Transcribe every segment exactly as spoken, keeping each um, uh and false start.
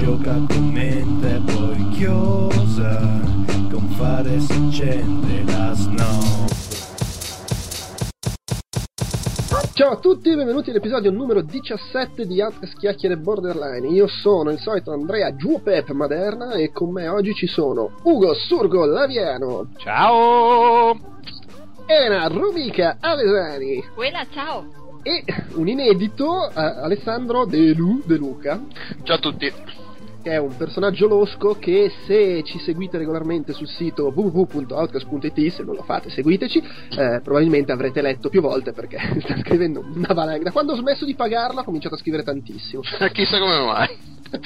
gioca con mente poi chiosa, con fare si accende la snow. Ciao a tutti e benvenuti all'episodio numero diciassette di Outcast Chiacchiere Borderline. Io sono il solito Andrea Giupep Maderna e con me oggi ci sono Ugo Surgo Laviano. Ciao! Elena Rubica Avesani. Quella, ciao! E un inedito, eh, Alessandro De, Lu, De Luca. Ciao a tutti! Che è un personaggio losco che, se ci seguite regolarmente sul sito w w w punto outcast punto i t, se non lo fate seguiteci, eh, probabilmente avrete letto più volte perché sta scrivendo una valanga. Da quando ho smesso di pagarlo ha cominciato a scrivere tantissimo. Chissà come mai.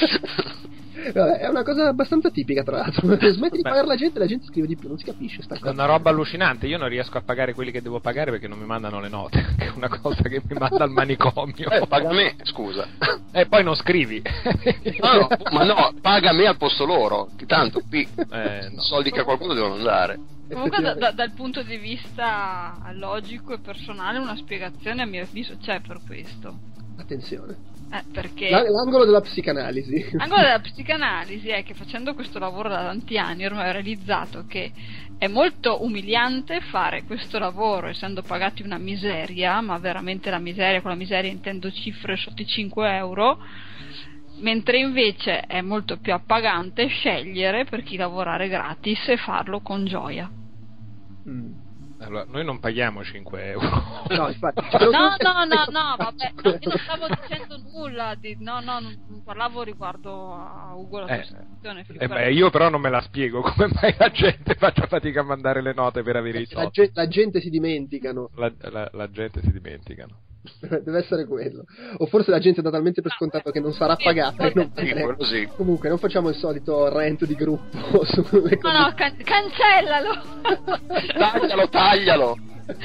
Vabbè, è una cosa abbastanza tipica, tra l'altro. Smetti di pagare la gente e la gente scrive di più, non si capisce sta cosa. È una roba allucinante. Io non riesco a pagare quelli che devo pagare perché non mi mandano le note, che è una cosa che mi manda al manicomio. Eh, paga me, scusa. E poi non scrivi. No, no, ma no, paga me al posto loro, che tanto qui eh, no. soldi che a qualcuno devono andare. Comunque da, da, dal punto di vista logico e personale una spiegazione a mio avviso c'è per questo. Attenzione. Eh, perché l'angolo della psicanalisi. L'angolo della psicanalisi è che, facendo questo lavoro da tanti anni, ormai ho realizzato che è molto umiliante fare questo lavoro essendo pagati una miseria, ma veramente la miseria, con la miseria intendo cifre sotto i cinque euro, mentre invece è molto più appagante scegliere per chi lavorare gratis e farlo con gioia. Mm. Allora, noi non paghiamo cinque euro. No, infatti, no, no, no, no, vabbè, no, io non stavo dicendo nulla di, no, no, non, non parlavo riguardo a Ugo la tua eh, situazione. Eh beh, io però non me la spiego come mai la gente faccia fatica a mandare le note per avere i soldi. La, ge- la gente si dimenticano. La, la, la gente si dimenticano. Deve essere quello. O forse la gente dà talmente per scontato che non sarà pagata e non pagherà. Sì, comunque non facciamo il solito rant di gruppo sulle no no can- cancellalo taglialo taglialo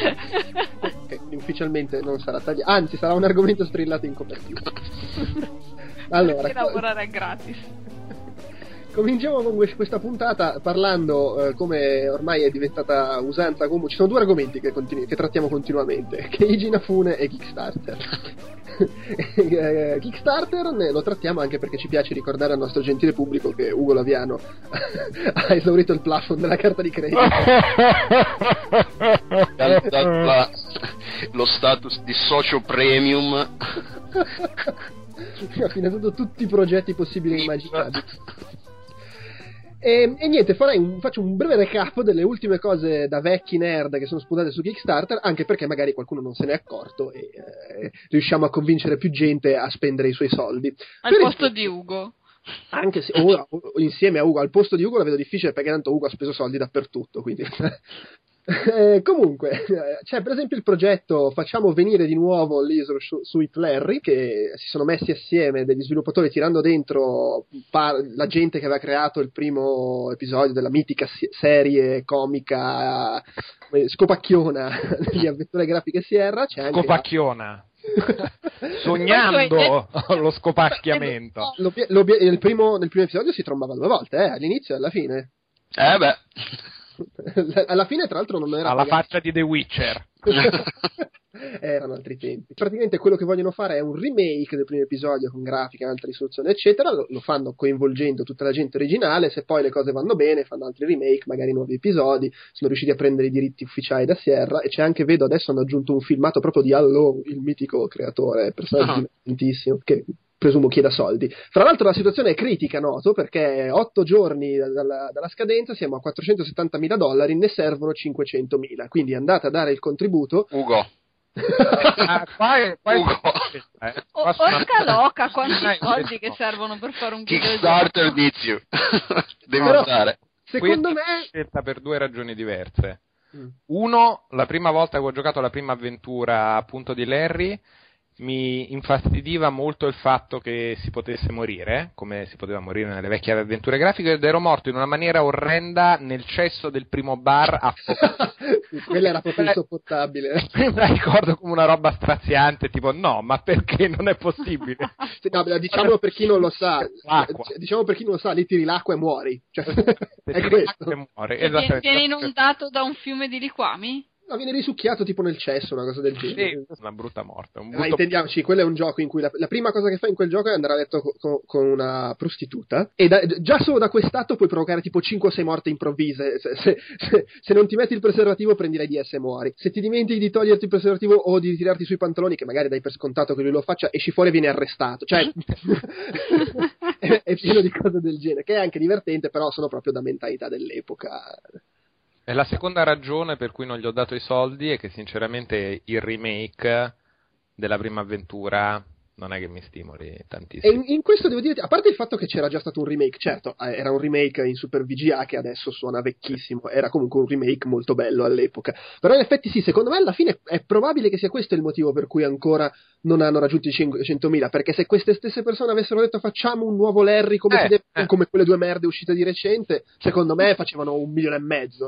okay, ufficialmente non sarà tagliato, anzi sarà un argomento strillato in copertina. Allora, perché lavorare gratis. Cominciamo con questa puntata parlando, eh, come ormai è diventata usanza, comunque ci sono due argomenti che, continu- che trattiamo continuamente: Keiji Inafune e Kickstarter. Kickstarter ne lo trattiamo anche perché ci piace ricordare al nostro gentile pubblico che Ugo Laviano ha esaurito il plafond della carta di credito. dal, dal, la, lo status di socio premium. Ha finanziato tutti i progetti possibili e immaginabili. E, e niente, farei un, faccio un breve recap delle ultime cose da vecchi nerd che sono spuntate su Kickstarter, anche perché magari qualcuno non se ne è accorto e eh, riusciamo a convincere più gente a spendere i suoi soldi. Al per posto il... di Ugo. Anche se o, o, insieme a Ugo, al posto di Ugo la vedo difficile perché tanto Ugo ha speso soldi dappertutto, quindi... Eh, comunque c'è per esempio il progetto Facciamo venire di nuovo l'Isro su, Sweet Larry, che si sono messi assieme degli sviluppatori tirando dentro par- la gente che aveva creato il primo episodio della mitica si- serie comica eh, scopacchiona di avventure grafiche Sierra. C'è anche scopacchiona sognando lo scopacchiamento. L'ob- l'ob- il primo, nel primo episodio si trombava due volte, eh, all'inizio e alla fine. Eh beh alla fine tra l'altro non era alla pagato. faccia di The Witcher. Erano altri tempi. Praticamente quello che vogliono fare è un remake del primo episodio con grafica, altre risoluzioni eccetera. Lo, lo fanno coinvolgendo tutta la gente originale. Se poi le cose vanno bene fanno altri remake, magari nuovi episodi. Sono riusciti a prendere i diritti ufficiali da Sierra. E c'è anche, vedo adesso hanno aggiunto un filmato proprio di Allo, il mitico creatore, personaggio divertentissimo, che presumo chieda soldi. Fra l'altro la situazione è critica, noto, perché otto giorni dalla, dalla scadenza siamo a quattrocentosettantamila dollari, ne servono cinquecentomila, quindi andate a dare il contributo. Ugo ah, qua è, qua è... Ugo eh, o, Orca loca, quanti soldi che servono per fare un videogioco. Kickstarter needs you. Devi Però, andare. secondo Qui me scelta per due ragioni diverse. mm. Uno, la prima volta che ho giocato la prima avventura appunto di Larry mi infastidiva molto il fatto che si potesse morire, come si poteva morire nelle vecchie avventure grafiche, ed ero morto in una maniera orrenda nel cesso del primo bar a quella era proprio insopportabile. La ricordo come una roba straziante, tipo no, ma perché non è possibile? No, diciamolo per chi non lo sa, l'acqua. diciamo per chi non lo sa, lì tiri l'acqua e muori, cioè, è Tiri questo. l'acqua e muore. Viene, viene inondato da un fiume di liquami? No, viene risucchiato tipo nel cesso, una cosa del genere. Sì, una brutta morte. Un Ma brutto... intendiamoci, quello è un gioco in cui la, la prima cosa che fai in quel gioco è andare a letto con, con una prostituta, e da, già solo da quest'atto puoi provocare tipo cinque o sei morti improvvise. Se, se, se, se non ti metti il preservativo prendi l'AIDS e muori. Se ti dimentichi di toglierti il preservativo o di tirarti sui pantaloni, che magari dai per scontato che lui lo faccia, esci fuori e vieni arrestato. Cioè è, è pieno di cose del genere, che è anche divertente, però sono proprio da mentalità dell'epoca. E la seconda ragione per cui non gli ho dato i soldi è che sinceramente il remake della prima avventura non è che mi stimoli tantissimo. E in, in questo devo dire, a parte il fatto che c'era già stato un remake, certo, era un remake in Super V G A che adesso suona vecchissimo, era comunque un remake molto bello all'epoca, però in effetti sì, secondo me alla fine è probabile che sia questo il motivo per cui ancora non hanno raggiunto i cinquecentomila, perché se queste stesse persone avessero detto facciamo un nuovo Larry come, eh, si deve, eh. come quelle due merde uscite di recente, secondo me facevano un milione e mezzo.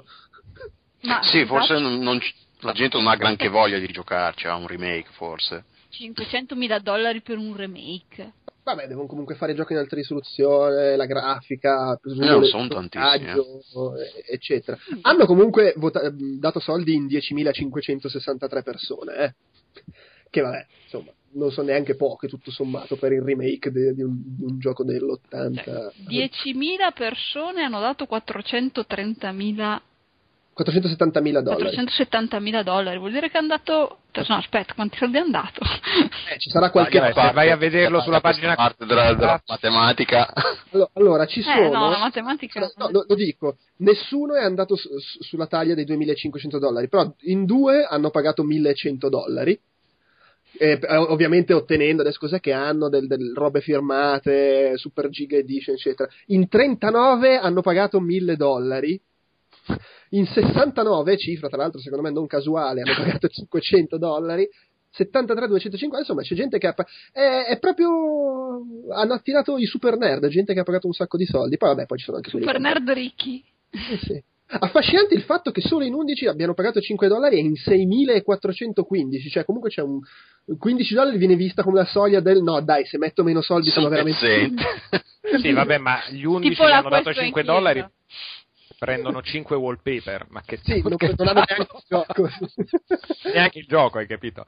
Ma Sì, forse non, non, la gente non ha granché voglia di rigiocarci a un remake, forse. cinquecentomila dollari per un remake. Vabbè, devono comunque fare giochi in alta risoluzione, la grafica, Eh, non sono tantissimi, eh. eccetera. Hanno comunque vota- dato soldi in diecimilacinquecentosessantatré persone, eh. Che vabbè, insomma, non sono neanche poche tutto sommato per il remake de- di, un, di un gioco dell'ottanta. Cioè, diecimila persone hanno dato quattrocentotrentamila quattrocentosettantamila dollari. quattrocentosettantamila dollari, vuol dire che è andato. No, aspetta, quanti soldi è andato? Eh, ci sarà qualche Vai, parte. se vai a vederlo sulla pagina parte della, della matematica. Allora, allora ci sono. Eh, no, la matematica. No, lo, lo dico, nessuno è andato su, su, sulla taglia dei duemilacinquecento dollari, però in due hanno pagato millecento dollari. Eh, ovviamente ottenendo adesso cos'è che hanno del, del robe firmate, Super Giga Edition eccetera. In trentanove hanno pagato mille dollari. In sessantanove, cifra tra l'altro secondo me non casuale, hanno pagato cinquecento dollari. settantatré duecentocinquanta, insomma c'è gente che ha è, è proprio hanno attirato i super nerd, gente che ha pagato un sacco di soldi. Poi vabbè, poi ci sono anche super nerd ricchi. Eh, sì. Affascinante il fatto che solo in undici abbiano pagato cinque dollari e in seimilaquattrocentoquindici, cioè comunque c'è un quindici dollari viene vista come la soglia del no dai, se metto meno soldi sono veramente sì vabbè, ma gli undici tipo che la hanno dato questo cinque in chiesa. dollari prendono cinque wallpaper, ma che sì, non, che non hanno neanche il gioco. neanche il gioco, hai capito?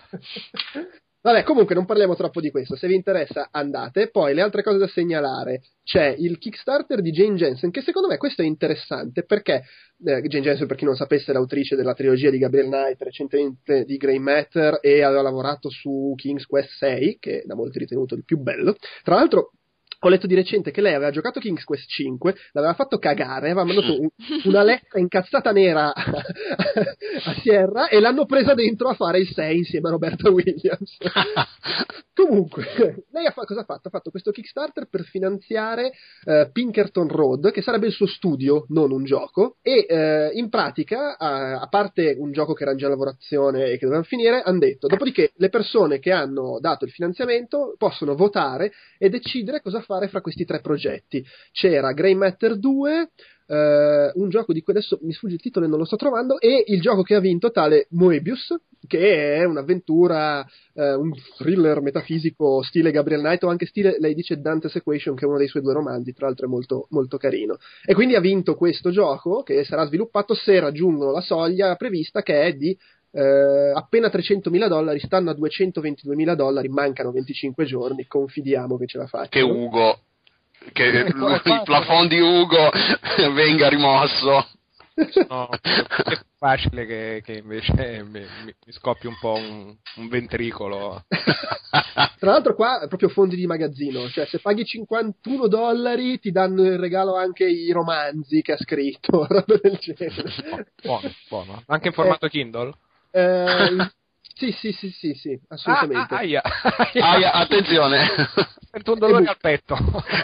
Vabbè, comunque non parliamo troppo di questo, se vi interessa andate. Poi le altre cose da segnalare, c'è il Kickstarter di Jane Jensen, che secondo me questo è interessante perché eh, Jane Jensen, per chi non sapesse, è l'autrice della trilogia di Gabriel Knight, recentemente di Grey Matter, e aveva lavorato su King's Quest sei, che è da molti ritenuto il più bello. Tra l'altro ho letto di recente che lei aveva giocato King's Quest cinque, l'aveva fatto cagare, aveva mandato un, una lettera incazzata nera a, a Sierra e l'hanno presa dentro a fare il sei insieme a Roberta Williams. Comunque, lei ha fa- cosa ha fatto? Ha fatto questo Kickstarter per finanziare uh, Pinkerton Road, che sarebbe il suo studio, non un gioco, e uh, in pratica, uh, a parte un gioco che era in già lavorazione e che doveva finire, hanno detto, dopodiché le persone che hanno dato il finanziamento possono votare e decidere cosa fare fra questi tre progetti. C'era Grey Matter due, eh, un gioco di cui adesso mi sfugge il titolo e non lo sto trovando, e il gioco che ha vinto tale Moebius, che è un'avventura, eh, un thriller metafisico stile Gabriel Knight, o anche stile, lei dice, Dante's Equation, che è uno dei suoi due romanzi, tra l'altro è molto, molto carino. E quindi ha vinto questo gioco, che sarà sviluppato se raggiungono la soglia prevista, che è di Uh, appena trecentomila dollari, stanno a duecentoventiduemila dollari, mancano venticinque giorni, confidiamo che ce la faccia. Che Ugo, che lui, il plafond di Ugo venga rimosso. No, è facile che, che invece mi, mi, mi scoppi un po' un, un ventricolo. Tra l'altro qua è proprio fondi di magazzino, cioè se paghi cinquantuno dollari ti danno in regalo anche i romanzi che ha scritto, roba del genere. Buono, buono. Anche in formato eh, Kindle? Eh, sì, sì, sì, sì, sì, assolutamente. Ah, ah, aia. Aia, attenzione. Sento un dolore al petto.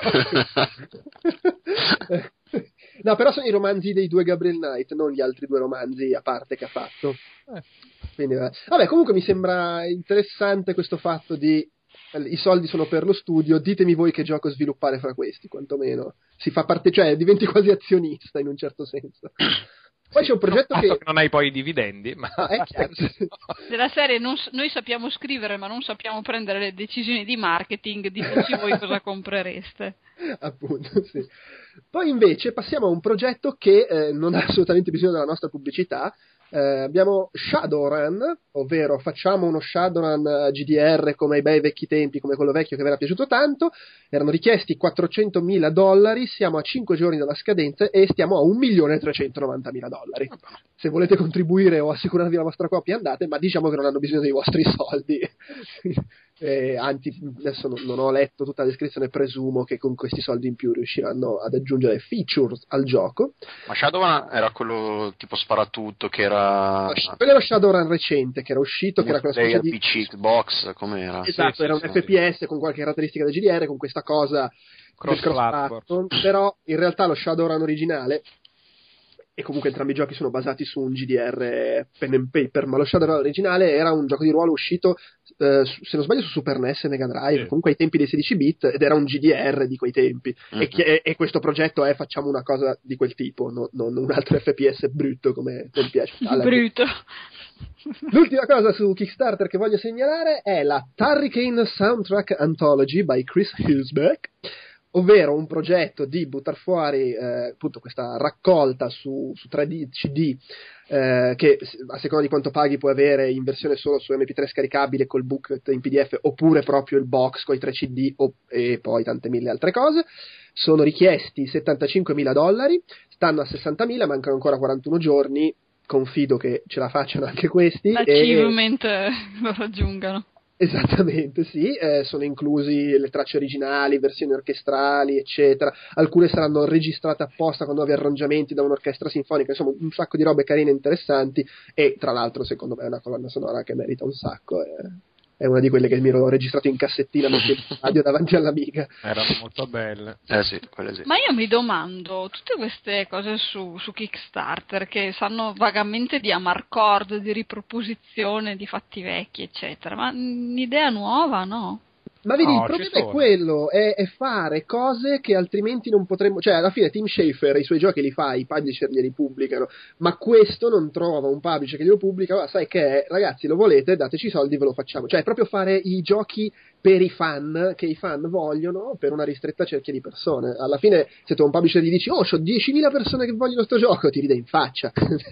No, però sono i romanzi dei due Gabriel Knight, non gli altri due romanzi a parte che ha fatto. Eh. Quindi, vabbè, comunque mi sembra interessante questo fatto di i soldi sono per lo studio, ditemi voi che gioco sviluppare fra questi, quantomeno. Si fa parte, cioè diventi quasi azionista in un certo senso. Poi c'è un progetto no, che... che non hai poi i dividendi, ma ah, è chiaro. Della serie non, noi sappiamo scrivere ma non sappiamo prendere le decisioni di marketing, diteci voi cosa comprereste. Appunto, sì. Poi invece passiamo a un progetto che eh, non ha assolutamente bisogno della nostra pubblicità, Eh, abbiamo Shadowrun, ovvero facciamo uno Shadowrun G D R come ai bei vecchi tempi, come quello vecchio che vi era piaciuto tanto. Erano richiesti quattrocentomila dollari, siamo a cinque giorni dalla scadenza e stiamo a un milione trecentonovantamila dollari. Se volete contribuire o assicurarvi la vostra copia andate, ma diciamo che non hanno bisogno dei vostri soldi. Eh, anzi, adesso non, non ho letto tutta la descrizione, presumo che con questi soldi in più riusciranno ad aggiungere features al gioco. Ma Shadowrun era quello tipo sparatutto che era... Quello era Shadowrun recente che era uscito, che era quella specie di... P C, Xbox, com'era? Esatto, sì, era sì, un sì. F P S con qualche caratteristica da G D R, con questa cosa Cross del platform. però in realtà lo Shadowrun originale, e comunque entrambi i giochi sono basati su un G D R pen and paper, ma lo Shadowrun originale era un gioco di ruolo uscito, eh, su, se non sbaglio, su Super N E S e Mega Drive, sì. comunque ai tempi dei sedici bit, ed era un G D R di quei tempi. Mm-hmm. E, chi- e, e questo progetto è facciamo una cosa di quel tipo, no, non un altro F P S brutto come non piace. Alla- Brutto. L'ultima cosa su Kickstarter che voglio segnalare è la Turricane Soundtrack Anthology by Chris Hülsbeck, ovvero un progetto di buttar fuori eh, appunto questa raccolta su, su tre D C D eh, che a seconda di quanto paghi puoi avere in versione solo su M P tre scaricabile col booklet in P D F, oppure proprio il box con i tre C D o, e poi tante mille altre cose. Sono richiesti settantacinquemila dollari, stanno a sessantamila, mancano ancora quarantuno giorni, confido che ce la facciano anche questi. L'achievement e... lo raggiungano. Esattamente, sì, eh, sono inclusi le tracce originali, versioni orchestrali, eccetera. Alcune saranno registrate apposta con nuovi arrangiamenti da un'orchestra sinfonica, insomma un sacco di robe carine e interessanti, e tra l'altro secondo me è una colonna sonora che merita un sacco. Eh. È una di quelle che mi ero registrato in cassettina nel radio davanti all'amica. Erano molto belle. Eh sì, quelle sì. Ma io mi domando, tutte queste cose su, su Kickstarter che sanno vagamente di amarcord, di riproposizione di fatti vecchi, eccetera, ma un'idea nuova, no? Ma vedi, No, il problema ci è sono. quello, è, è fare cose che altrimenti non potremmo... Cioè, alla fine Tim Schafer i suoi giochi li fa, i publisher glieli pubblicano, ma questo non trova un publisher che glielo pubblica, ma sai che è, ragazzi, lo volete, dateci i soldi, ve lo facciamo. Cioè, è proprio fare i giochi per i fan, che i fan vogliono, per una ristretta cerchia di persone. Alla fine, se tu a un publisher gli dici, oh, c'ho diecimila persone che vogliono sto gioco, ti ride in faccia.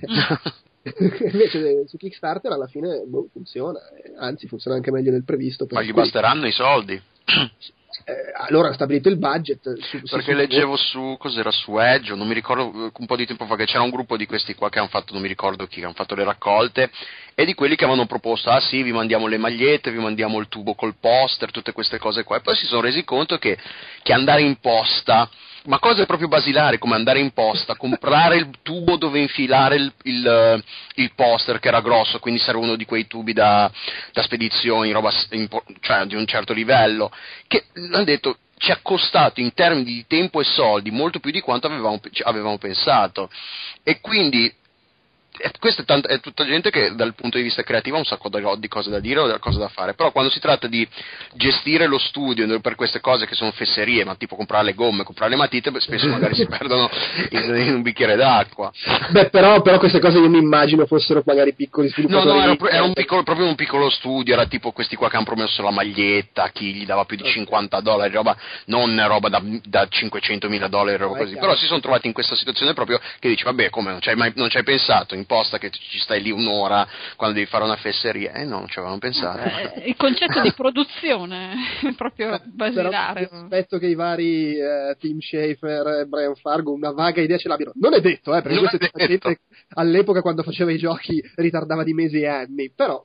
Invece su Kickstarter alla fine boh, funziona, anzi funziona anche meglio del previsto. Ma gli cui, basteranno i soldi. eh, allora ha stabilito il budget su, Perché su, leggevo su, cos'era, su Edge, non mi ricordo, un po' di tempo fa, che c'era un gruppo di questi qua che hanno fatto, non mi ricordo chi, che hanno fatto le raccolte, e di quelli che avevano proposto, ah sì, vi mandiamo le magliette, vi mandiamo il tubo col poster, tutte queste cose qua, e poi si sono resi conto che, che andare in posta, ma cose proprio basilari come andare in posta, comprare il tubo dove infilare il, il, il poster che era grosso, quindi serve uno di quei tubi da, da spedizioni, roba cioè di un certo livello, che hanno detto ci ha costato in termini di tempo e soldi molto più di quanto avevamo, avevamo pensato, e quindi e questa è, tanta, è tutta gente che dal punto di vista creativo ha un sacco di cose da dire o cose da fare, però quando si tratta di gestire lo studio per queste cose che sono fesserie, ma tipo comprare le gomme, comprare le matite, spesso magari si perdono in, in un bicchiere d'acqua. Beh, però, però queste cose io mi immagino fossero magari piccoli No, sviluppatori. no, era, era un piccolo, proprio un piccolo studio, era tipo questi qua che hanno promesso la maglietta, chi gli dava più di cinquanta dollari, roba, non roba da, da cinquecentomila dollari, roba No, così, chiaro. però si sono trovati in questa situazione proprio che dici, vabbè, come, non ci hai mai, non ci hai pensato, in posta che ci stai lì un'ora quando devi fare una fesseria, eh no, non ci avevamo pensato. Eh, il concetto di produzione è proprio basilare. Però aspetto che i vari eh, Tim Schafer e Brian Fargo una vaga idea ce l'abbiano. Non è detto, eh, perché Non questo è è tutta detto. gente all'epoca quando faceva i giochi ritardava di mesi e anni, però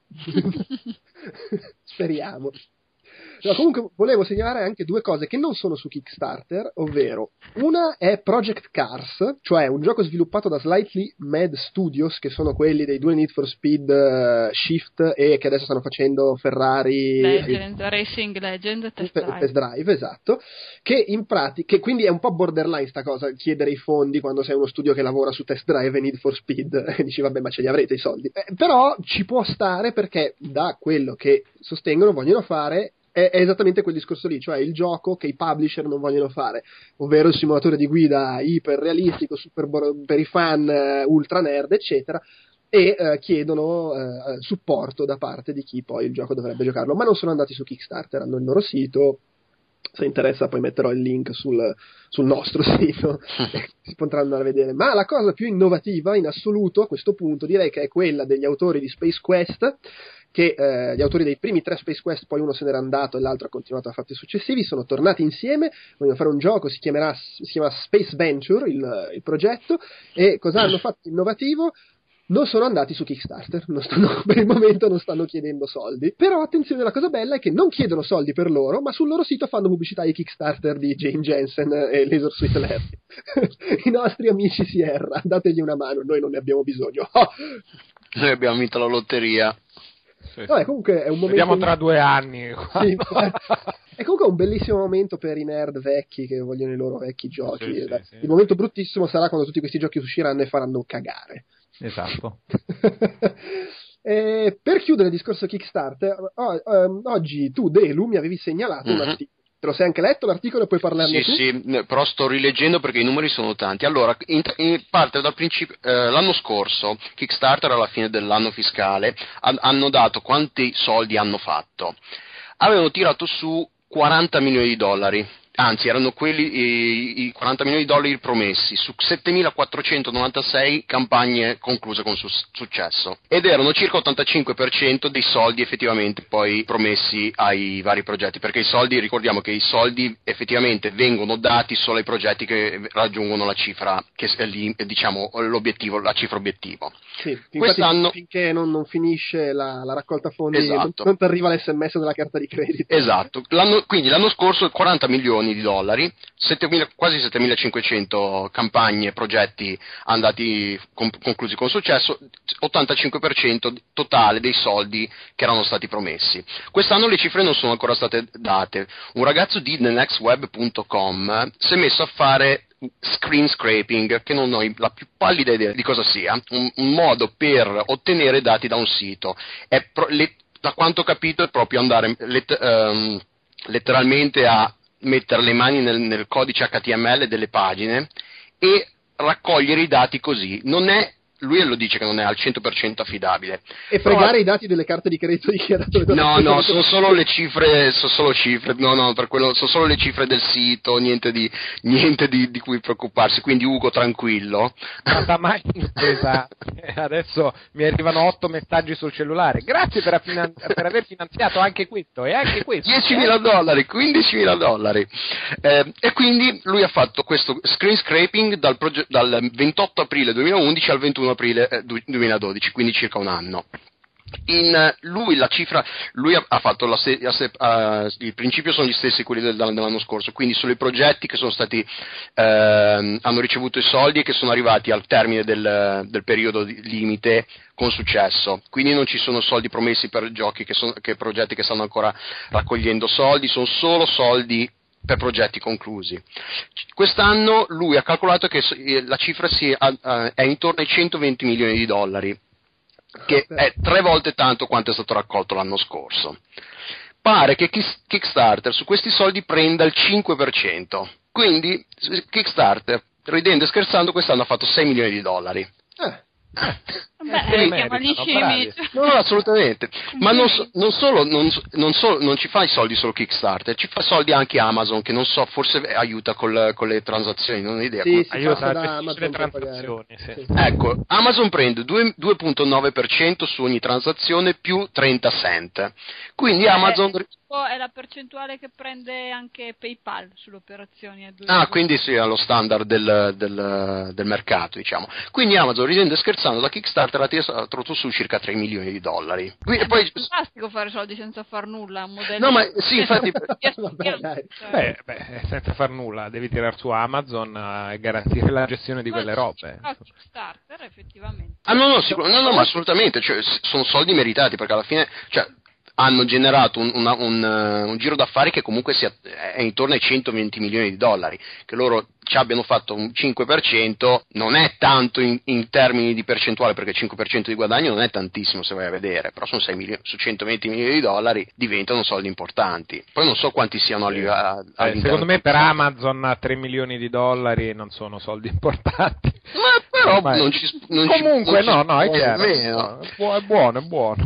speriamo. No, comunque volevo segnalare anche due cose che non sono su Kickstarter, ovvero una è Project Cars, cioè un gioco sviluppato da Slightly Mad Studios, che sono quelli dei due Need for Speed uh, Shift e che adesso stanno facendo Ferrari Legend, Racing Legend, Test Test Drive. Test Drive, esatto, che in pratica, che quindi è un po' borderline sta cosa, chiedere i fondi quando sei uno studio che lavora su Test Drive e Need for Speed, e dici vabbè ma ce li avrete i soldi, eh, però ci può stare perché da quello che sostengono vogliono fare è, è esattamente quel discorso lì, cioè il gioco che i publisher non vogliono fare, ovvero il simulatore di guida iper realistico, super bo- per i fan, uh, ultra nerd eccetera, e uh, chiedono uh, supporto da parte di chi poi il gioco dovrebbe giocarlo, ma non sono andati su Kickstarter, hanno il loro sito Se interessa poi metterò il link sul, sul nostro sito e si potranno andare a vedere. Ma la cosa più innovativa in assoluto a questo punto direi che è quella degli autori di Space Quest, che eh, gli autori dei primi tre Space Quest, poi uno se n'era andato e l'altro ha continuato a fatti successivi, sono tornati insieme, vogliono fare un gioco, si chiamerà si chiama Space Venture il, il progetto, e cosa hanno fatto innovativo? Non sono andati su Kickstarter, non stanno, per il momento non stanno chiedendo soldi, però attenzione, la cosa bella è che non chiedono soldi per loro, ma sul loro sito fanno pubblicità ai Kickstarter di Jane Jensen e Laser Suite Larry. I nostri amici Sierra, dategli una mano, noi non ne abbiamo bisogno. Oh! Noi abbiamo vinto la lotteria. Sì. Vabbè, comunque è un momento. Vediamo tra due anni. Sì, è comunque un bellissimo momento per i nerd vecchi che vogliono i loro vecchi giochi. Sì, sì, sì. Il momento bruttissimo sarà quando tutti questi giochi usciranno e faranno cagare. Esatto. E per chiudere il discorso Kickstarter, oh, um, oggi tu, Delu, mi avevi segnalato Mm-hmm. un articolo. Te lo sei anche letto l'articolo e puoi parlarne Sì, tu? sì, però sto rileggendo perché i numeri sono tanti. Allora, in, in parte dal principio, eh, l'anno scorso, Kickstarter alla fine dell'anno fiscale, ha, hanno dato quanti soldi hanno fatto. Avevano tirato su quaranta milioni di dollari. Anzi, erano quelli i, i quaranta milioni di dollari promessi su settemilaquattrocentonovantasei campagne concluse con su- successo, ed erano circa ottantacinque per cento dei soldi effettivamente poi promessi ai vari progetti, perché i soldi, ricordiamo che i soldi effettivamente vengono dati solo ai progetti che raggiungono la cifra, che è lì, diciamo, l'obiettivo, la cifra obiettivo. Sì, infatti, Quest'anno finché non, non finisce la, la raccolta fondi, Esatto. non, non ti arriva l'esse emme esse della carta di credito. Esatto, l'anno, quindi l'anno scorso quaranta milioni di dollari, settemila, quasi settemilacinquecento campagne e progetti andati con, conclusi con successo, ottantacinque per cento totale dei soldi che erano stati promessi. Quest'anno le cifre non sono ancora state date. Un ragazzo di the next web punto com si è messo a fare screen scraping, che non ho la più pallida idea di cosa sia, un, un modo per ottenere dati da un sito. È pro, le, da quanto ho capito è proprio andare let, um, letteralmente a mettere le mani nel, nel codice acca ti emme elle delle pagine e raccogliere i dati così. Non è, lui lo dice che non è al cento per cento affidabile. E fregare però i dati delle carte di credito di chi ha dato le No, donazioni. no, sono solo le cifre, sono solo cifre, no, no, per quello, sono solo le cifre del sito, niente di, niente di, di cui preoccuparsi, quindi Ugo tranquillo. Nata mai impresa. Adesso mi arrivano otto messaggi sul cellulare. Grazie per, affinan- per aver finanziato anche questo e anche questo. diecimila dollari, quindicimila dollari. Eh, e quindi lui ha fatto questo screen scraping dal, proge- dal ventotto aprile duemilaundici al ventuno aprile eh, duemiladodici, quindi circa un anno. In lui la cifra, lui ha, ha fatto la se, ha, uh, il principio sono gli stessi quelli del, dell'anno scorso, quindi solo i progetti che sono stati uh, hanno ricevuto i soldi e che sono arrivati al termine del, del periodo di limite con successo, quindi non ci sono soldi promessi per giochi che, sono, che progetti che stanno ancora raccogliendo soldi, sono solo soldi per progetti conclusi. Quest'anno lui ha calcolato che la cifra si, uh, è intorno ai centoventi milioni di dollari, che è tre volte tanto quanto è stato raccolto l'anno scorso. Pare che Kickstarter su questi soldi prenda il cinque per cento, quindi Kickstarter, ridendo e scherzando, quest'anno ha fatto sei milioni di dollari. Eh. Beh, chiama gli scemi. No, no, assolutamente. Ma non, so, non solo, non, non, solo, non ci fa i soldi solo Kickstarter, ci fa soldi anche Amazon, che non so, forse aiuta col, con le transazioni, non ho idea. Sì, come... aiuta da a Amazon le per transazioni. Sì. Sì. Ecco, Amazon prende due virgola nove per cento su ogni transazione più trenta cent. Quindi Amazon... È la percentuale che prende anche PayPal sulle operazioni. A due Ah, quindi sì, è lo standard del, del, del mercato, diciamo. Quindi Amazon, ridendo e scherzando, da Kickstarter ha tirato su circa tre milioni di dollari. Quindi, è poi... fantastico fare soldi senza far nulla, un modello. No, ma sì, infatti... Vabbè, dai. Beh, beh, senza far nulla, devi tirare su Amazon e garantire la gestione di quelle robe. No, Kickstarter, effettivamente. Ah, no, no, sicur- no, no, ma assolutamente, cioè, sono soldi meritati, perché alla fine... Cioè, hanno generato un, una, un, uh, un giro d'affari che comunque sia, è intorno ai centoventi milioni di dollari, che loro ci abbiano fatto un cinque per cento non è tanto in, in termini di percentuale, perché il cinque per cento di guadagno non è tantissimo se vai a vedere, però sono sei milioni, su centoventi milioni di dollari diventano soldi importanti. Poi non so quanti siano sì. a, a, eh, secondo me per Amazon tre milioni di dollari non sono soldi importanti, ma però ma non ci, non comunque ci, non no, no, è ci, chiaro, meno. è buono, è buono, è buono.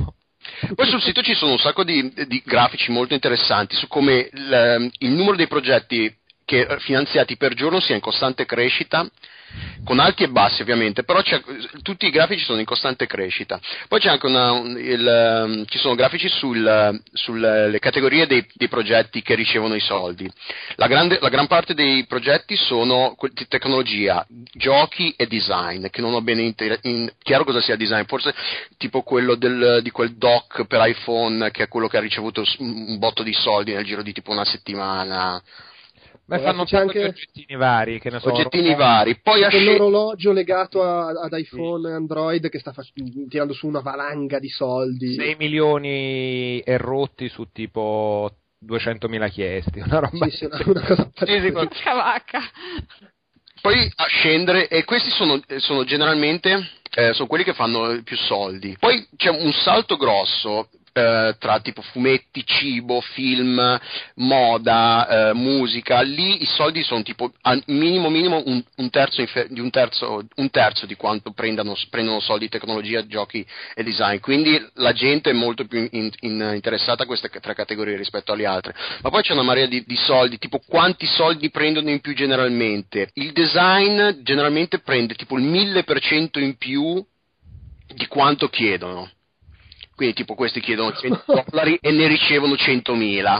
Poi sul sito ci sono un sacco di, di grafici molto interessanti su come il, il numero dei progetti che finanziati per giorno sia in costante crescita, con alti e bassi ovviamente, però c'è, tutti i grafici sono in costante crescita. Poi c'è anche una, il, ci sono grafici sul, sulle categorie dei, dei progetti che ricevono i soldi. La, grande, la gran parte dei progetti sono di tecnologia, giochi e design, che non ho bene inter, in, chiaro cosa sia design, forse tipo quello del, di quel dock per iPhone, che è quello che ha ricevuto un botto di soldi nel giro di tipo una settimana. Beh, fanno c'è anche oggettini vari, che ne so, oggettini vari. Poi c'è a scel- l'orologio legato a, ad iPhone e Android che sta fac- tirando su una valanga di soldi. sei milioni e rotti su tipo duecentomila chiesti, una roba. Sì, sì, una, una cosa pazzesca. Cavacca. Poi a scendere, e questi sono, sono generalmente eh, sono quelli che fanno più soldi. Poi c'è un salto grosso eh, tra tipo fumetti, cibo, film, moda, eh, musica. Lì i soldi sono tipo al minimo minimo un, un terzo infer- di un terzo un terzo di quanto prendano, prendono soldi tecnologia, giochi e design. Quindi la gente è molto più in, in, interessata a queste tre categorie rispetto alle altre. Ma poi c'è una marea di, di soldi, tipo quanti soldi prendono in più generalmente. Il design generalmente prende tipo il mille per cento in più di quanto chiedono. Quindi tipo questi chiedono cento dollari e ne ricevono centomila.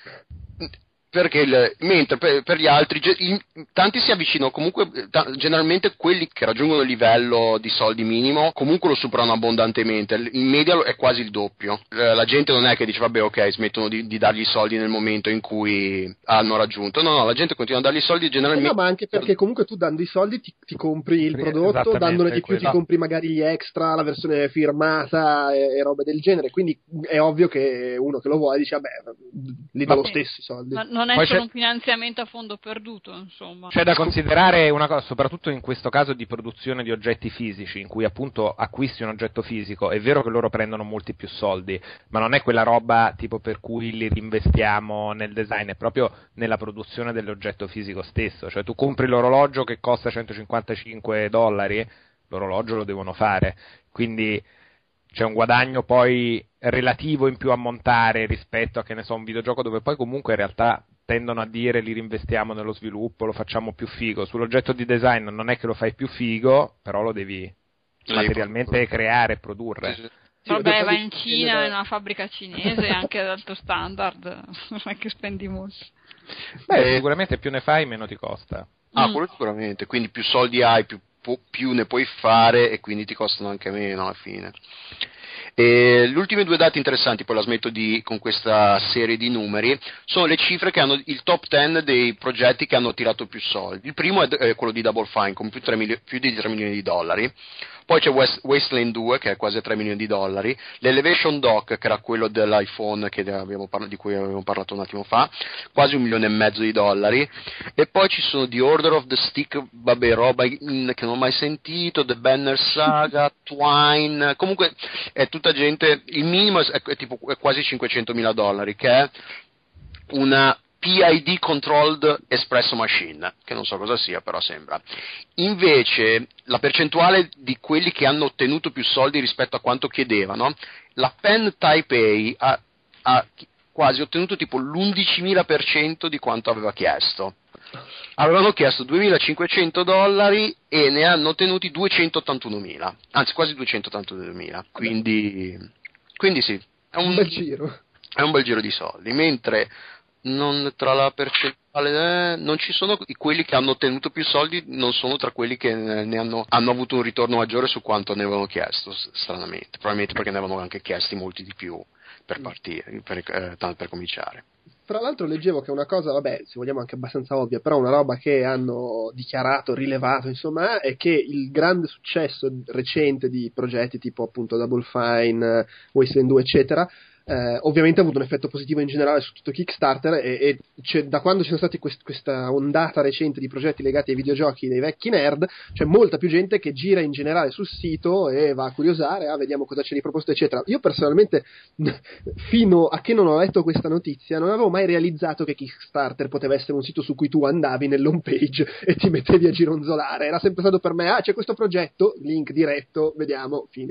Perché il, mentre per, per gli altri in, tanti si avvicinano comunque, ta, generalmente quelli che raggiungono il livello di soldi minimo comunque lo superano abbondantemente, in media è quasi il doppio. Eh, la gente non è che dice vabbè ok smettono di, di dargli i soldi nel momento in cui hanno raggiunto, no no, la gente continua a dargli i soldi generalmente. No, ma anche perché comunque tu dando i soldi ti, ti compri il prodotto, dandone di più ti compri magari gli extra, la versione firmata e, e robe del genere, quindi è ovvio che uno che lo vuole dice vabbè li do lo stesso i soldi. Ma non è Poi solo c'è... un finanziamento a fondo perduto, insomma. C'è da considerare una cosa, soprattutto in questo caso di produzione di oggetti fisici, in cui appunto acquisti un oggetto fisico, è vero che loro prendono molti più soldi, ma non è quella roba tipo per cui li rinvestiamo nel design, è proprio nella produzione dell'oggetto fisico stesso. Cioè tu compri l'orologio che costa centocinquantacinque dollari, l'orologio lo devono fare, quindi c'è un guadagno poi relativo in più a montare rispetto a, che ne so, un videogioco dove poi comunque in realtà tendono a dire li rinvestiamo nello sviluppo, lo facciamo più figo. Sull'oggetto di design non è che lo fai più figo, però lo devi materialmente creare e produrre. Sì, sì. Sì, Vabbè, vai di... in Cina, in una fabbrica cinese, anche ad alto standard, non è che spendi molto. Beh, sicuramente più ne fai, meno ti costa. Ah, Mm. quello sicuramente, quindi più soldi hai, più, più ne puoi fare e quindi ti costano anche meno alla fine. E le ultime due dati interessanti, poi la smetto di, con questa serie di numeri, sono le cifre che hanno il top dieci dei progetti che hanno tirato più soldi. Il primo è, è quello di Double Fine con più, tre milio- più di tre milioni di dollari. Poi c'è West, Wasteland due che è quasi a tre milioni di dollari, l'Elevation Dock che era quello dell'iPhone che abbiamo parla- di cui avevamo parlato un attimo fa, quasi un milione e mezzo di dollari, e poi ci sono The Order of the Stick, vabbè roba in, che non ho mai sentito, The Banner Saga, Twine, comunque è tutta gente, il minimo è, è tipo è quasi cinquecentomila dollari, che è una P I D Controlled Espresso Machine, che non so cosa sia, però sembra. Invece, la percentuale di quelli che hanno ottenuto più soldi rispetto a quanto chiedevano, la Pen Taipei ha, ha quasi ottenuto tipo l'undicimila per cento di quanto aveva chiesto. Avevano chiesto duemilacinquecento dollari e ne hanno ottenuti duecentottantunomila, anzi quasi duecentottantunomila, quindi, quindi sì, è un, un bel giro. È un bel giro di soldi, mentre non tra la percentuale eh, non ci sono quelli che hanno ottenuto più soldi, non sono tra quelli che ne hanno, hanno avuto un ritorno maggiore su quanto ne avevano chiesto, stranamente, probabilmente perché ne avevano anche chiesti molti di più per partire, per, eh, tanto per cominciare. Tra l'altro leggevo che una cosa, vabbè, se vogliamo anche abbastanza ovvia, però una roba che hanno dichiarato, rilevato, insomma, è che il grande successo recente di progetti tipo appunto Double Fine, Wasteland due, eccetera, Eh, ovviamente ha avuto un effetto positivo in generale su tutto Kickstarter e, e c'è, da quando c'è stata quest, questa ondata recente di progetti legati ai videogiochi dei vecchi nerd, c'è molta più gente che gira in generale sul sito e va a curiosare, ah, vediamo cosa c'è di proposto, eccetera. Io personalmente, fino a che non ho letto questa notizia, non avevo mai realizzato che Kickstarter poteva essere un sito su cui tu andavi nell'home page e ti mettevi a gironzolare. Era sempre stato per me, ah, c'è questo progetto, link diretto, vediamo, fine.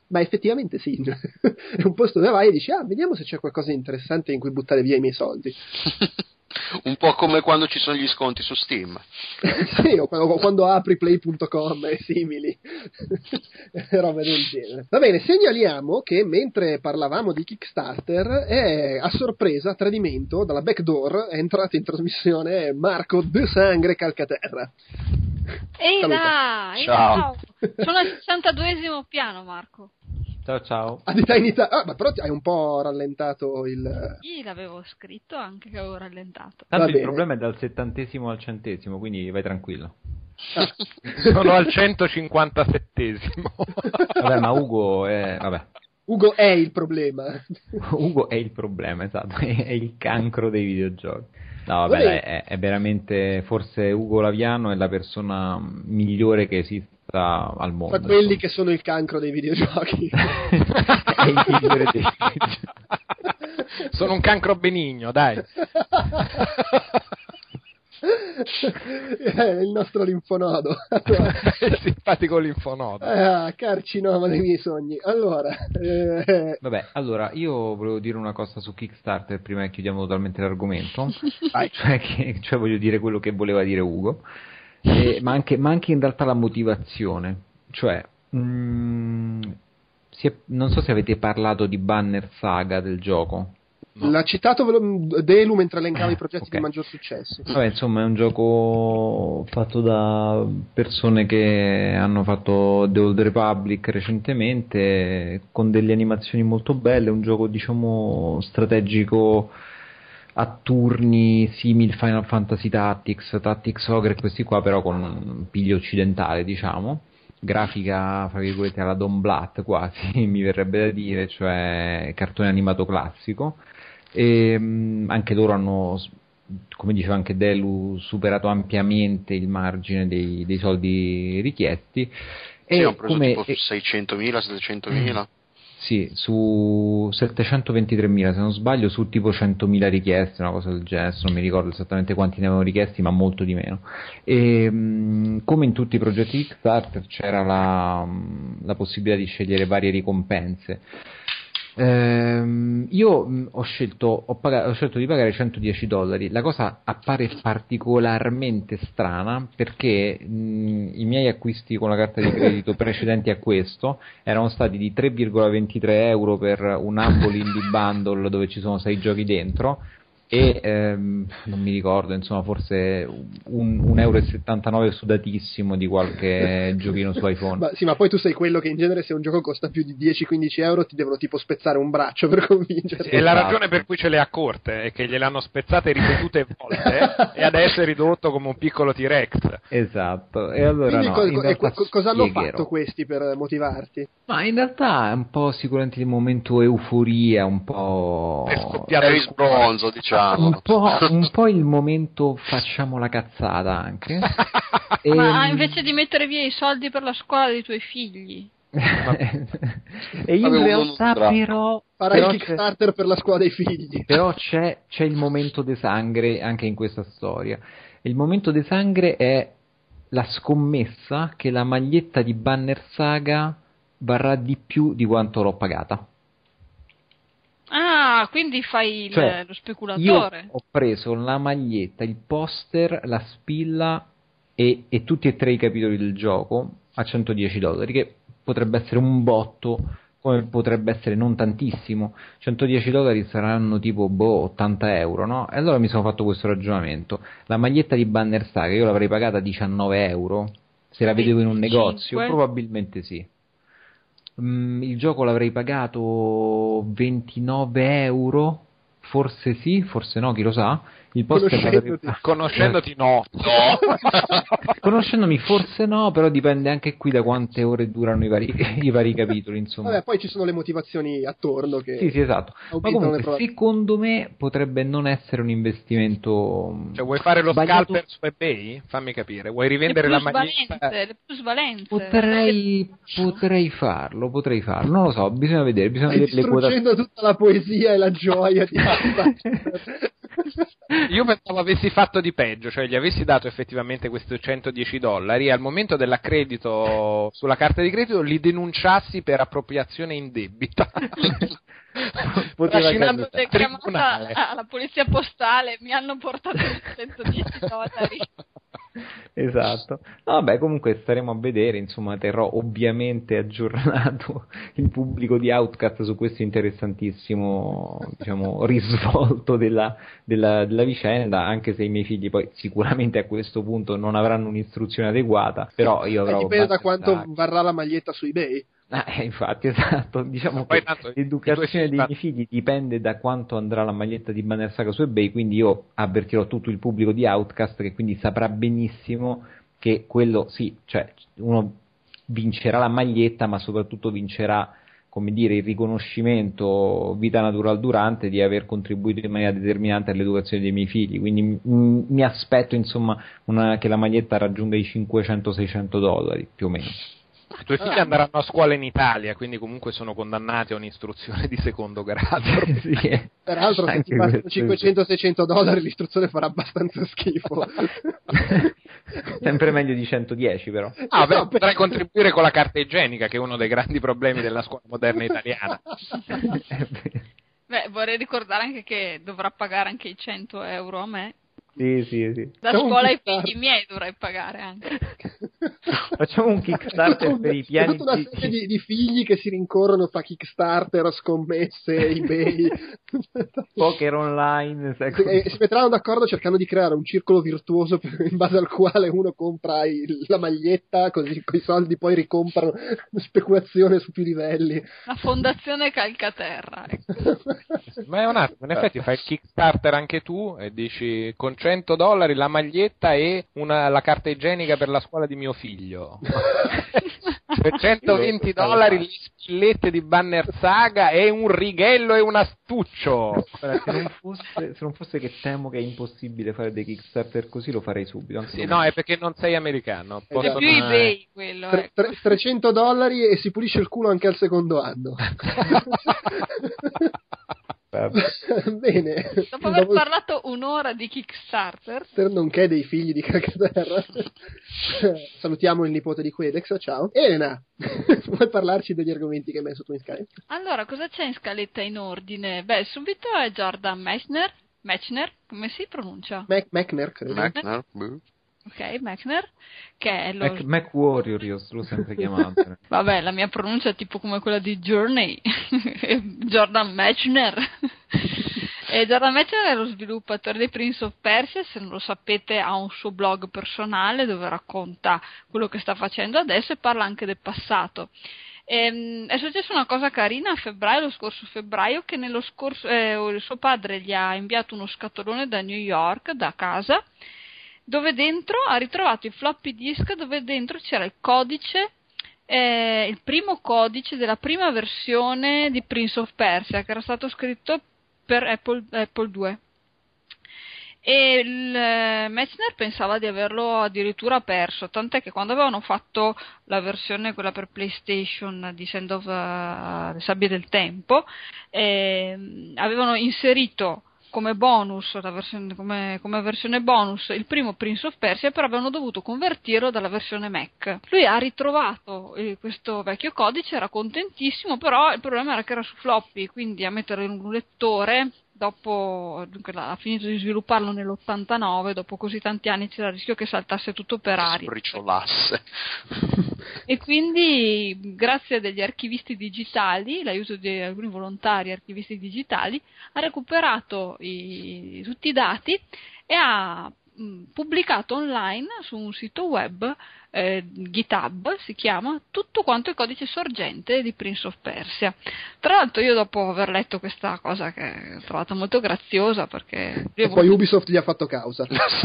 Ma effettivamente sì, è un posto dove vai e dici, ah, vediamo se c'è qualcosa di interessante in cui buttare via i miei soldi. Un po' come quando ci sono gli sconti su Steam. Sì, o quando, quando apri play punto com e simili, roba del genere. Va bene, segnaliamo che mentre parlavamo di Kickstarter, è a sorpresa, a tradimento, dalla backdoor, è entrato in trasmissione Marco De Sangre Calcaterra. Ehi là, ehi Ciao. là. Sono al sessantaduesimo piano, Marco. Ciao ciao. Ah, di Tiny Ta- ah, ma però ti hai un po' rallentato il... Io l'avevo scritto anche che avevo rallentato. Tanto il bene. problema è dal settantesimo al centesimo, quindi vai tranquillo. Ah. Sono al centocinquantasettesimo. Vabbè, ma Ugo è... vabbè. Ugo è il problema. Ugo è il problema, esatto, è il cancro dei videogiochi. No, vabbè, Vabbè. dai, è, è veramente, forse Ugo Laviano è la persona migliore che esista al mondo. Tra quelli insomma. che sono il cancro dei videogiochi. È il migliore dei videogiochi. Sono un cancro benigno, dai. È il nostro linfonodo. Allora, Il simpatico linfonodo. ah, carcinoma dei miei sogni. Allora, eh, Vabbè, allora, io volevo dire una cosa su Kickstarter prima che chiudiamo totalmente l'argomento. vai. Cioè, che, cioè voglio dire quello che voleva dire Ugo, e, ma, anche, ma anche in realtà la motivazione. Cioè, mm, si è, non so se avete parlato di Banner Saga del gioco. No. L'ha citato velo- Delu mentre elencava Eh, i progetti ok. di maggior successo. Vabbè, insomma, è un gioco fatto da persone che hanno fatto The Old Republic recentemente, con delle animazioni molto belle, un gioco, diciamo, strategico a turni simil Final Fantasy Tactics, Tactics Ogre, questi qua però con un piglio occidentale, diciamo, grafica fra virgolette alla Don Bluth quasi, mi verrebbe da dire, cioè cartone animato classico. E mh, anche loro hanno, come diceva anche Delu, superato ampiamente il margine dei, dei soldi richiesti. Sì, E ho preso come, tipo e- seicentomila, settecentomila. sì, su settecentoventitremila se non sbaglio, su tipo centomila richieste, una cosa del genere, adesso non mi ricordo esattamente quanti ne avevano richiesti, ma molto di meno. E mh, come in tutti i progetti Kickstarter c'era la, mh, la possibilità di scegliere varie ricompense. Ehm, io mh, ho scelto ho, pagato, ho scelto di pagare centodieci dollari. La cosa appare particolarmente strana perché mh, i miei acquisti con la carta di credito precedenti a questo erano stati di tre virgola ventitré euro per un Humble Indie Bundle dove ci sono sei giochi dentro e ehm, non mi ricordo, insomma, forse un, un euro e settantanove sudatissimo di qualche giochino su iPhone. Ma, sì, ma poi tu sei quello che in genere se un gioco costa più di dieci quindici euro ti devono tipo spezzare un braccio per convincerti. Sì, e la Esatto. ragione per cui ce le ha corte è che gliele hanno spezzate ripetute volte e adesso è ridotto come un piccolo T-Rex. Esatto, e allora Quindi no, co- in co- e realtà co- cosa hanno spiegherò. fatto questi per motivarti? Ma in realtà è un po' sicuramente il momento euforia, un po'... È scoppiato Eri il sbronzo, diciamo. un po', un po' il momento facciamo la cazzata anche. E, Ma invece di mettere via i soldi per la scuola dei tuoi figli. e io in Avevo realtà un- però, Farai però il Kickstarter per la scuola dei figli. però c'è, c'è il momento de sangre anche in questa storia. Il momento de sangre è la scommessa che la maglietta di Banner Saga varrà di più di quanto l'ho pagata. Ah, quindi fai il- Cioè, lo Io speculatore. ho preso la maglietta, il poster, la spilla e, e tutti e tre i capitoli del gioco a centodieci dollari, che potrebbe essere un botto, come potrebbe essere non tantissimo. centodieci dollari saranno tipo boh, ottanta euro, no? E allora mi sono fatto questo ragionamento. La maglietta di Banner Saga io l'avrei pagata diciannove euro, se la vedevo in un venticinque? negozio, probabilmente sì. Mm, il gioco l'avrei pagato ventinove euro, forse sì, forse no, chi lo sa. Il poster l'avrei... Conoscendoti. Conoscendoti no. Conoscendomi forse no, però dipende anche qui da quante ore durano i vari, i vari capitoli, insomma. Vabbè, poi ci sono le motivazioni attorno che Sì, sì, esatto. Ma aumentano le comunque, prove. secondo me potrebbe non essere un investimento. Cioè, vuoi fare lo sbagliato. scalper su eBay? Fammi capire. Vuoi Le rivendere la maglietta? plusvalenze, le plusvalenze. Potrei, potrei farlo, potrei farlo. Non lo so, bisogna vedere, bisogna Stai vedere le quotazioni. distruggendo tutta la poesia e la gioia di Io pensavo avessi fatto di peggio, cioè gli avessi dato effettivamente questi centodieci dollari e al momento dell'accredito sulla carta di credito li denunciassi per appropriazione indebita. Trascinando le chiamate alla polizia postale, mi hanno portato centodieci dollari. Esatto. No, vabbè, comunque staremo a vedere, insomma, terrò ovviamente aggiornato il pubblico di Outcast su questo interessantissimo, diciamo, risvolto della, della, della vicenda, anche se i miei figli poi sicuramente a questo punto non avranno un'istruzione adeguata, però io avrò... Eh, dipende da quanto varrà la maglietta su eBay. Ah, eh, infatti, esatto, diciamo poi che tanto, l'educazione dei miei figli dipende da quanto andrà la maglietta di Banner Saga su eBay, quindi io avvertirò tutto il pubblico di Outcast che quindi saprà benissimo che quello sì, cioè uno vincerà la maglietta ma soprattutto vincerà, come dire, il riconoscimento vita natural durante di aver contribuito in maniera determinante all'educazione dei miei figli, quindi m- mi aspetto insomma una, che la maglietta raggiunga i cinquecento seicento dollari più o meno. I tuoi figli andranno a scuola in Italia, quindi comunque sono condannati a un'istruzione di secondo grado. Sì, peraltro se ti bastano cinquecento seicento dollari l'istruzione farà abbastanza schifo. Sempre meglio di centodieci però. Ah, beh, potrai contribuire con la carta igienica, che è uno dei grandi problemi della scuola moderna italiana. Beh, vorrei ricordare anche che dovrà pagare anche i cento euro a me. Sì, sì, sì. Da Facciamo scuola ai figli miei dovrei pagare anche. Facciamo un Kickstarter per i piani. Tutta una serie di, di figli che si rincorrono fra Kickstarter, scommesse, eBay, poker online. E si metteranno d'accordo cercando di creare un circolo virtuoso per, in base al quale uno compra il, la maglietta, così con i soldi poi ricomprano, speculazione su più livelli. La fondazione Calcaterra. Ecco. Ma è un attimo, in effetti fai il Kickstarter anche tu e dici con cento dollari la maglietta e una, la carta igienica per la scuola di mio figlio. Per centoventi dollari le spillette di Banner Saga e un righello e un astuccio. Se non, fosse, se non fosse che temo che è impossibile fare dei Kickstarter così, lo farei subito. Sì, no, è perché non sei americano. È più eBay quello. Tre, tre, trecento dollari e si pulisce il culo anche al secondo anno. Bene. Dopo aver dopo... parlato un'ora di Kickstarter, nonché dei figli di Calcaterra, salutiamo il nipote di Quedex. Ciao Elena, vuoi parlarci degli argomenti che hai messo tu in scaletta? Allora, cosa c'è in scaletta in ordine? Beh, subito è Jordan Mechner Mechner, come si pronuncia? Mac- Mechner, credo. Mechner. Ok, Mechner, che è lo... Mac, Mac Warrior, io l'ho sempre chiamato. Vabbè, la mia pronuncia è tipo come quella di Journey, Jordan Mechner. E Jordan Mechner è lo sviluppatore di Prince of Persia, se non lo sapete ha un suo blog personale dove racconta quello che sta facendo adesso e parla anche del passato. E, è successa una cosa carina a febbraio, lo scorso febbraio, che nello scorso, eh, suo padre gli ha inviato uno scatolone da New York, da casa, dove dentro ha ritrovato il floppy disk dove dentro c'era il codice, eh, il primo codice della prima versione di Prince of Persia, che era stato scritto per Apple, Apple due. E il eh, Mechner pensava di averlo addirittura perso, tant'è che quando avevano fatto la versione quella per PlayStation di Sand of uh, Le Sabbie del Tempo, eh, avevano inserito come bonus, la versione, come, come versione bonus il primo Prince of Persia, però avevano dovuto convertirlo dalla versione Mac. Lui ha ritrovato eh, questo vecchio codice, era contentissimo, però il problema era che era su floppy, quindi a mettere in un lettore, dopo dunque, ha finito di svilupparlo nell'ottantanove, dopo così tanti anni c'era il rischio che saltasse tutto per aria. Sbriciolasse. E quindi grazie a degli archivisti digitali, l'aiuto di alcuni volontari archivisti digitali, ha recuperato i, tutti i dati e ha mh, pubblicato online su un sito web, eh, GitHub si chiama, tutto quanto il codice sorgente di Prince of Persia. Tra l'altro io dopo aver letto questa cosa che ho trovato molto graziosa, perché e poi Ubisoft gli ha fatto causa.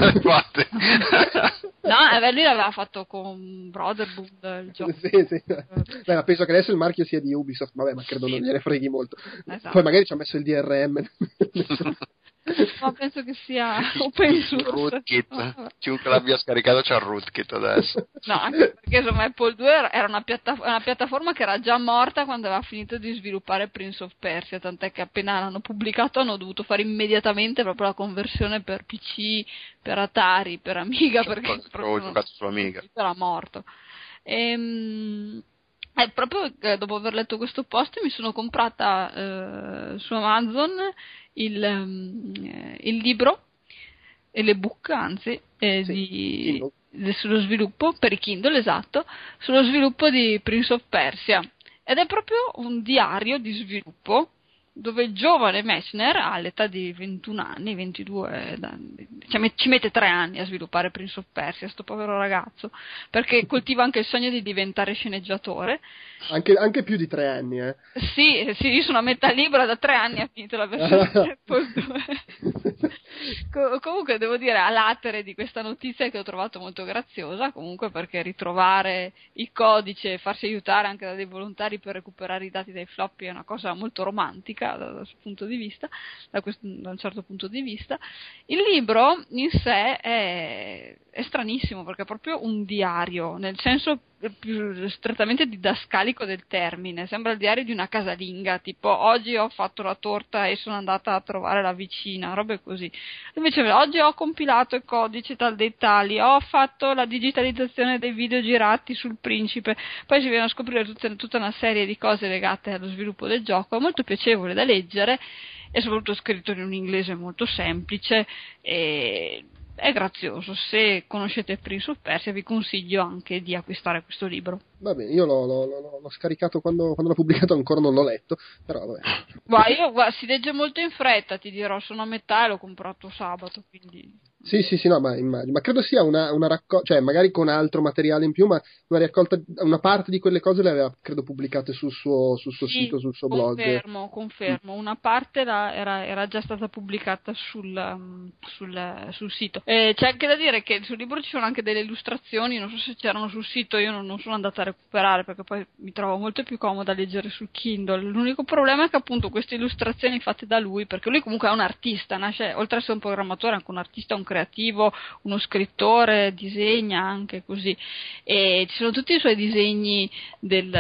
No, eh, lui l'aveva fatto con Brotherhood il gioco. Sì, sì. Beh, ma penso che adesso il marchio sia di Ubisoft, vabbè, ma credo non gliene freghi molto. Esatto. Poi magari ci ha messo il D R M. ma penso che sia open source. Rootkit, chiunque l'abbia scaricato c'ha il rootkit adesso. No, anche perché insomma Apple due era una, piatta- una piattaforma che era già morta quando aveva finito di sviluppare Prince of Persia, tant'è che appena l'hanno pubblicato hanno dovuto fare immediatamente proprio la conversione per P C, per Atari, per Amiga, Cioè, perché ho giocato su Amiga. era morto. Ehm... E proprio eh, dopo aver letto questo post mi sono comprata eh, su Amazon il, um, il libro, e l'ebook anzi, eh, sì, di, di, sullo sviluppo, per i Kindle, esatto, sullo sviluppo di Prince of Persia. Ed è proprio un diario di sviluppo dove il giovane Mechner, all'età di ventuno anni, ventidue, cioè ci mette tre anni a sviluppare Prince of Persia, sto povero ragazzo, perché coltiva anche il sogno di diventare sceneggiatore. Anche, anche più di tre anni, eh? Sì, sì, io sono a metà libro, da tre anni ha finito la versione post due. Co- comunque devo dire, a latere di questa notizia che ho trovato molto graziosa, comunque, perché ritrovare il codice e farsi aiutare anche da dei volontari per recuperare i dati dai floppy è una cosa molto romantica da, da, punto di vista, da, questo, da un certo punto di vista. Il libro in sé è, è stranissimo, perché è proprio un diario, nel senso più strettamente didascalico del termine. Sembra il diario di una casalinga, tipo oggi ho fatto la torta e sono andata a trovare la vicina, robe così. Invece oggi ho compilato il codice tal dei tali, ho fatto la digitalizzazione dei video girati sul principe, poi si viene a scoprire tutta, tutta una serie di cose legate allo sviluppo del gioco. È molto piacevole da leggere e soprattutto scritto in un inglese molto semplice e è grazioso. Se conoscete Prince of Persia vi consiglio anche di acquistare questo libro. Va bene, io l'ho, l'ho, l'ho, l'ho scaricato quando, quando l'ho pubblicato, ancora non l'ho letto, però vabbè. Guarda, io, guarda, si legge molto in fretta, ti dirò, sono a metà e l'ho comprato sabato, quindi... Sì, sì, sì, no, ma immagino. Ma credo sia una, una raccolta, cioè magari con altro materiale in più, ma una raccolta, una parte di quelle cose le aveva, credo, pubblicate sul suo, sul suo sì, sito, sul suo confermo, blog. Confermo, una parte la, era, era già stata pubblicata sul, um, sul, sul sito. Eh, c'è anche da dire che sul libro ci sono anche delle illustrazioni, non so se c'erano sul sito, io non, non sono andata a recuperare perché poi mi trovo molto più comoda a leggere sul Kindle. L'unico problema è che appunto queste illustrazioni fatte da lui, perché lui comunque è un artista, nasce, oltre a essere un programmatore, anche un artista, un creativo, uno scrittore, disegna anche così, e ci sono tutti i suoi disegni del,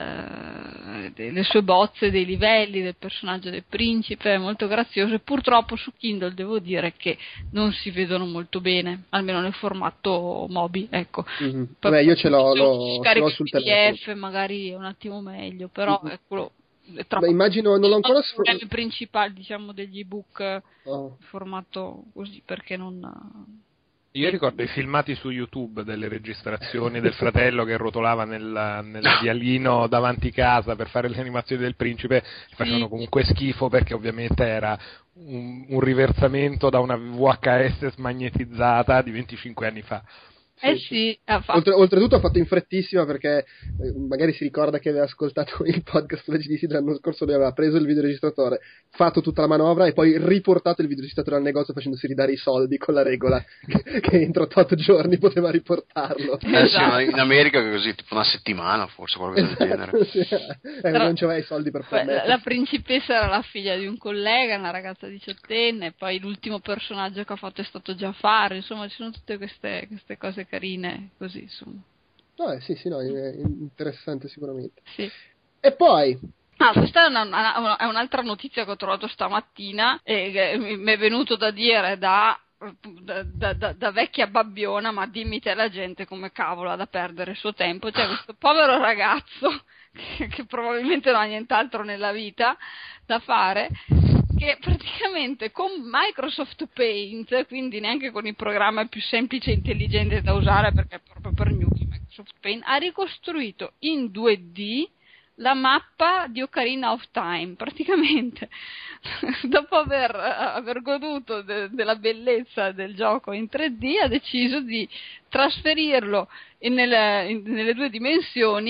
uh, delle sue bozze dei livelli del personaggio del principe, è molto grazioso, e purtroppo su Kindle devo dire che non si vedono molto bene, almeno nel formato Mobi, ecco. Mm-hmm. Vabbè, io ce l'ho, l'ho, ce l'ho sul P D F telefono. magari è un attimo meglio, però mm-hmm. è quello è troppo. Beh, immagino, non l'ho ancora il problema principale, diciamo, degli ebook oh. formato così, perché non... Io ricordo i filmati su YouTube delle registrazioni del fratello che rotolava nel, nel vialino davanti casa per fare le animazioni del principe, che facevano comunque schifo, perché ovviamente era un, un riversamento da una V H S smagnetizzata di venticinque anni fa. Eh sì, Oltre, oltretutto ha fatto in frettissima, perché eh, magari si ricorda che aveva ascoltato il podcast della G D C dell'anno scorso, lui aveva preso il videoregistratore, fatto tutta la manovra e poi riportato il videoregistratore al negozio facendosi ridare i soldi con la regola che, che entro otto giorni poteva riportarlo. Eh sì, ma in America è così, tipo una settimana forse, qualcosa del genere. Sì, eh, Però, non c'aveva i soldi per permettere. La principessa era la figlia di un collega, una ragazza diciottenne, poi l'ultimo personaggio che ha fatto è stato Jafar, insomma ci sono tutte queste, queste cose carine così, insomma. No, eh, sì, sì, no, è interessante sicuramente. Sì. E poi ah, questa è, una, una, è un'altra notizia che ho trovato stamattina e che mi è venuto da dire da, da, da, da vecchia babbiona, ma dimmi te la gente come cavolo ha da perdere il suo tempo. C'è questo povero ragazzo che, che probabilmente non ha nient'altro nella vita da fare, che praticamente con Microsoft Paint, quindi neanche con il programma più semplice e intelligente da usare, perché è proprio per newbie Microsoft Paint, ha ricostruito in due D la mappa di Ocarina of Time. Praticamente dopo aver, aver goduto de, della bellezza del gioco in tre D, ha deciso di trasferirlo in nelle, in, nelle due dimensioni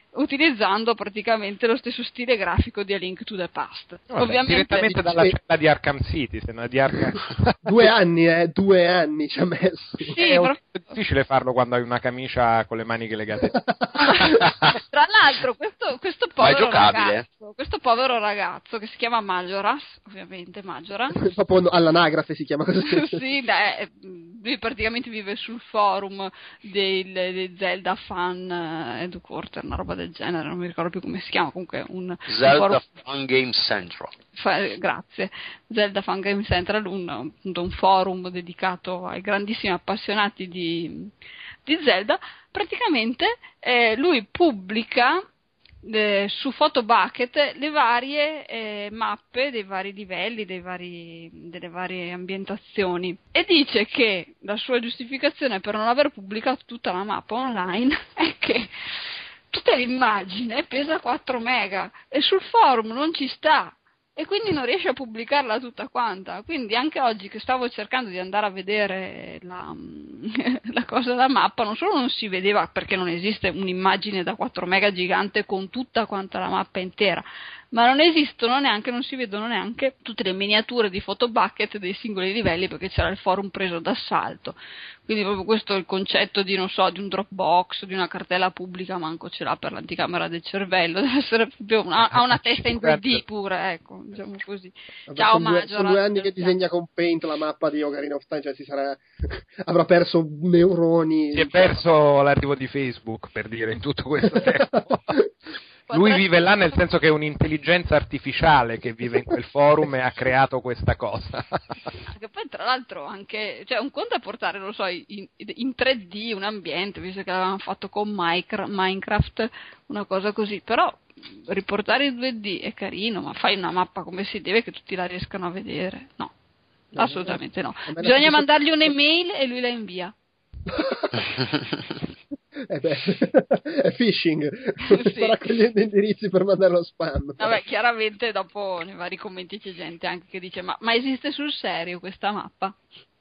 utilizzando praticamente lo stesso stile grafico di A Link to the Past. Vabbè, Ovviamente direttamente dalla sì. cella di Arkham City, se no di Arkham... Due anni, eh, due anni ci ha messo. sì, è però... difficile farlo quando hai una camicia con le maniche legate. Tra l'altro questo, questo Ma è povero giocabile? ragazzo, questo povero ragazzo che si chiama Majoras, ovviamente Majoras, Proprio all'anagrafe si chiama così. sì, beh, lui praticamente vive sul forum dei, dei Zelda fan eh, headquarter, una roba del genere, non mi ricordo più come si chiama, comunque un, Zelda un forum, Fun Game Central. fa, grazie, Zelda Fan Game Central, un, appunto, un forum dedicato ai grandissimi appassionati di, di Zelda. Praticamente eh, lui pubblica eh, su Photobucket le varie eh, mappe dei vari livelli, dei vari, delle varie ambientazioni, e dice che la sua giustificazione per non aver pubblicato tutta la mappa online è che tutta l'immagine pesa quattro mega e sul forum non ci sta, e quindi non riesce a pubblicarla tutta quanta. Quindi anche oggi che stavo cercando di andare a vedere la, la cosa della mappa, non solo non si vedeva perché non esiste un'immagine da quattro mega gigante con tutta quanta la mappa intera, ma non esistono neanche, non si vedono neanche tutte le miniature di Photobucket dei singoli livelli, perché c'era il forum preso d'assalto. Quindi proprio questo è il concetto di, non so, di un Dropbox, di una cartella pubblica, manco ce l'ha per l'anticamera del cervello, deve essere proprio una, ha una testa in due D pure, ecco, diciamo così. Ciao sono due, Majora. sono due anni che disegna con Paint la mappa di Ocarina of Time, cioè si sarà avrà perso neuroni. Si è perso l'arrivo di Facebook, per dire, in tutto questo tempo. Lui vive là nel senso che è un'intelligenza artificiale che vive in quel forum e ha creato questa cosa. Che poi tra l'altro anche, cioè un conto è portare, non so, in, in tre D un ambiente, visto che l'avevamo fatto con Minecraft, una cosa così, però riportare in due D è carino, ma fai una mappa come si deve che tutti la riescano a vedere. No, assolutamente no. Bisogna mandargli un'email e lui la invia. Eh beh, è phishing, Sì. sta raccogliendo indirizzi per mandarlo a spam. Vabbè, chiaramente dopo nei vari commenti c'è gente anche che dice ma, ma esiste sul serio questa mappa?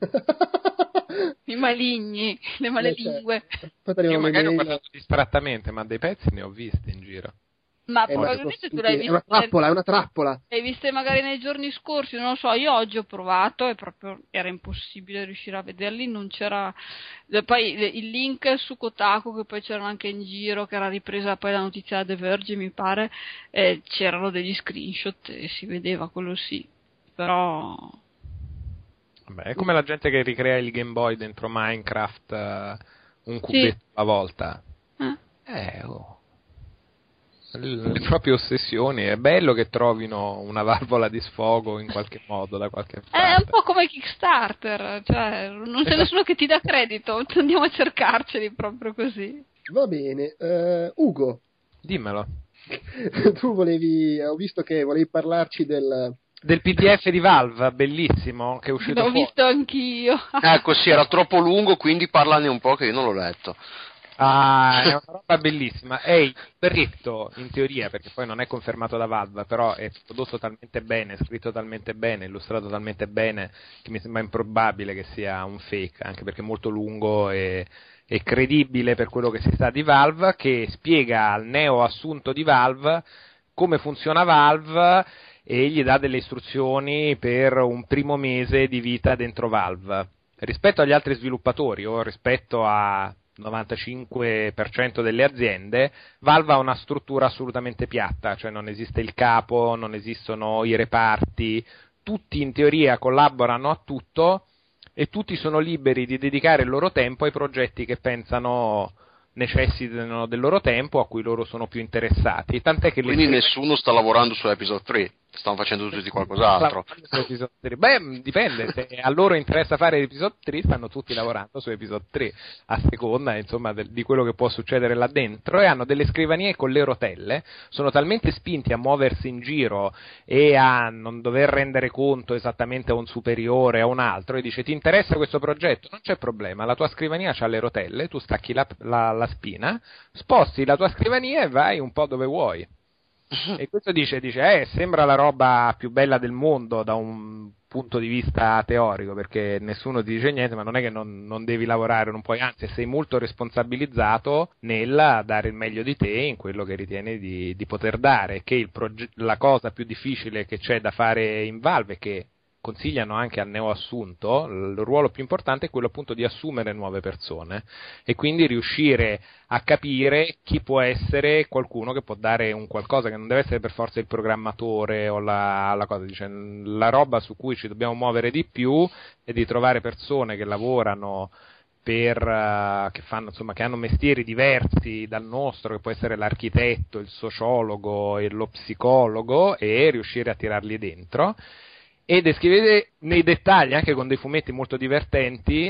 I maligni, le malelingue. Certo. Io magari ho guardato distrattamente, ma dei pezzi ne ho visti in giro. Ma Eh, probabilmente ma tu l'hai è vista, una trappola, è una trappola. l'hai viste magari nei giorni scorsi, non lo so, io oggi ho provato e proprio era impossibile riuscire a vederli, non c'era, poi il link su Kotaku che poi c'erano anche in giro, che era ripresa poi la notizia da The Verge mi pare, eh, c'erano degli screenshot e si vedeva, quello sì, però... Vabbè, è come la gente che ricrea il Game Boy dentro Minecraft, uh, un cubetto Sì. alla volta. Eh. Eh, oh. Le proprie ossessioni, è bello che trovino una valvola di sfogo in qualche modo da qualche parte. È un po' come Kickstarter, cioè non c'è nessuno che ti dà credito, andiamo a cercarceli proprio così. Va bene, uh, Ugo, Dimmelo. tu volevi, ho visto che volevi parlarci del... Del P D F di Valve, bellissimo, che è uscito L'ho fuori. visto anch'io. Ecco, sì, era troppo lungo, quindi parlane un po' che io non l'ho letto. Ah, è una roba bellissima. È il libretto, in teoria, perché poi non è confermato da Valve, però è prodotto talmente bene, scritto talmente bene, illustrato talmente bene, che mi sembra improbabile che sia un fake, anche perché è molto lungo e, e credibile per quello che si sa di Valve, che spiega al neo assunto di Valve come funziona Valve e gli dà delle istruzioni per un primo mese di vita dentro Valve. Rispetto agli altri sviluppatori o rispetto a novantacinque per cento delle aziende, Valve ha una struttura assolutamente piatta, cioè non esiste il capo, non esistono i reparti, tutti in teoria collaborano a tutto e tutti sono liberi di dedicare il loro tempo ai progetti che pensano necessitano del loro tempo, a cui loro sono più interessati. Tant'è che Quindi le... nessuno sta lavorando su Episode tre, stanno facendo tutti qualcos'altro. Beh, dipende, se a loro interessa fare l'episodio tre, stanno tutti lavorando su episodio tre, a seconda insomma de- di quello che può succedere là dentro, e hanno delle scrivanie con le rotelle, sono talmente spinti a muoversi in giro e a non dover rendere conto esattamente a un superiore o a un altro, e dice ti interessa questo progetto? Non c'è problema, la tua scrivania c'ha le rotelle, tu stacchi la, la, la spina, sposti la tua scrivania e vai un po' dove vuoi. E questo dice, dice eh, sembra la roba più bella del mondo da un punto di vista teorico, perché nessuno ti dice niente, ma non è che non, non devi lavorare, non puoi, anzi sei molto responsabilizzato nel dare il meglio di te in quello che ritieni di, di poter dare, che il proge- la cosa più difficile che c'è da fare in Valve è che consigliano anche al neoassunto, il ruolo più importante è quello appunto di assumere nuove persone e quindi riuscire a capire chi può essere qualcuno che può dare un qualcosa, che non deve essere per forza il programmatore o la, la cosa, dice, la roba su cui ci dobbiamo muovere di più è di trovare persone che lavorano per, uh, che fanno, insomma, che hanno mestieri diversi dal nostro, che può essere l'architetto, il sociologo e lo psicologo, e riuscire a tirarli dentro e descrivete nei dettagli, anche con dei fumetti molto divertenti,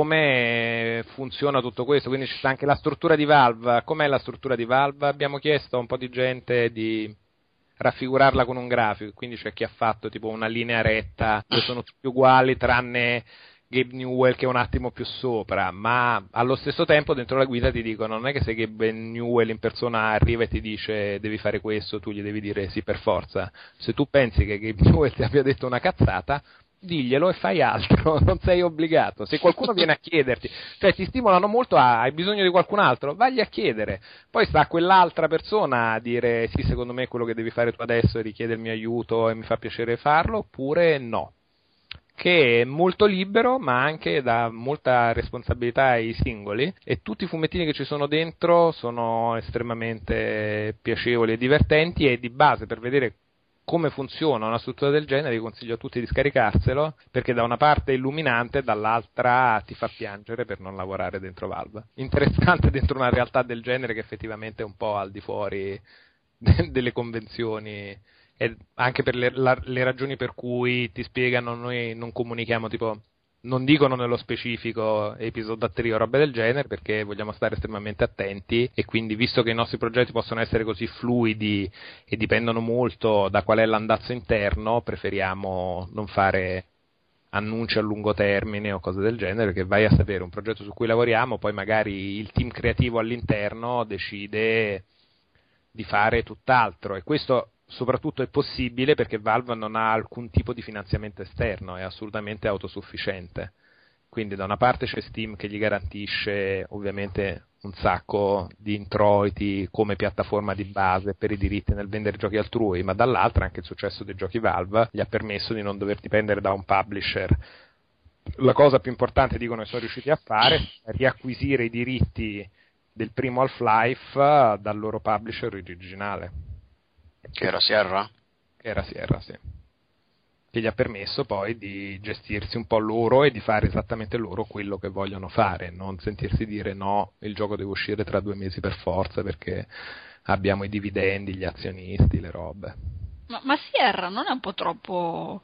come funziona tutto questo. Quindi ci sta anche la struttura di Valve. Com'è la struttura di Valve? Abbiamo chiesto a un po' di gente di raffigurarla con un grafico, quindi c'è chi ha fatto tipo una linea retta dove sono tutti uguali tranne Gabe Newell che è un attimo più sopra, ma allo stesso tempo dentro la guida ti dicono non è che se Gabe Newell in persona arriva e ti dice devi fare questo, tu gli devi dire sì per forza. Se tu pensi che Gabe Newell ti abbia detto una cazzata, diglielo e fai altro, non sei obbligato. Se qualcuno viene a chiederti, cioè ti stimolano molto a hai bisogno di qualcun altro, vagli a chiedere, poi sta quell'altra persona a dire sì secondo me è quello che devi fare tu adesso e richiede il mio aiuto e mi fa piacere farlo, oppure no, che è molto libero ma anche dà molta responsabilità ai singoli, e tutti i fumettini che ci sono dentro sono estremamente piacevoli e divertenti, e di base per vedere come funziona una struttura del genere vi consiglio a tutti di scaricarselo, perché da una parte è illuminante, dall'altra ti fa piangere per non lavorare dentro Valve. Interessante dentro una realtà del genere che effettivamente è un po' al di fuori delle convenzioni, e anche per le, la, le ragioni per cui ti spiegano noi non comunichiamo, tipo non dicono nello specifico episodio three o robe del genere, perché vogliamo stare estremamente attenti, e quindi visto che i nostri progetti possono essere così fluidi e dipendono molto da qual è l'andazzo interno, preferiamo non fare annunci a lungo termine o cose del genere, che vai a sapere un progetto su cui lavoriamo, poi magari il team creativo all'interno decide di fare tutt'altro, e questo soprattutto è possibile perché Valve non ha alcun tipo di finanziamento esterno, è assolutamente autosufficiente. Quindi da una parte c'è Steam che gli garantisce ovviamente un sacco di introiti come piattaforma di base per i diritti nel vendere giochi altrui, ma dall'altra anche il successo dei giochi Valve gli ha permesso di non dover dipendere da un publisher. La cosa più importante, dicono, che sono riusciti a fare è riacquisire i diritti del primo Half-Life dal loro publisher originale. Che era Sierra? Che era Sierra, sì. Che gli ha permesso poi di gestirsi un po' loro e di fare esattamente loro quello che vogliono fare, non sentirsi dire no, il gioco deve uscire tra due mesi per forza perché abbiamo i dividendi, gli azionisti, le robe. Ma, ma Sierra non è un po' troppo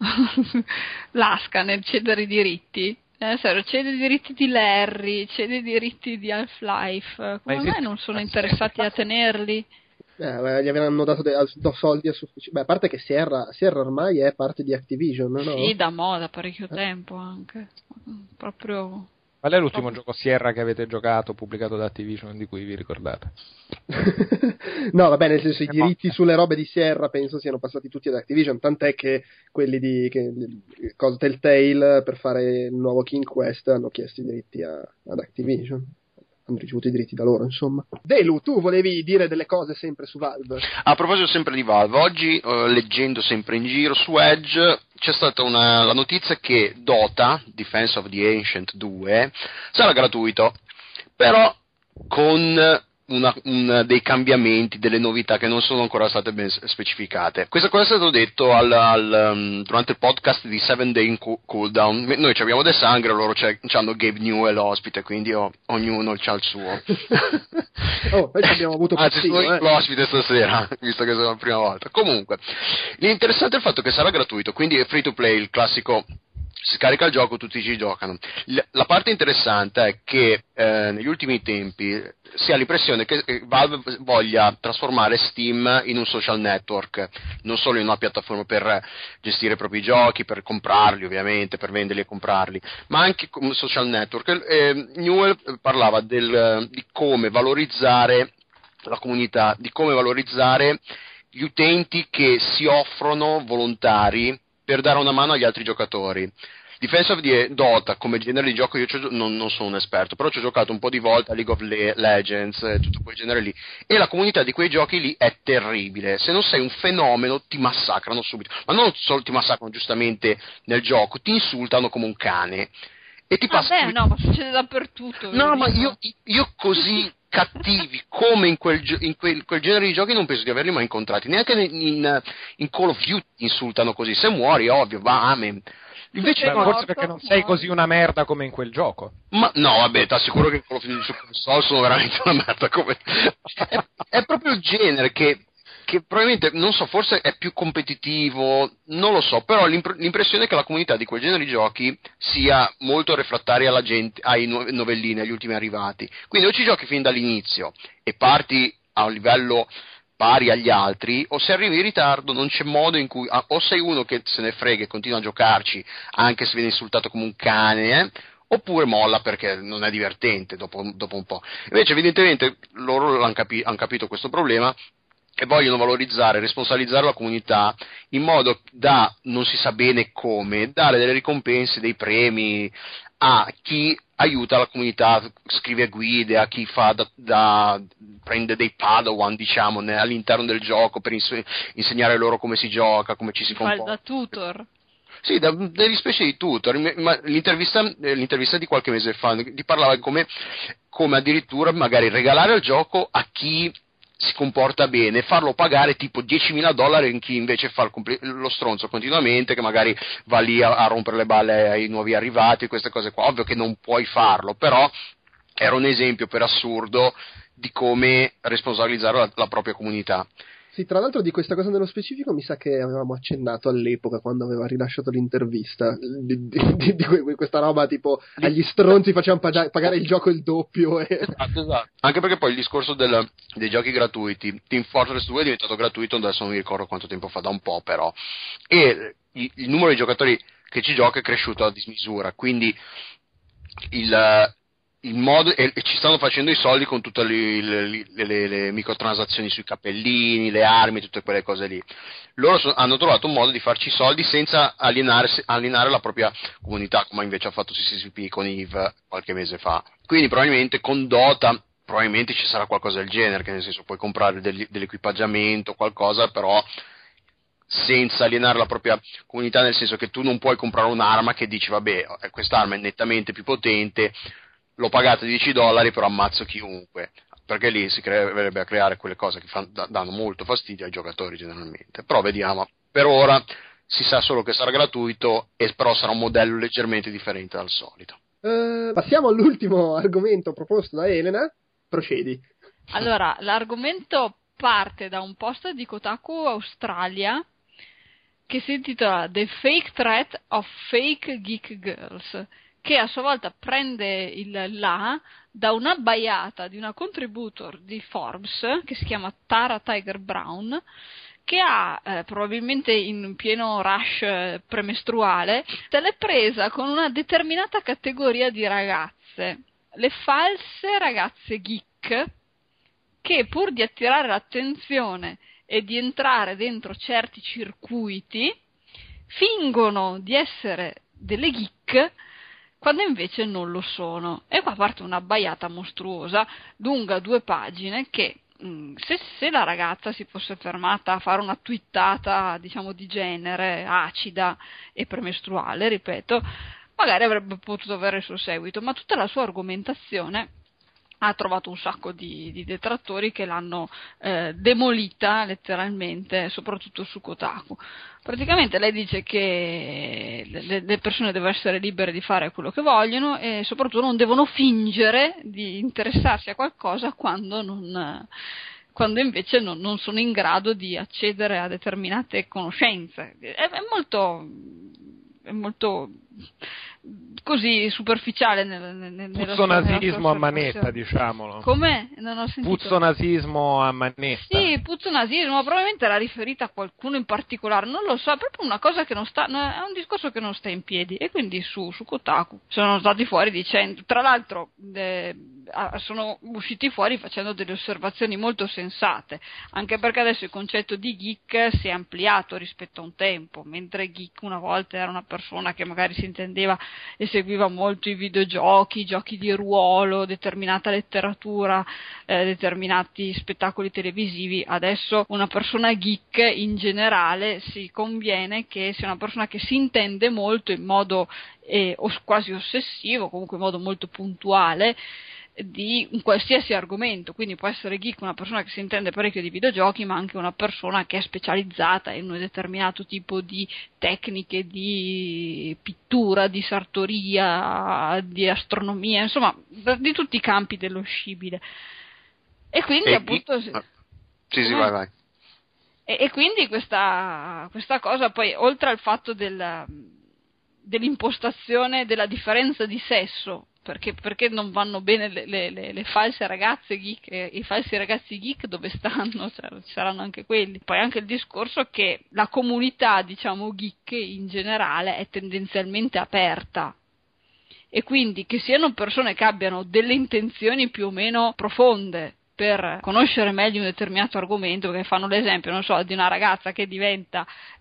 lasca nel cedere i diritti? Eh, serio, cede i diritti di Larry, cede i diritti di Half-Life, come mai non sono interessati a tenerli? Eh, gli avranno dato de- do soldi a sufficienza. Beh, a parte che Sierra, Sierra ormai è parte di Activision, no? Sì, da mo', da parecchio tempo anche. Proprio. Qual è l'ultimo proprio... gioco Sierra che avete giocato, pubblicato da Activision, di cui vi ricordate? No, vabbè, nel senso i diritti sulle robe di Sierra penso siano passati tutti ad Activision, tant'è che quelli di che, cosa, Telltale per fare il nuovo King Quest hanno chiesto i diritti a, ad Activision. Hanno ricevuto i diritti da loro, insomma. Delu, tu volevi dire delle cose sempre su Valve? A proposito sempre di Valve, oggi eh, leggendo sempre in giro su Edge c'è stata una, la notizia che Dota, Defense of the Ancient due, sarà gratuito, però con una, un, dei cambiamenti, delle novità che non sono ancora state ben specificate. Questa cosa è stato detto al, al, um, durante il podcast di seven day Cooldown. Noi abbiamo De Sangre, loro hanno Gabe Newell ospite, quindi oh, ognuno c'ha il suo. Oh, noi abbiamo avuto Anzi, cattivo, sono eh. l'ospite stasera, visto che sono la prima volta. Comunque, l'interessante è il fatto che sarà gratuito, quindi è free to play, il classico si scarica il gioco, tutti ci giocano. La parte interessante è che eh, negli ultimi tempi si ha l'impressione che Valve voglia trasformare Steam in un social network, non solo in una piattaforma per gestire i propri giochi, per comprarli ovviamente, per venderli e comprarli, ma anche come social network. Eh, Newell parlava del, di come valorizzare la comunità, di come valorizzare gli utenti che si offrono volontari per dare una mano agli altri giocatori. Defense of the Dota come genere di gioco io non, non sono un esperto, però ci ho giocato un po' di volte a League of Le- Legends e tutto quel genere lì, e la comunità di quei giochi lì è terribile. Se non sei un fenomeno ti massacrano subito, ma non solo ti massacrano giustamente nel gioco, ti insultano come un cane e ti passano. passano. No, ma succede dappertutto. No, ma io, io così cattivi come in quel, in quel, quel genere di giochi non penso di averli mai incontrati, neanche in, in, in Call of Duty insultano così. Se muori, ovvio, va, amen. Invece Beh, no, forse perché non sei così una merda come in quel gioco. Ma no, vabbè, ti assicuro che in Call of Duty su console sono veramente una merda come... è, è proprio il genere che, che probabilmente, non so, forse è più competitivo, non lo so, però l'impr- l'impressione è che la comunità di quel genere di giochi sia molto refrattaria alla gente, ai nu- novellini, agli ultimi arrivati. Quindi o ci giochi fin dall'inizio e parti a un livello pari agli altri, o se arrivi in ritardo non c'è modo in cui ah, o sei uno che se ne frega e continua a giocarci anche se viene insultato come un cane, eh, oppure molla perché non è divertente dopo, dopo un po'. Invece evidentemente loro hanno capi- han capito questo problema e vogliono valorizzare, responsabilizzare la comunità in modo da, non si sa bene come, dare delle ricompense, dei premi a chi aiuta la comunità, scrive guide, a chi fa da, da prende dei padawan, diciamo, ne, all'interno del gioco per ins- insegnare loro come si gioca, come ci si Fa comporta. da tutor. Sì, da, delle specie di tutor. Ma l'intervista, l'intervista di qualche mese fa ti parlava come, come addirittura magari regalare il gioco a chi si comporta bene, farlo pagare tipo diecimila dollari in chi invece fa il compl- lo stronzo continuamente, che magari va lì a, a rompere le balle ai nuovi arrivati e queste cose qua. Ovvio che non puoi farlo, però era un esempio per assurdo di come responsabilizzare la, la propria comunità. Sì, tra l'altro di questa cosa nello specifico mi sa che avevamo accennato all'epoca quando aveva rilasciato l'intervista di, di, di, di questa roba tipo agli stronzi facciamo pag- pagare il gioco il doppio e... esatto, esatto. Anche perché poi il discorso del, dei giochi gratuiti, Team Fortress due è diventato gratuito adesso non mi ricordo quanto tempo fa, da un po' però, e il, il numero di giocatori che ci gioca è cresciuto a dismisura, quindi il il modo e, e ci stanno facendo i soldi con tutte le, le, le, le microtransazioni sui cappellini, le armi, tutte quelle cose lì. Loro so, hanno trovato un modo di farci soldi senza alienare, alienare la propria comunità, come invece ha fatto C C C P con I V qualche mese fa. Quindi probabilmente con Dota probabilmente ci sarà qualcosa del genere, che nel senso puoi comprare degli, dell'equipaggiamento, qualcosa, però senza alienare la propria comunità, nel senso che tu non puoi comprare un'arma che dici vabbè, quest'arma è nettamente più potente, l'ho pagata dieci dollari però ammazzo chiunque, perché lì si verrebbe a creare quelle cose che fanno, danno molto fastidio ai giocatori generalmente. Però vediamo, per ora si sa solo che sarà gratuito e però sarà un modello leggermente differente dal solito. Uh, passiamo all'ultimo argomento proposto da Elena, procedi. Allora, l'argomento parte da un post di Kotaku Australia che si intitola The Fake Threat of Fake Geek Girls, che a sua volta prende il là da una baiata di una contributor di Forbes che si chiama Tara Tiger Brown, che ha eh, probabilmente in pieno rush eh, premestruale se l'è presa con una determinata categoria di ragazze, le false ragazze geek, che pur di attirare l'attenzione e di entrare dentro certi circuiti fingono di essere delle geek quando invece non lo sono. E qua parte una baiata mostruosa, lunga due pagine, che mh, se, se la ragazza si fosse fermata a fare una twittata, diciamo, di genere, acida e premestruale, ripeto, magari avrebbe potuto avere il suo seguito, ma tutta la sua argomentazione ha trovato un sacco di, di detrattori che l'hanno eh, demolita letteralmente, soprattutto su Kotaku. Praticamente lei dice che le, le persone devono essere libere di fare quello che vogliono e soprattutto non devono fingere di interessarsi a qualcosa quando non... quando invece non, non sono in grado di accedere a determinate conoscenze. È, è molto è molto così superficiale nel, nel, puzzonasismo a manetta, diciamolo. Come? Non ho sentito. Puzzonasismo a manetta. Sì, puzzonasismo, ma probabilmente era riferita a qualcuno in particolare, non lo so, è proprio una cosa che non sta, è un discorso che non sta in piedi, e quindi su, su Kotaku sono stati fuori dicendo, tra l'altro eh, sono usciti fuori facendo delle osservazioni molto sensate, anche perché adesso il concetto di geek si è ampliato rispetto a un tempo, mentre geek una volta era una persona che magari si intendeva e seguiva molto i videogiochi, i giochi di ruolo, determinata letteratura, eh, determinati spettacoli televisivi. Adesso una persona geek in generale si conviene che sia una persona che si intende molto in modo eh, os- quasi ossessivo, comunque in modo molto puntuale, di un qualsiasi argomento. Quindi può essere geek una persona che si intende parecchio di videogiochi, ma anche una persona che è specializzata in un determinato tipo di tecniche di pittura, di sartoria, di astronomia, insomma di tutti i campi dello scibile. E quindi e appunto geek... sì sì vai vai e, e quindi questa, questa cosa poi, oltre al fatto del, dell'impostazione della differenza di sesso, perché, perché non vanno bene le, le, le, le false ragazze geek e i falsi ragazzi geek, dove stanno? Cioè, ci saranno anche quelli. Poi anche il discorso che la comunità, diciamo, geek in generale è tendenzialmente aperta, e quindi che siano persone che abbiano delle intenzioni più o meno profonde per conoscere meglio un determinato argomento, che fanno l'esempio, non so, di una ragazza che diventa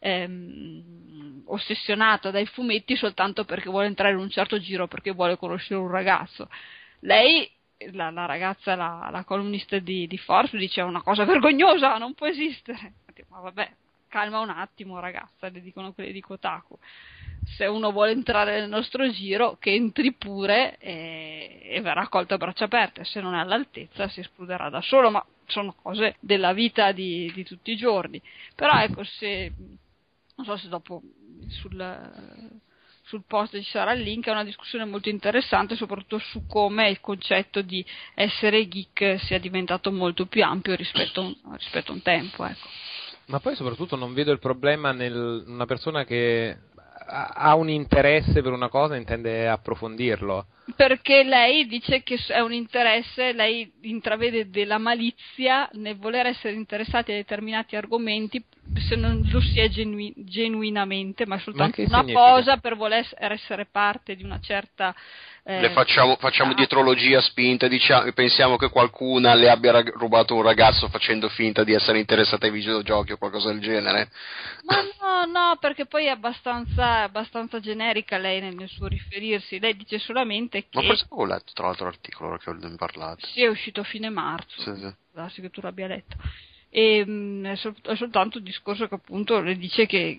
ehm, ossessionata dai fumetti soltanto perché vuole entrare in un certo giro, perché vuole conoscere un ragazzo. Lei, la, la ragazza, la, la columnista di, di Force, dice: è una cosa vergognosa, non può esistere. Ma vabbè, calma un attimo ragazza, le dicono quelli di Kotaku. Se uno vuole entrare nel nostro giro, che entri pure e, e verrà accolto a braccia aperte. Se non è all'altezza si escluderà da solo, ma sono cose della vita di, di tutti i giorni. Però ecco, se non so se dopo sul, sul post ci sarà il link, è una discussione molto interessante, soprattutto su come il concetto di essere geek sia diventato molto più ampio rispetto a un, rispetto a un tempo, ecco. Ma poi soprattutto non vedo il problema nel una persona che ha un interesse per una cosa e intende approfondirlo. Perché lei dice che è un interesse, lei intravede della malizia nel voler essere interessati a determinati argomenti, se non lo si è genu- genuinamente, ma è soltanto ma una significa? cosa per voler essere parte di una certa... Eh, le facciamo, facciamo ah, dietrologia spinta, diciamo, pensiamo che qualcuna le abbia rag- rubato un ragazzo facendo finta di essere interessata ai videogiochi o qualcosa del genere. Ma no, no, perché poi è abbastanza, abbastanza generica lei nel, nel suo riferirsi. Lei dice solamente che... Ma forse avevo letto tra l'altro l'articolo ora che ho parlato. Sì, è uscito a fine marzo, sì, sì. darsi che tu l'abbia letto. E mh, è, sol- è soltanto il discorso che appunto le dice che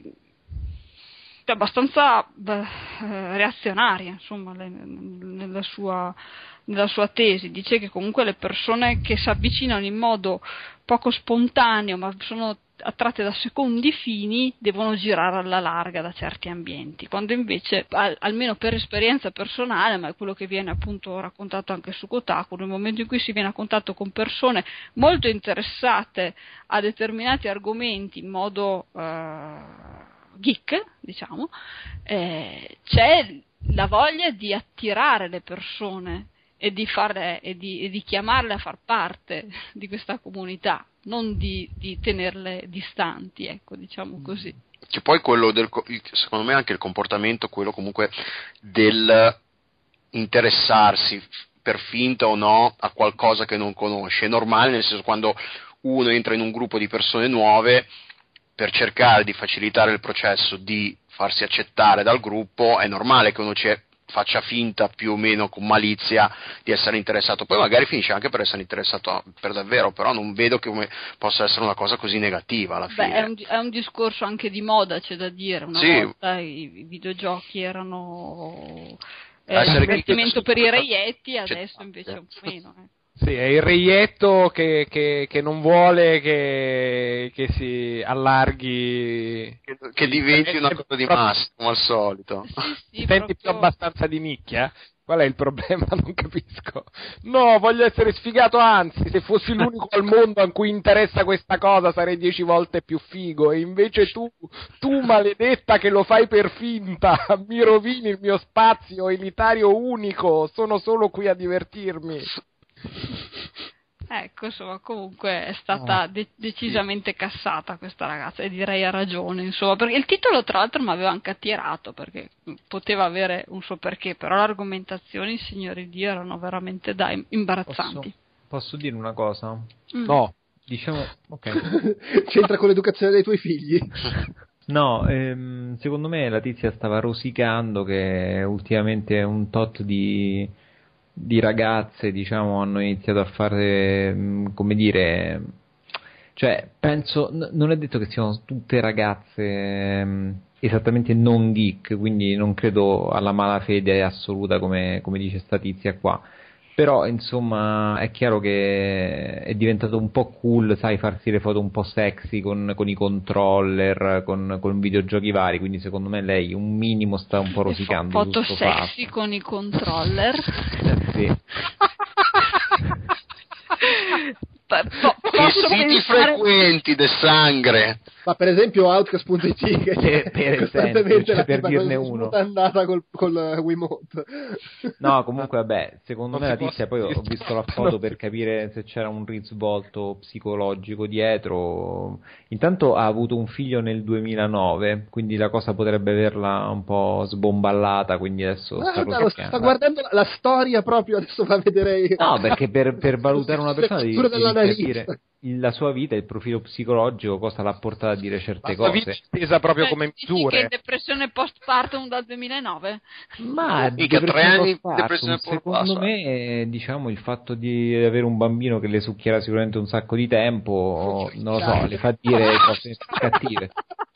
è abbastanza beh, reazionaria, insomma, le, nella sua nella sua tesi. Dice che comunque le persone che si avvicinano in modo poco spontaneo, ma sono attratte da secondi fini, devono girare alla larga da certi ambienti, quando invece, al, almeno per esperienza personale, ma è quello che viene appunto raccontato anche su Kotaku, nel momento in cui si viene a contatto con persone molto interessate a determinati argomenti in modo eh, geek, diciamo, eh, c'è la voglia di attirare le persone e di, farle, e di, e di chiamarle a far parte di questa comunità, non di, di tenerle distanti, ecco, diciamo così. Che poi quello del, secondo me anche il comportamento, quello comunque del interessarsi per finta o no a qualcosa che non conosce, è normale, nel senso, quando uno entra in un gruppo di persone nuove, per cercare di facilitare il processo di farsi accettare dal gruppo, è normale che uno ci faccia finta più o meno con malizia di essere interessato, poi magari finisce anche per essere interessato per davvero, però non vedo come possa essere una cosa così negativa alla fine. Beh, è un, è un discorso anche di moda, c'è da dire. Una sì. volta i, i videogiochi erano eh, un divertimento per i reietti, adesso invece è un po' meno. Eh. Sì, è il reietto che, che, che non vuole che, che si allarghi, che, che diventi una cosa di massa, come al solito. Sì, sì, Senti proprio... più abbastanza di nicchia? Qual è il problema? Non capisco. No, voglio essere sfigato, anzi, se fossi l'unico al mondo a cui interessa questa cosa sarei dieci volte più figo, e invece tu, tu maledetta che lo fai per finta, mi rovini il mio spazio elitario unico, sono solo qui a divertirmi. Eh, Ecco, insomma, comunque è stata ah, de- decisamente sì. cassata questa ragazza, e direi a ragione, insomma, perché il titolo tra l'altro mi aveva anche attirato, perché poteva avere un suo perché, però le argomentazioni, signori Dio, erano veramente dai, imbarazzanti. Posso, posso dire una cosa? Mm. No. Diciamo, ok. C'entra con l'educazione dei tuoi figli? No, ehm, secondo me la tizia stava rosicando che ultimamente un tot di, di ragazze, diciamo, hanno iniziato a fare, come dire, cioè, penso, n- non è detto che siano tutte ragazze ehm, esattamente non geek, quindi non credo alla malafede assoluta come, come dice sta tizia qua. Però insomma è chiaro che è diventato un po' cool, sai, farsi le foto un po' sexy con, con i controller, con, con videogiochi vari, quindi secondo me lei un minimo sta un po' rosicando. Foto sexy fatto. Con i controller? Sì. Po- I siti pensare... frequenti del sangre. Ma per esempio Outcast punto it che per, per costantemente cioè per dirne uno è andata col, col Wiimote. No, comunque vabbè, secondo non me la tizia, poi ho visto la foto per capire se c'era un risvolto psicologico dietro. Intanto ha avuto un figlio nel duemilanove, quindi la cosa potrebbe averla un po' sbomballata, quindi adesso ah, sta, no, sta guardando la, la storia proprio, adesso va a vedere. No, perché per, per valutare una persona devi, devi capire la sua vita, il profilo psicologico, cosa l'ha portata a dire certe ma cose. Ma intesa proprio cioè, come misure. Che depressione postpartum dal duemilanove? Ma mica tre anni depressione secondo post me, diciamo, il fatto di avere un bambino che le succhierà sicuramente un sacco di tempo, non lo so, le fa dire cose cattive.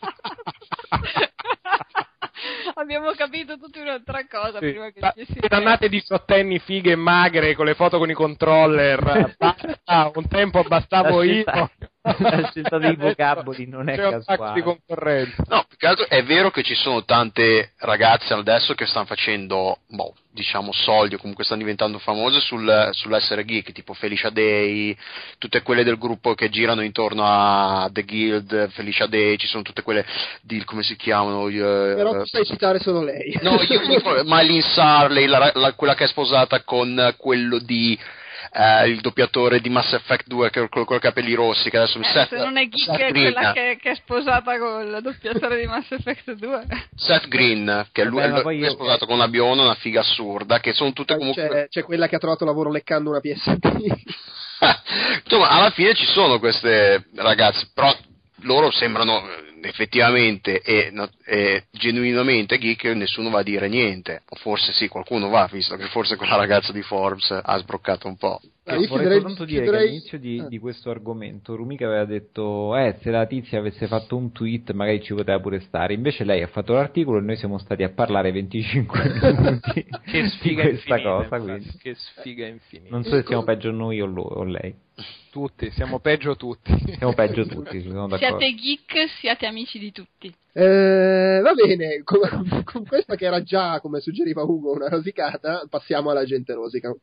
Abbiamo capito tutti un'altra cosa sì. prima che Ma ci si annate diciottenni fighe e magre con le foto con i controller. Basta, un tempo bastavo la io. Scelta, la scelta dei vocaboli non è c'è un sacco casuale. di concorrenza. No, più che altro è vero che ci sono tante ragazze adesso che stanno facendo, boh, diciamo soldi o comunque stanno diventando famose sul, sull'essere geek, tipo Felicia Day, tutte quelle del gruppo che girano intorno a The Guild, Felicia Day, ci sono tutte quelle di, come si chiamano? Uh, Però tu sai citare solo lei. No, io dico Mylene Sarley, la, la, quella che è sposata con quello di Uh, il doppiatore di Mass Effect due che con i capelli rossi che adesso eh, Seth, se non è geek Seth è Green. quella che, che è sposata con il doppiatore di Mass Effect due. Seth Green, che lui, Vabbè, lui io... è sposato con una bionda, una figa assurda, che sono tutte comunque c'è, c'è quella che ha trovato lavoro leccando una P S P. Insomma, alla fine ci sono queste ragazze, però loro sembrano effettivamente e, e genuinamente geek, nessuno va a dire niente, o forse sì, qualcuno va, visto che forse quella ragazza di Forbes ha sbroccato un po'. Eh, io vorrei soltanto dire chiederei... che all'inizio di, di questo argomento Rumika aveva detto eh se la tizia avesse fatto un tweet magari ci poteva pure stare, invece lei ha fatto l'articolo e noi siamo stati a parlare venticinque minuti che sfiga di questa infinita, cosa, quindi. Che sfiga infinita. Non so se siamo peggio noi o, lo, o lei. Tutti, siamo peggio tutti. Siamo peggio tutti, sono d'accordo. Siate geek, siate amici di tutti. Eh, va bene, con, con questa che era già, come suggeriva Ugo, una rosicata, passiamo alla gente rosica.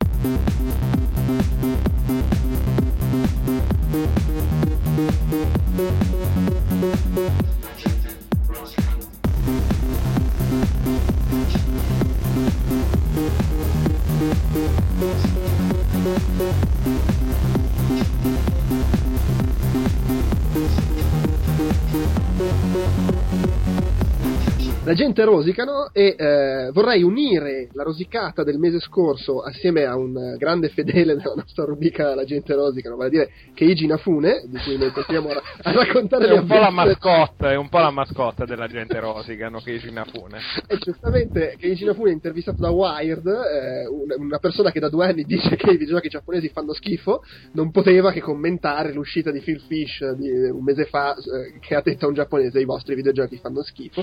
La gente rosicano e eh, vorrei unire la rosicata del mese scorso assieme a un grande fedele della nostra rubrica La gente rosicano, vale a dire Keiji Inafune, di cui noi continuiamo a, a raccontare è le un po' la avventure. mascotte, è un po' la mascotte della gente rosicano, Keiji Inafune. E giustamente Keiji Inafune è intervistato da Wired, eh, una persona che da due anni dice che i videogiochi giapponesi fanno schifo, non poteva che commentare l'uscita di Phil Fish di un mese fa, eh, che ha detto a un giapponese: i vostri videogiochi fanno schifo.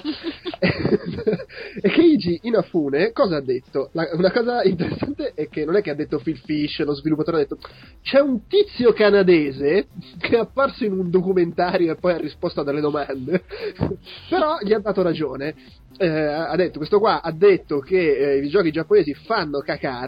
E Keiji Inafune cosa ha detto? La, una cosa interessante è che non è che ha detto Phil Fish, lo sviluppatore, ha detto c'è un tizio canadese che è apparso in un documentario e poi ha risposto a delle domande però gli ha dato ragione. Eh, ha detto, questo qua ha detto che eh, i videogiochi giapponesi fanno cacare,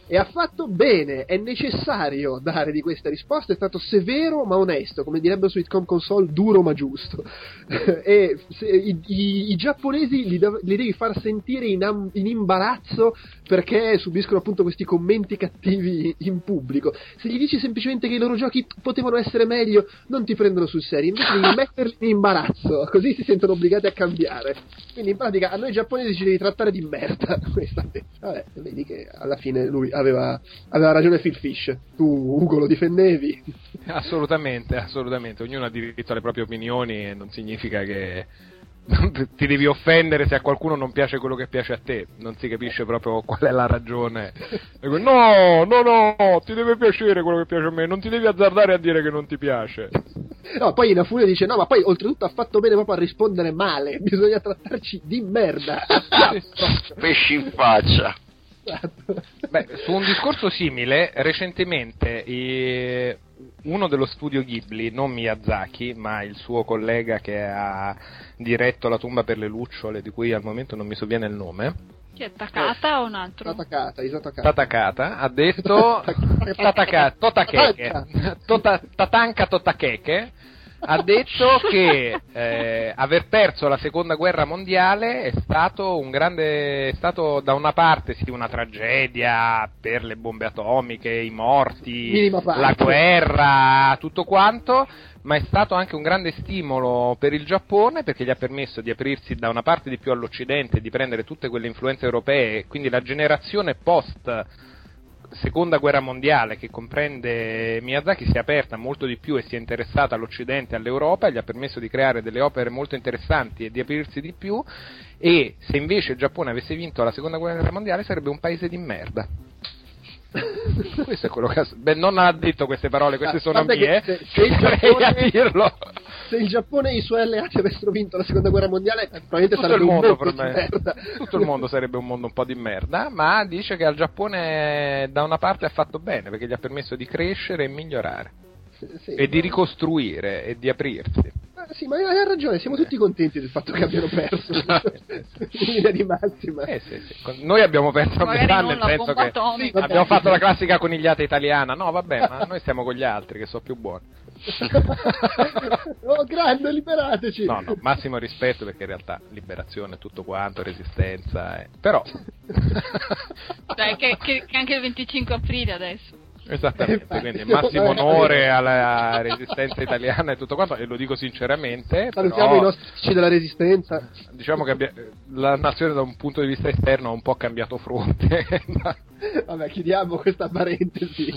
E ha fatto bene, è necessario dare di queste risposte, è stato severo ma onesto, come direbbe su Hitcom Console, duro ma giusto. E se, i, i, i giapponesi li, dev, li devi far sentire in, am, in imbarazzo perché subiscono appunto questi commenti cattivi in pubblico. Se gli dici semplicemente che i loro giochi potevano essere meglio, non ti prendono sul serio, invece devi metterli in imbarazzo, così si sentono obbligati a cambiare. Quindi in pratica a noi giapponesi ci devi trattare di merda. Questa, vabbè, vedi che alla fine lui aveva, aveva ragione Phil Fish. Tu, Ugo, lo difendevi? Assolutamente, assolutamente. Ognuno ha diritto alle proprie opinioni e non significa che ti devi offendere se a qualcuno non piace quello che piace a te. Non si capisce proprio qual è la ragione. No, no, no, ti deve piacere quello che piace a me, non ti devi azzardare a dire che non ti piace. No, poi Inafune dice no, ma poi oltretutto ha fatto bene proprio a rispondere male, bisogna trattarci di merda. Pesci in faccia. Beh, su un discorso simile, recentemente eh, uno dello studio Ghibli, non Miyazaki, ma il suo collega che ha diretto La tomba per le lucciole, di cui al momento non mi sovviene il nome. Chi è, Takata o un altro? Tatakata, Isato Tatakata, ha detto Tataka, Totakeke, tota, Tatanka Totakeke, ha detto che eh, aver perso la seconda guerra mondiale è stato un grande, è stato da una parte sì una tragedia per le bombe atomiche, i morti, la guerra, tutto quanto, ma è stato anche un grande stimolo per il Giappone perché gli ha permesso di aprirsi da una parte di più all'Occidente e di prendere tutte quelle influenze europee, quindi la generazione post seconda guerra mondiale che comprende Miyazaki si è aperta molto di più e si è interessata all'Occidente e all'Europa e gli ha permesso di creare delle opere molto interessanti e di aprirsi di più. E se invece il Giappone avesse vinto la seconda guerra mondiale sarebbe un paese di merda. Questo è quello che ha... Beh, non ha detto queste parole, queste ah, sono mie, se, se, il Giappone, a dirlo. Se il Giappone e i suoi alleati avessero vinto la seconda guerra mondiale probabilmente tutto sarebbe il mondo, un mondo per me, di merda. Tutto il mondo sarebbe un mondo un po' di merda, ma dice che al Giappone da una parte ha fatto bene perché gli ha permesso di crescere e migliorare sì, e ma... di ricostruire e di aprirsi. Ah, sì, ma hai ragione, siamo tutti contenti del fatto che abbiano perso in linea di massima. Eh, sì, sì. Noi abbiamo perso a metà, nel senso che sì, abbiamo fatto la classica conigliata italiana. No, vabbè, ma noi stiamo con gli altri che sono più buoni. Oh, grande, liberateci. No, no, massimo rispetto perché in realtà liberazione, tutto quanto, resistenza, eh. Però dai, che, che, che anche il venticinque aprile adesso. Esattamente, quindi massimo onore alla resistenza italiana e tutto quanto, e lo dico sinceramente. Salutiamo i nostri amici della resistenza. Diciamo che abbia, la nazione da un punto di vista esterno ha un po' cambiato fronte. Vabbè, chiudiamo questa parentesi.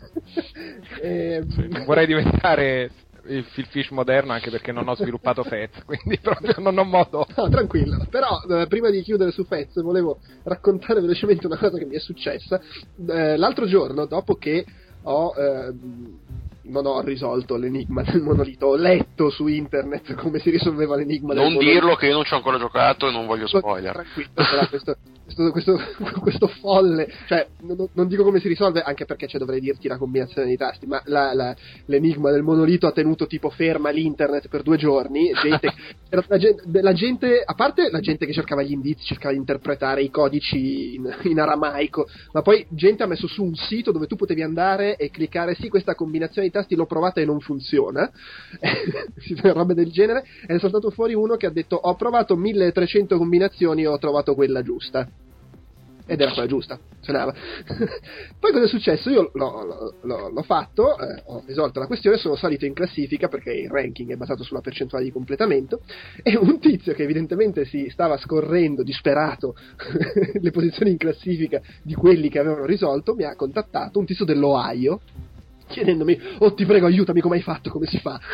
e... sì, non vorrei diventare il Phil Fish moderno anche perché non ho sviluppato Fez, quindi proprio non ho modo. No, tranquillo, però eh, prima di chiudere su Fez volevo raccontare velocemente una cosa che mi è successa eh, l'altro giorno, dopo che ho eh, non ho risolto l'enigma del monolito, ho letto su internet come si risolveva l'enigma non del monolito. Non dirlo che io non ci ho ancora giocato e non voglio spoiler. Tranquillo, però questo, questo, questo, questo folle, cioè non, non dico come si risolve, anche perché cioè, dovrei dirti la combinazione dei tasti, ma la, la, l'enigma del monolito ha tenuto tipo ferma l'internet per due giorni, gente, la, gente, la gente, a parte la gente che cercava gli indizi, cercava di interpretare i codici in, in aramaico, ma poi gente ha messo su un sito dove tu potevi andare e cliccare sì, questa combinazione di tasti l'ho provata e non funziona, robe del genere, ed è saltato fuori uno che ha detto ho provato milletrecento combinazioni e ho trovato quella giusta. Ed era quella giusta, suonava. Poi cosa è successo? Io l'ho, l'ho, l'ho fatto, eh, ho risolto la questione, sono salito in classifica perché il ranking è basato sulla percentuale di completamento, e un tizio che evidentemente si stava scorrendo disperato le posizioni in classifica di quelli che avevano risolto mi ha contattato, un tizio dell'Ohio, chiedendomi oh ti prego aiutami, come hai fatto, come si fa.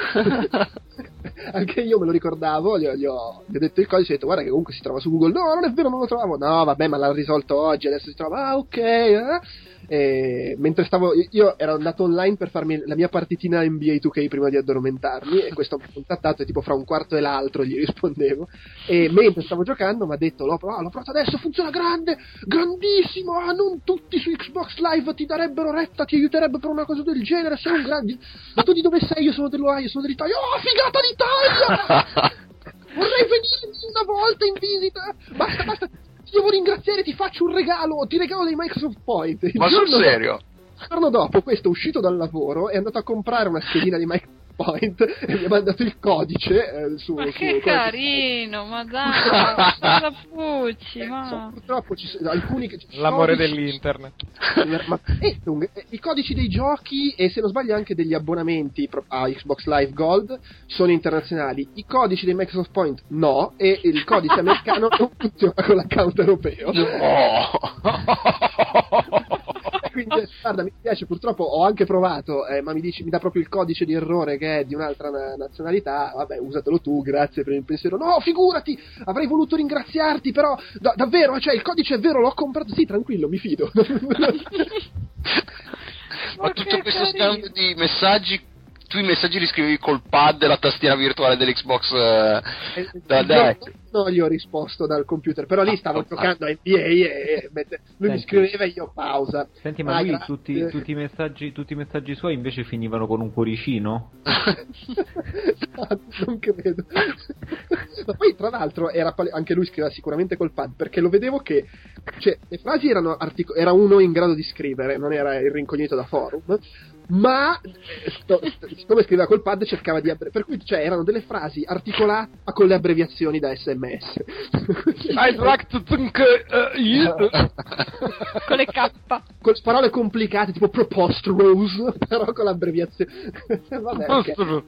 Anche io me lo ricordavo, gli ho, gli, ho, gli ho detto il codice, ho detto guarda che comunque si trova su Google. No, non è vero, non lo trovavo. No vabbè, ma l'ha risolto oggi, adesso si trova. Ah ok, eh. E mentre stavo, io ero andato online per farmi la mia partitina N B A due K prima di addormentarmi, e questo mi ha contattato e tipo fra un quarto e l'altro gli rispondevo, e mentre stavo giocando mi ha detto l'ho provato, l'ho provato adesso, funziona grande, grandissimo, ah, non tutti su Xbox Live ti darebbero retta, ti aiuterebbe per una cosa del genere, sei un grande. Ma tu di dove sei? Io sono dell'Ohio, sono dell'Italia. Oh figata d'Italia, vorrei venire una volta in visita, basta basta. ti devo ringraziare, ti faccio un regalo, ti regalo dei Microsoft Point. Il Ma sul giorno serio? dopo- Il giorno dopo questo è uscito dal lavoro, è andato a comprare una schedina di Microsoft Point e mi ha mandato il codice eh, su, Ma su- che come- carino, ma dai, cosa pucci, So, ma... purtroppo ci sono alcuni che L'amore codici- dell'internet. Ma- eh, dunque, eh, i codici dei giochi e se non sbaglio anche degli abbonamenti pro- a Xbox Live Gold sono internazionali, i codici dei Microsoft Point no, e il codice americano non funziona con l'account europeo. Quindi guarda, mi spiace, purtroppo ho anche provato, eh, ma mi dici, mi dà proprio il codice di errore che è di un'altra na- nazionalità. Vabbè, usatelo tu, grazie per il pensiero. No, figurati, avrei voluto ringraziarti, però da- davvero, cioè il codice è vero, l'ho comprato. Sì, tranquillo, mi fido. Ma Ma tutto che questo carino. scambio di messaggi, tu i messaggi li scrivevi col pad e la tastiera virtuale dell'Xbox eh, da, da- no, non gli ho risposto dal computer, però lì stavo Ah, giocando a N B A e, e mette- lui mi Senti. scriveva e io pausa. Senti, ma Ah, lui grazie. tutti, tutti, i messaggi, tutti i messaggi suoi invece finivano con un cuoricino? Non credo. Ma poi tra l'altro era pale- anche lui scriveva sicuramente col pad, perché lo vedevo che cioè, le frasi erano artico- era uno in grado di scrivere, non era il rincognito da forum, ma eh, sto- st- siccome scriveva col pad cercava di abbreviare, per cui cioè, erano delle frasi articolate ma con le abbreviazioni da S M S. I'd like to think uh, you... Con le K. Con parole complicate tipo preposterous, però con l'abbreviazione. Vabbè, ok.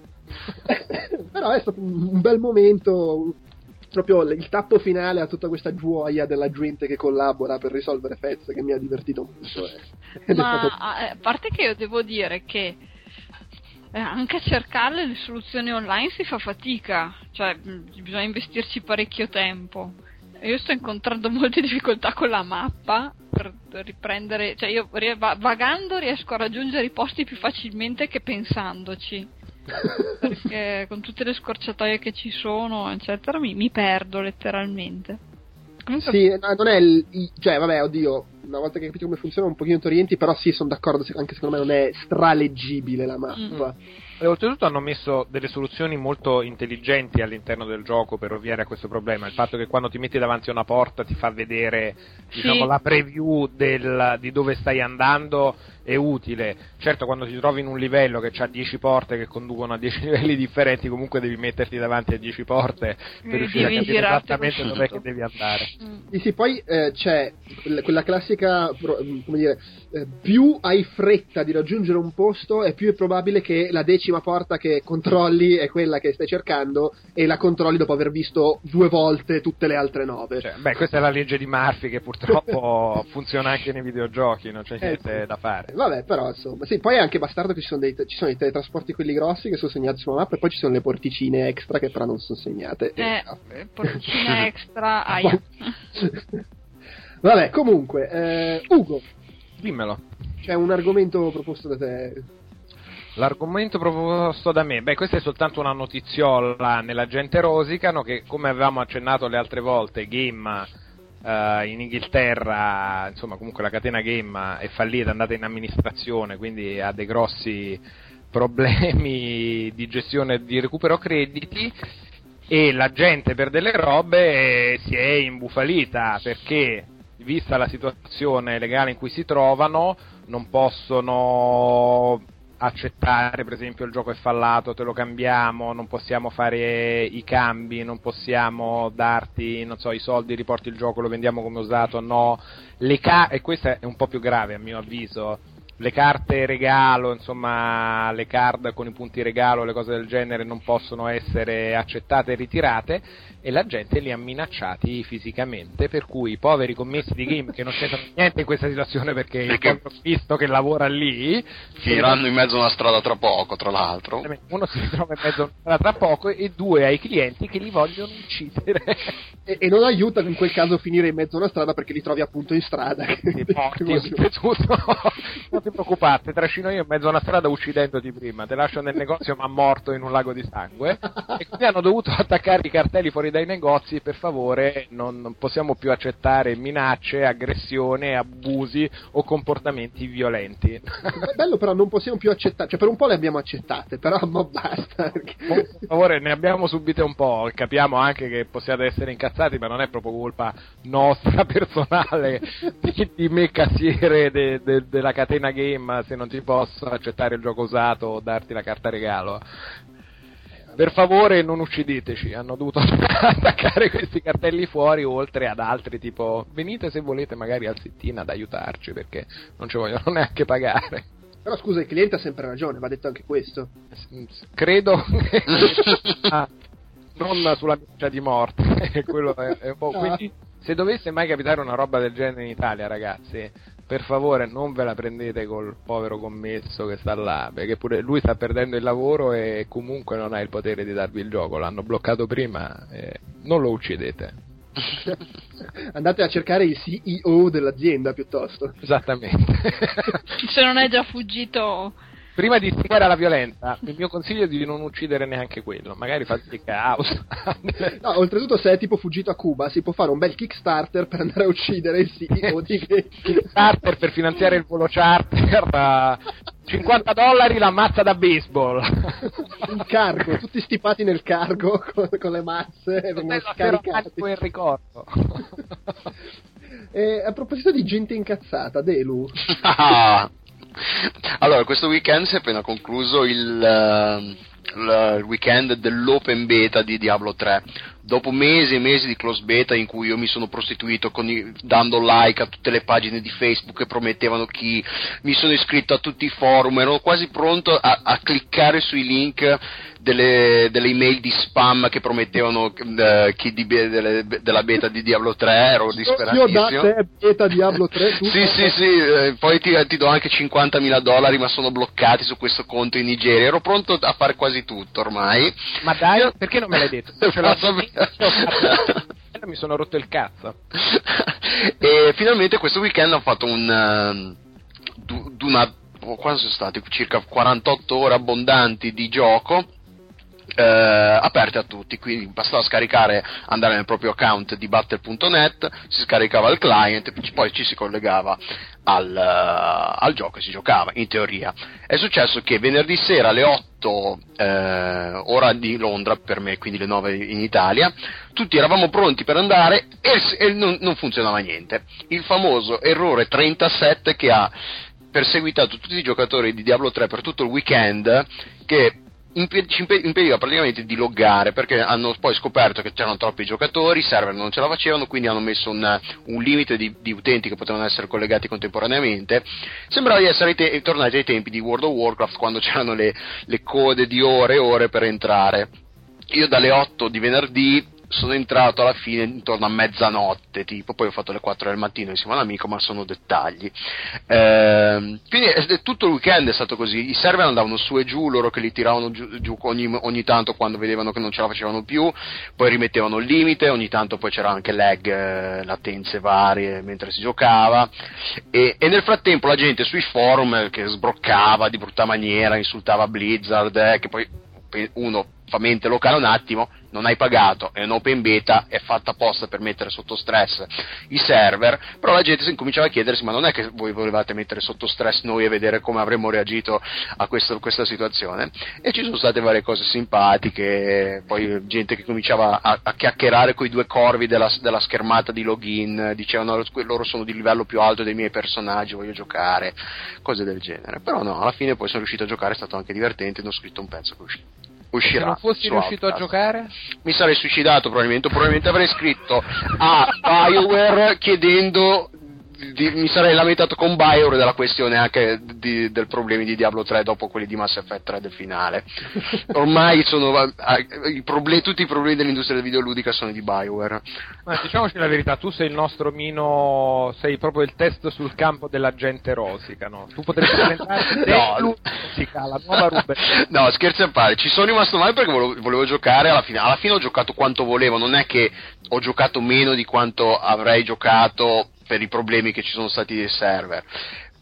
Però è stato un bel momento, proprio il tappo finale a tutta questa gioia della gente che collabora per risolvere fezze, che mi ha divertito molto. eh. Ed è Ma stato- a a parte che io devo dire che eh, anche a cercarle le soluzioni online si fa fatica, cioè mh, bisogna investirci parecchio tempo. E io sto incontrando molte difficoltà con la mappa per riprendere, cioè io ri- va- vagando riesco a raggiungere i posti più facilmente che pensandoci. Perché con tutte le scorciatoie che ci sono, eccetera, mi, mi perdo letteralmente. Comunque, Sì, no, non è il, i- cioè vabbè, oddio, una volta che hai capito come funziona un pochino ti orienti, però sì, sono d'accordo, se- anche secondo me non è straleggibile la mappa. E oltretutto hanno messo delle soluzioni molto intelligenti all'interno del gioco per ovviare a questo problema. Il fatto che quando ti metti davanti a una porta ti fa vedere, diciamo, Sì. la preview del, di dove stai andando è utile. Certo, quando ti trovi in un livello che ha dieci porte che conducono a dieci livelli differenti, comunque devi metterti davanti a dieci porte per Eh, riuscire a devi capire girarti esattamente col dov'è tutto. che devi andare. mm. Sì, sì, poi eh, c'è quella- quella classica, pro- come dire, eh, più hai fretta di raggiungere un posto e più è probabile che la decima porta che controlli è quella che stai cercando e la controlli dopo aver visto due volte tutte le altre nove. Cioè, beh, questa è la legge di Murphy che purtroppo funziona anche nei videogiochi, non c'è Eh, niente sì. da fare. Vabbè, però insomma, sì, poi è anche bastardo che ci sono, dei, ci sono i teletrasporti quelli grossi che sono segnati sulla mappa e poi ci sono le porticine extra che però non sono segnate. Eh, E- porticina extra, aia. Vabbè, comunque, eh, Ugo, Dimmelo. c'è un argomento proposto da te. L'argomento proposto da me, beh, questa è soltanto una notiziola nella gente rosicano che, come avevamo accennato le altre volte, Game eh, in Inghilterra, insomma comunque la catena Game è fallita, è andata in amministrazione, quindi ha dei grossi problemi di gestione e di recupero crediti e la gente per delle robe si è imbufalita perché, vista la situazione legale in cui si trovano, non possono accettare, per esempio, il gioco è fallato, te lo cambiamo, non possiamo fare i cambi, non possiamo darti, non so, i soldi, riporti il gioco, lo vendiamo come usato, no, le ca- e questo è un po' più grave a mio avviso, le carte regalo, insomma, le card con i punti regalo, le cose del genere non possono essere accettate e ritirate e la gente li ha minacciati fisicamente, per cui i poveri commessi di Game che non c'entrano niente in questa situazione perché, Perché- il povero visto che lavora lì Finiranno in mezzo a una strada tra poco, tra l'altro. uno si ritrova in mezzo a una strada tra poco e due ai clienti che li vogliono uccidere. E, e non aiuta in quel caso finire in mezzo a una strada perché li trovi appunto in strada. Sì, morti, oltretutto. ti preoccupare, ti trascino io in mezzo a una strada uccidendoti prima, te lascio nel negozio ma morto in un lago di sangue, e quindi hanno dovuto attaccare i cartelli fuori dai negozi: per favore non, non possiamo più accettare minacce, aggressione, abusi o comportamenti violenti. È bello, però non possiamo più accettare, cioè per un po' le abbiamo accettate, però ma basta. Perché... Per favore, ne abbiamo subite un po', capiamo anche che possiate essere incazzati, ma non è proprio colpa nostra personale di, di me cassiere de, de, della catena game se non ti posso accettare il gioco usato o darti la carta regalo. Per favore non uccideteci, hanno dovuto attaccare questi cartelli fuori, oltre ad altri tipo venite se volete magari al sit-in ad aiutarci perché non ci vogliono neanche pagare. Però scusa, il cliente ha sempre ragione, va detto anche questo. Credo che ah, non sulla minaccia di morte, quello è, è un po'. Quindi se dovesse mai capitare una roba del genere in Italia, ragazzi, per favore non ve la prendete col povero commesso che sta là, perché pure lui sta perdendo il lavoro e comunque non ha il potere di darvi il gioco, l'hanno bloccato prima, e non lo uccidete. Andate a cercare il C E O dell'azienda piuttosto. Esattamente. Se non è già fuggito. Prima di istigare alla violenza, il mio consiglio è di non uccidere neanche quello, magari fate caos. No, oltretutto se è tipo fuggito a Cuba si può fare un bel Kickstarter per andare a uccidere il C E O di Kickstarter per finanziare il volo charter a cinquanta dollari la mazza da baseball. Il cargo, tutti stipati nel cargo con, con le mazze e vengono scaricati. Quel ricordo. E a proposito di gente incazzata, Delu. Allora, questo weekend si è appena concluso il, uh, il weekend dell'open beta di Diablo tre. Dopo mesi e mesi di close beta in cui io mi sono prostituito con i, dando like a tutte le pagine di Facebook che promettevano chi, mi sono iscritto a tutti i forum, ero quasi pronto a, a cliccare sui link delle, delle email di spam che promettevano uh, chi di, delle, della beta di Diablo tre, ero disperatissimo. Io da te beta Diablo tre, tu sì sì sì, eh, poi ti, ti do anche cinquantamila dollari ma sono bloccati su questo conto in Nigeria, ero pronto a fare quasi tutto ormai. Ma dai, io... perché non me l'hai detto? Ce l'ho so mi sono rotto il cazzo. E finalmente questo weekend ho fatto un uh, una quando sono stati circa quarantotto ore abbondanti di gioco eh, aperte a tutti, quindi bastava scaricare, andare nel proprio account di battle punto net, si scaricava il client, poi ci si collegava al, uh, al gioco e si giocava, in teoria. È successo che venerdì sera alle otto eh, ora di Londra per me, quindi le nove in Italia, tutti eravamo pronti per andare e, e non, non funzionava niente. Il famoso errore trentasette che ha perseguitato tutti i giocatori di Diablo tre per tutto il weekend, che ci impediva praticamente di loggare, perché hanno poi scoperto che c'erano troppi giocatori, i server non ce la facevano, quindi hanno messo un, un limite di, di utenti che potevano essere collegati contemporaneamente. Sembrava di essere te- tornati ai tempi di World of Warcraft, quando c'erano le, le code di ore e ore per entrare. Io dalle otto di venerdì sono entrato alla fine intorno a mezzanotte tipo, poi ho fatto le quattro del mattino insieme a un amico, ma sono dettagli. Ehm, quindi è, tutto il weekend è stato così, i server andavano su e giù, loro che li tiravano giù, giù ogni, ogni tanto quando vedevano che non ce la facevano più, poi rimettevano il limite, ogni tanto poi c'era anche lag, eh, latenze varie mentre si giocava, e, e nel frattempo la gente sui forum che sbroccava di brutta maniera, insultava Blizzard, eh, che poi uno fa mente locale un attimo, non hai pagato, è un open beta, è fatta apposta per mettere sotto stress i server, però la gente si incominciava a chiedersi: ma non è che voi volevate mettere sotto stress noi e vedere come avremmo reagito a questo, questa situazione? E ci sono state varie cose simpatiche, poi gente che cominciava a, a chiacchierare con i due corvi della, della schermata di login, dicevano loro sono di livello più alto dei miei personaggi, voglio giocare, cose del genere. Però no, alla fine poi sono riuscito a giocare, è stato anche divertente, ne ho scritto un pezzo che uscì. Uscirà. Se non fossi riuscito Outcast a giocare? Mi sarei suicidato probabilmente, probabilmente avrei scritto a BioWare chiedendo di, mi sarei lamentato con BioWare della questione anche di, del problemi di Diablo tre dopo quelli di Mass Effect tre del finale. Ormai sono i problemi, tutti i problemi dell'industria videoludica sono di BioWare. Ma diciamoci la verità, tu sei il nostro Mino, sei proprio il test sul campo della gente rosica, no? Tu potresti diventare no. rosica, la nuova rubrica. No, scherzi a parte, ci sono rimasto male perché volevo, volevo giocare alla fine. Alla fine ho giocato quanto volevo, non è che ho giocato meno di quanto avrei giocato per i problemi che ci sono stati dei server,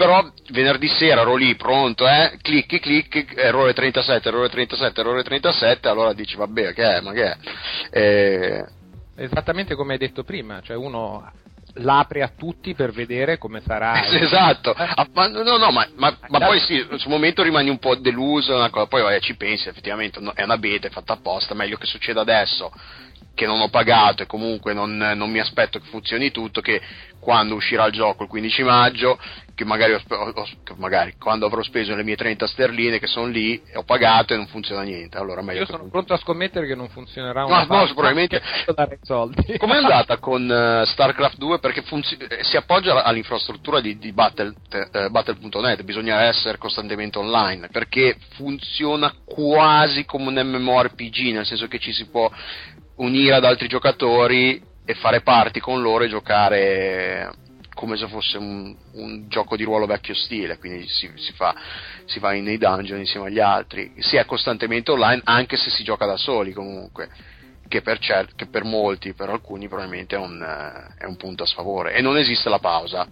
però venerdì sera ero lì pronto, eh, clicchi clicchi, errore trentasette, errore trentasette, errore trentasette, allora dici vabbè, che è, ma che è? Eh... Esattamente come hai detto prima, cioè uno l'apre a tutti per vedere come sarà. Esatto, ah, ma, no, no, ma, ma, ma poi sì, sul momento rimani un po' deluso, una cosa, poi vai, ci pensi, effettivamente è una beta, è fatta apposta, meglio che succeda adesso, che non ho pagato e comunque non, non mi aspetto che funzioni tutto, che quando uscirà il gioco il quindici maggio, che magari, ho, ho, magari quando avrò speso le mie trenta sterline che sono lì, ho pagato e non funziona niente, allora meglio. Io che sono funzioni. pronto a scommettere che non funzionerà no, una no, probabilmente dare soldi. Com'è andata con uh, StarCraft due? Perché funzi- si appoggia all'infrastruttura di, di Battle, eh, Battle punto net, bisogna essere costantemente online, perché funziona quasi come un MMORPG, nel senso che ci si può unire ad altri giocatori e fare party con loro e giocare come se fosse un, un gioco di ruolo vecchio stile, quindi si, si fa si va nei dungeon insieme agli altri, si è costantemente online anche se si gioca da soli comunque, che per, cer- che per molti, per alcuni probabilmente è un, è un punto a sfavore, e non esiste la pausa,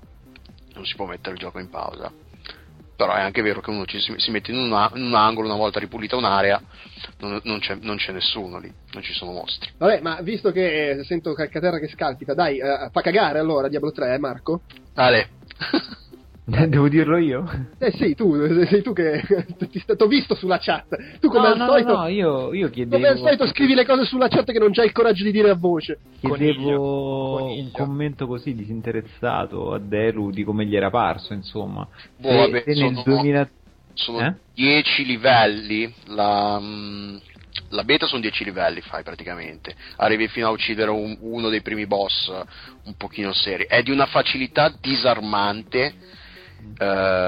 non si può mettere il gioco in pausa. Però è anche vero che uno ci, si mette in, una, in un angolo, una volta ripulita un'area, non, non, c'è, non c'è nessuno lì, non ci sono mostri. Vabbè, ma visto che eh, sento Calcaterra che scalpita, dai, eh, fa cagare allora Diablo tre, eh, Marco? Ale. Devo dirlo io? Eh sì, tu, sei tu che ti ho visto sulla chat. Tu come no, al no, solito no, io, io chiedevo... Come al solito scrivi le cose sulla chat che non c'hai il coraggio di dire a voce. Chiedevo Coniglio. un commento così disinteressato a Delu di come gli era parso, insomma. Boh, se, vabbè, se nel sono, duemila... sono eh? dieci livelli, la, la beta sono dieci livelli, fai praticamente. Arrivi fino a uccidere un, uno dei primi boss un pochino seri. È di una facilità disarmante. Uh,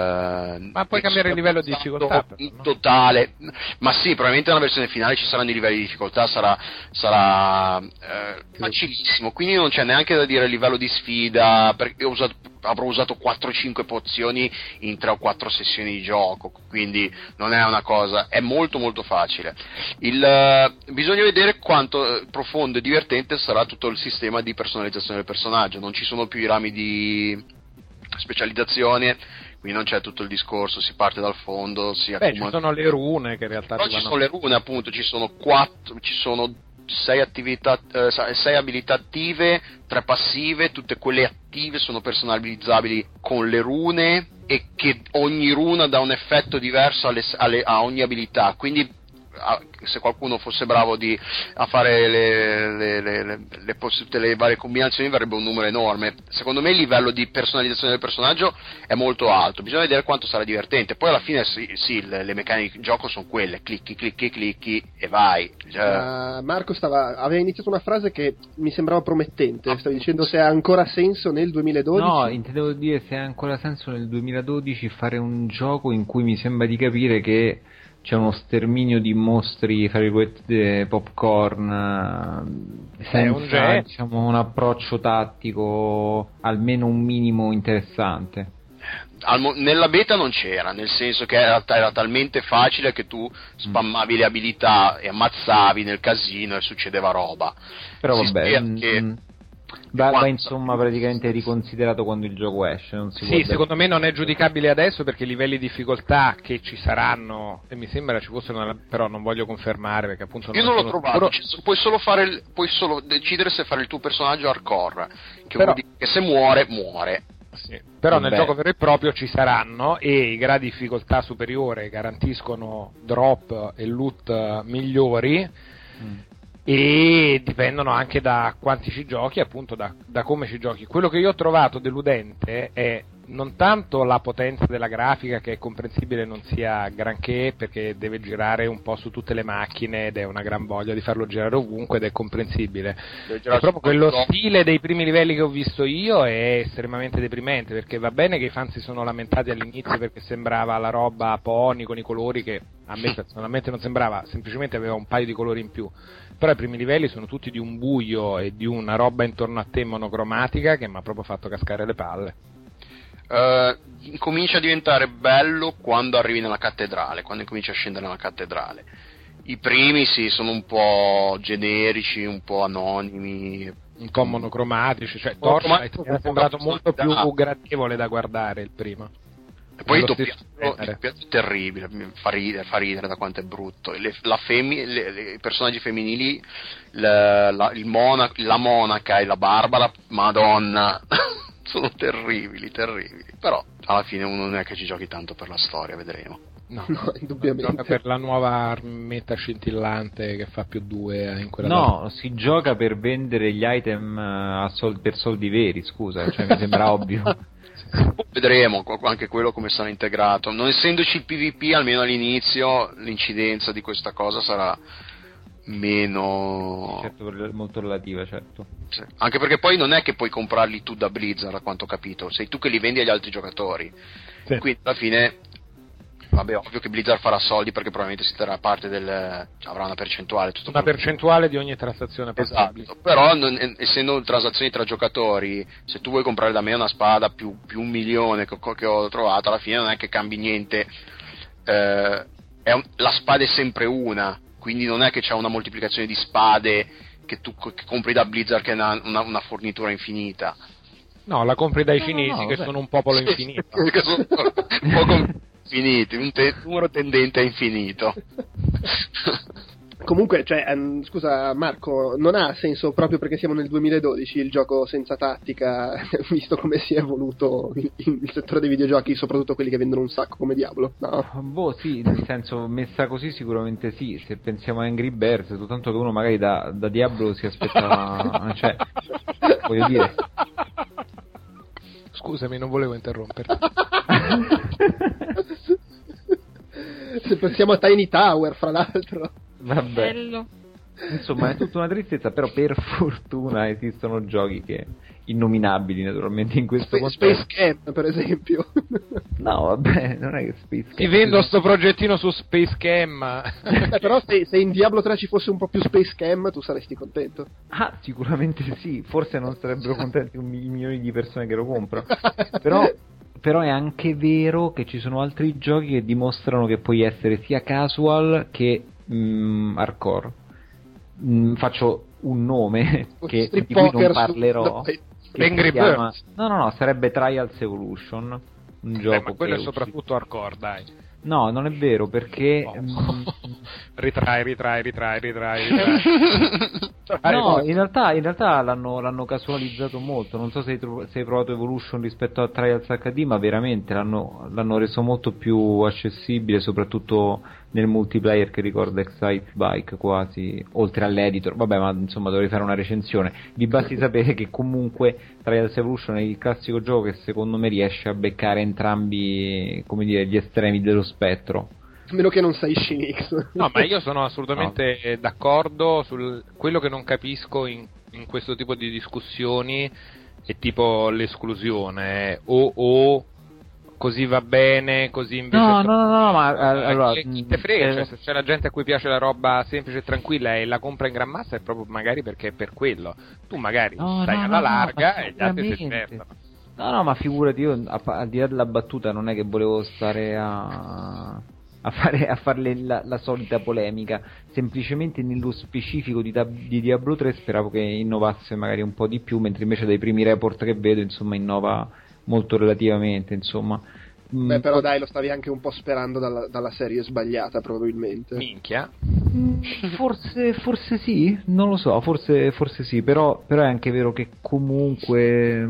ma puoi cambiare il livello di difficoltà però, in no? totale, ma sì, probabilmente nella versione finale ci saranno i livelli di difficoltà, sarà, sarà eh, facilissimo, quindi non c'è neanche da dire livello di sfida, perché ho usato, avrò usato quattro cinque pozioni in tre o quattro sessioni di gioco, quindi non è una cosa, è molto molto facile. Il, uh, bisogna vedere quanto profondo e divertente sarà tutto il sistema di personalizzazione del personaggio, non ci sono più i rami di specializzazione, quindi non c'è tutto il discorso, si parte dal fondo, si Beh, accumula... ci sono le rune che in realtà però ti ci vanno... sono le rune, appunto, ci sono quattro, ci sono sei attività, eh, sei abilità attive, tre passive, tutte quelle attive sono personalizzabili con le rune, e che ogni runa dà un effetto diverso alle, alle, a ogni abilità, quindi se qualcuno fosse bravo di, a fare le, le, le, le, le, poss- le varie combinazioni verrebbe un numero enorme. Secondo me il livello di personalizzazione del personaggio è molto alto, bisogna vedere quanto sarà divertente. Poi alla fine sì, sì le, le meccaniche di gioco sono quelle, clicchi clicchi clicchi e vai. Uh, Marco stava, aveva iniziato una frase che mi sembrava promettente, ah, stavi dicendo se ha ancora senso nel duemiladodici. No, intendevo dire se ha ancora senso nel duemiladodici fare un gioco in cui mi sembra di capire che c'è uno sterminio di mostri, fra virgolette, popcorn, senza un, diciamo, un approccio tattico almeno un minimo interessante. Al mo- nella beta non c'era, nel senso che era, era talmente facile che tu spammavi mm. le abilità e ammazzavi nel casino e succedeva roba. Però si vabbè, mm, che va, va insomma praticamente riconsiderato quando il gioco esce. Non si sì, può secondo me non è giudicabile adesso perché i livelli di difficoltà che ci saranno, e mi sembra ci fossero, però non voglio confermare perché appunto io non non l'ho trovato, cioè, puoi solo fare il, puoi solo decidere se fare il tuo personaggio hardcore, che però, vuol dire che se muore muore. Sì. Però Vabbè. nel gioco vero e proprio ci saranno, e i gradi di difficoltà superiore garantiscono drop e loot migliori, mm. e dipendono anche da quanti ci giochi, appunto da, da come ci giochi. Quello che io ho trovato deludente è non tanto la potenza della grafica, che è comprensibile non sia granché perché deve girare un po' su tutte le macchine ed è una gran voglia di farlo girare ovunque ed è comprensibile, è proprio quello stile dei primi livelli che ho visto io è estremamente deprimente, perché va bene che i fan si sono lamentati all'inizio perché sembrava la roba pony con i colori, che a me personalmente non sembrava, semplicemente aveva un paio di colori in più, però i primi livelli sono tutti di un buio e di una roba intorno a te monocromatica che mi ha proprio fatto cascare le palle. Uh, comincia a diventare bello quando arrivi nella cattedrale, quando cominci a scendere nella cattedrale. I primi sì, sono un po' generici, un po' anonimi, un po' monocromatici, cioè Torchlight mi è sembrato molto più gradevole da guardare il primo. E poi il doppiaggio, il doppiaggio è terribile, fa ridere, fa ridere da quanto è brutto. Le, la femi, le, le, I personaggi femminili, la, la, il monaco, la monaca e la Barbara, madonna, sono terribili, terribili. Però alla fine uno non è che ci giochi tanto per la storia, vedremo. No, no, indubbiamente. Per la nuova armetta scintillante che fa più due in quella. No, data. Si gioca per vendere gli item a sol- per soldi veri, scusa, cioè mi sembra ovvio. Vedremo anche quello come sarà integrato. Non essendoci il PvP, almeno all'inizio, l'incidenza di questa cosa sarà meno. Certo, molto relativa, certo. Sì. Anche perché poi non è che puoi comprarli tu da Blizzard, a quanto ho capito, sei tu che li vendi agli altri giocatori. Sì. Quindi alla fine, vabbè, ovvio che Blizzard farà soldi perché probabilmente si terrà parte del. Avrà una percentuale. Tutto una percentuale di ogni transazione possibile. Esatto. Però, non, essendo transazioni tra giocatori, se tu vuoi comprare da me una spada più, più un milione che, che ho trovato, alla fine non è che cambi niente. Eh, è un, la spada è sempre una, quindi non è che c'è una moltiplicazione di spade che tu che compri da Blizzard che è una, una, una fornitura infinita. No, la compri dai no, cinesi no, no, che beh. sono un popolo infinito. Che sono un po' infiniti, un te- numero tendente a infinito. Comunque, cioè, um, scusa Marco, non ha senso proprio perché siamo nel duemiladodici il gioco senza tattica, visto come si è evoluto il, il settore dei videogiochi, soprattutto quelli che vendono un sacco come Diablo, no? Boh, sì, nel senso, messa così sicuramente sì, se pensiamo a Angry Birds, soltanto che uno magari da, da Diablo si aspettava, cioè, voglio dire... Scusami, non volevo interromperti. Se pensiamo a Tiny Tower, fra l'altro. Vabbè. Bello. Insomma, è tutta una tristezza, però per fortuna esistono giochi che innominabili naturalmente in questo Sp- contesto. Space Camp, per esempio. No, vabbè, non è che Space Camp. Ti vendo sto progettino su Space Cam. Eh, però se, se in Diablo tre ci fosse un po' più Space Cam, tu saresti contento. Ah, sicuramente sì, forse non sarebbero contenti un mi- milioni di persone che lo comprano. Però Però è anche vero che ci sono altri giochi che dimostrano che puoi essere sia casual che mh, hardcore. Mh, faccio un nome che, di cui non parlerò. Che Angry si chiama... Birds. No, no, no, sarebbe Trials Evolution. Un Beh, gioco ma quello che è soprattutto hardcore, dai. No, non è vero, perché... Oh. mh, ritrai, ritrai, ritrai, ritrai, ritrai. No, in realtà, in realtà l'hanno, l'hanno casualizzato molto. Non so se hai, tro- se hai provato Evolution rispetto a Trials acca di, ma veramente l'hanno, l'hanno reso molto più accessibile, soprattutto nel multiplayer che ricorda Excite Bike quasi, oltre all'editor. Vabbè, ma insomma dovrei fare una recensione. Vi basti sapere che comunque Trials Evolution è il classico gioco che secondo me riesce a beccare entrambi, come dire, gli estremi dello spettro. A meno che non sei Shinix. No, ma io sono assolutamente no. d'accordo sul quello che non capisco in, in questo tipo di discussioni è tipo l'esclusione o, o così va bene, così invece no, è no, no, no, ma eh, allora chi, chi te frega, eh, cioè, se c'è la gente a cui piace la roba semplice e tranquilla e la compra in gran massa è proprio magari perché è per quello. Tu magari no, stai no, alla no, larga no, e gli altri si divertono. No, no, ma figurati, io al di là della battuta non è che volevo stare a a fare a farle la, la solita polemica, semplicemente nello specifico di, di Diablo tre speravo che innovasse magari un po' di più, mentre invece dai primi report che vedo insomma innova molto relativamente, insomma. Beh, però dai, lo stavi anche un po' sperando dalla, dalla serie sbagliata probabilmente. Minchia. Forse, forse sì, non lo so, forse, forse sì, però, però è anche vero che comunque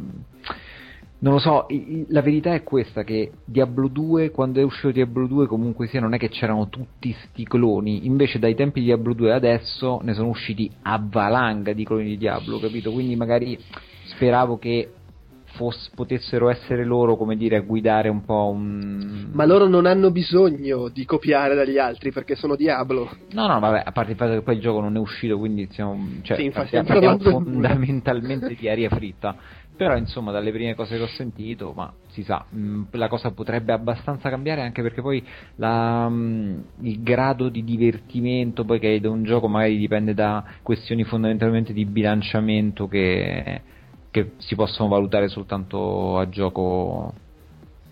non lo so, la verità è questa, che Diablo due, quando è uscito Diablo due comunque sia, non è che c'erano tutti sti cloni, invece dai tempi di Diablo due adesso ne sono usciti a valanga di cloni di Diablo, capito? Quindi magari speravo che fosse, potessero essere loro, come dire, a guidare un po' un... Ma loro non hanno bisogno di copiare dagli altri perché sono Diablo. No, no, vabbè, a parte il fatto che poi il gioco non è uscito, quindi siamo, cioè, sì, infatti, parliamo fondamentalmente di aria fritta. Però insomma dalle prime cose che ho sentito, ma si sa, mh, la cosa potrebbe abbastanza cambiare, anche perché poi la, mh, il grado di divertimento poi che hai da un gioco magari dipende da questioni fondamentalmente di bilanciamento che, che si possono valutare soltanto a gioco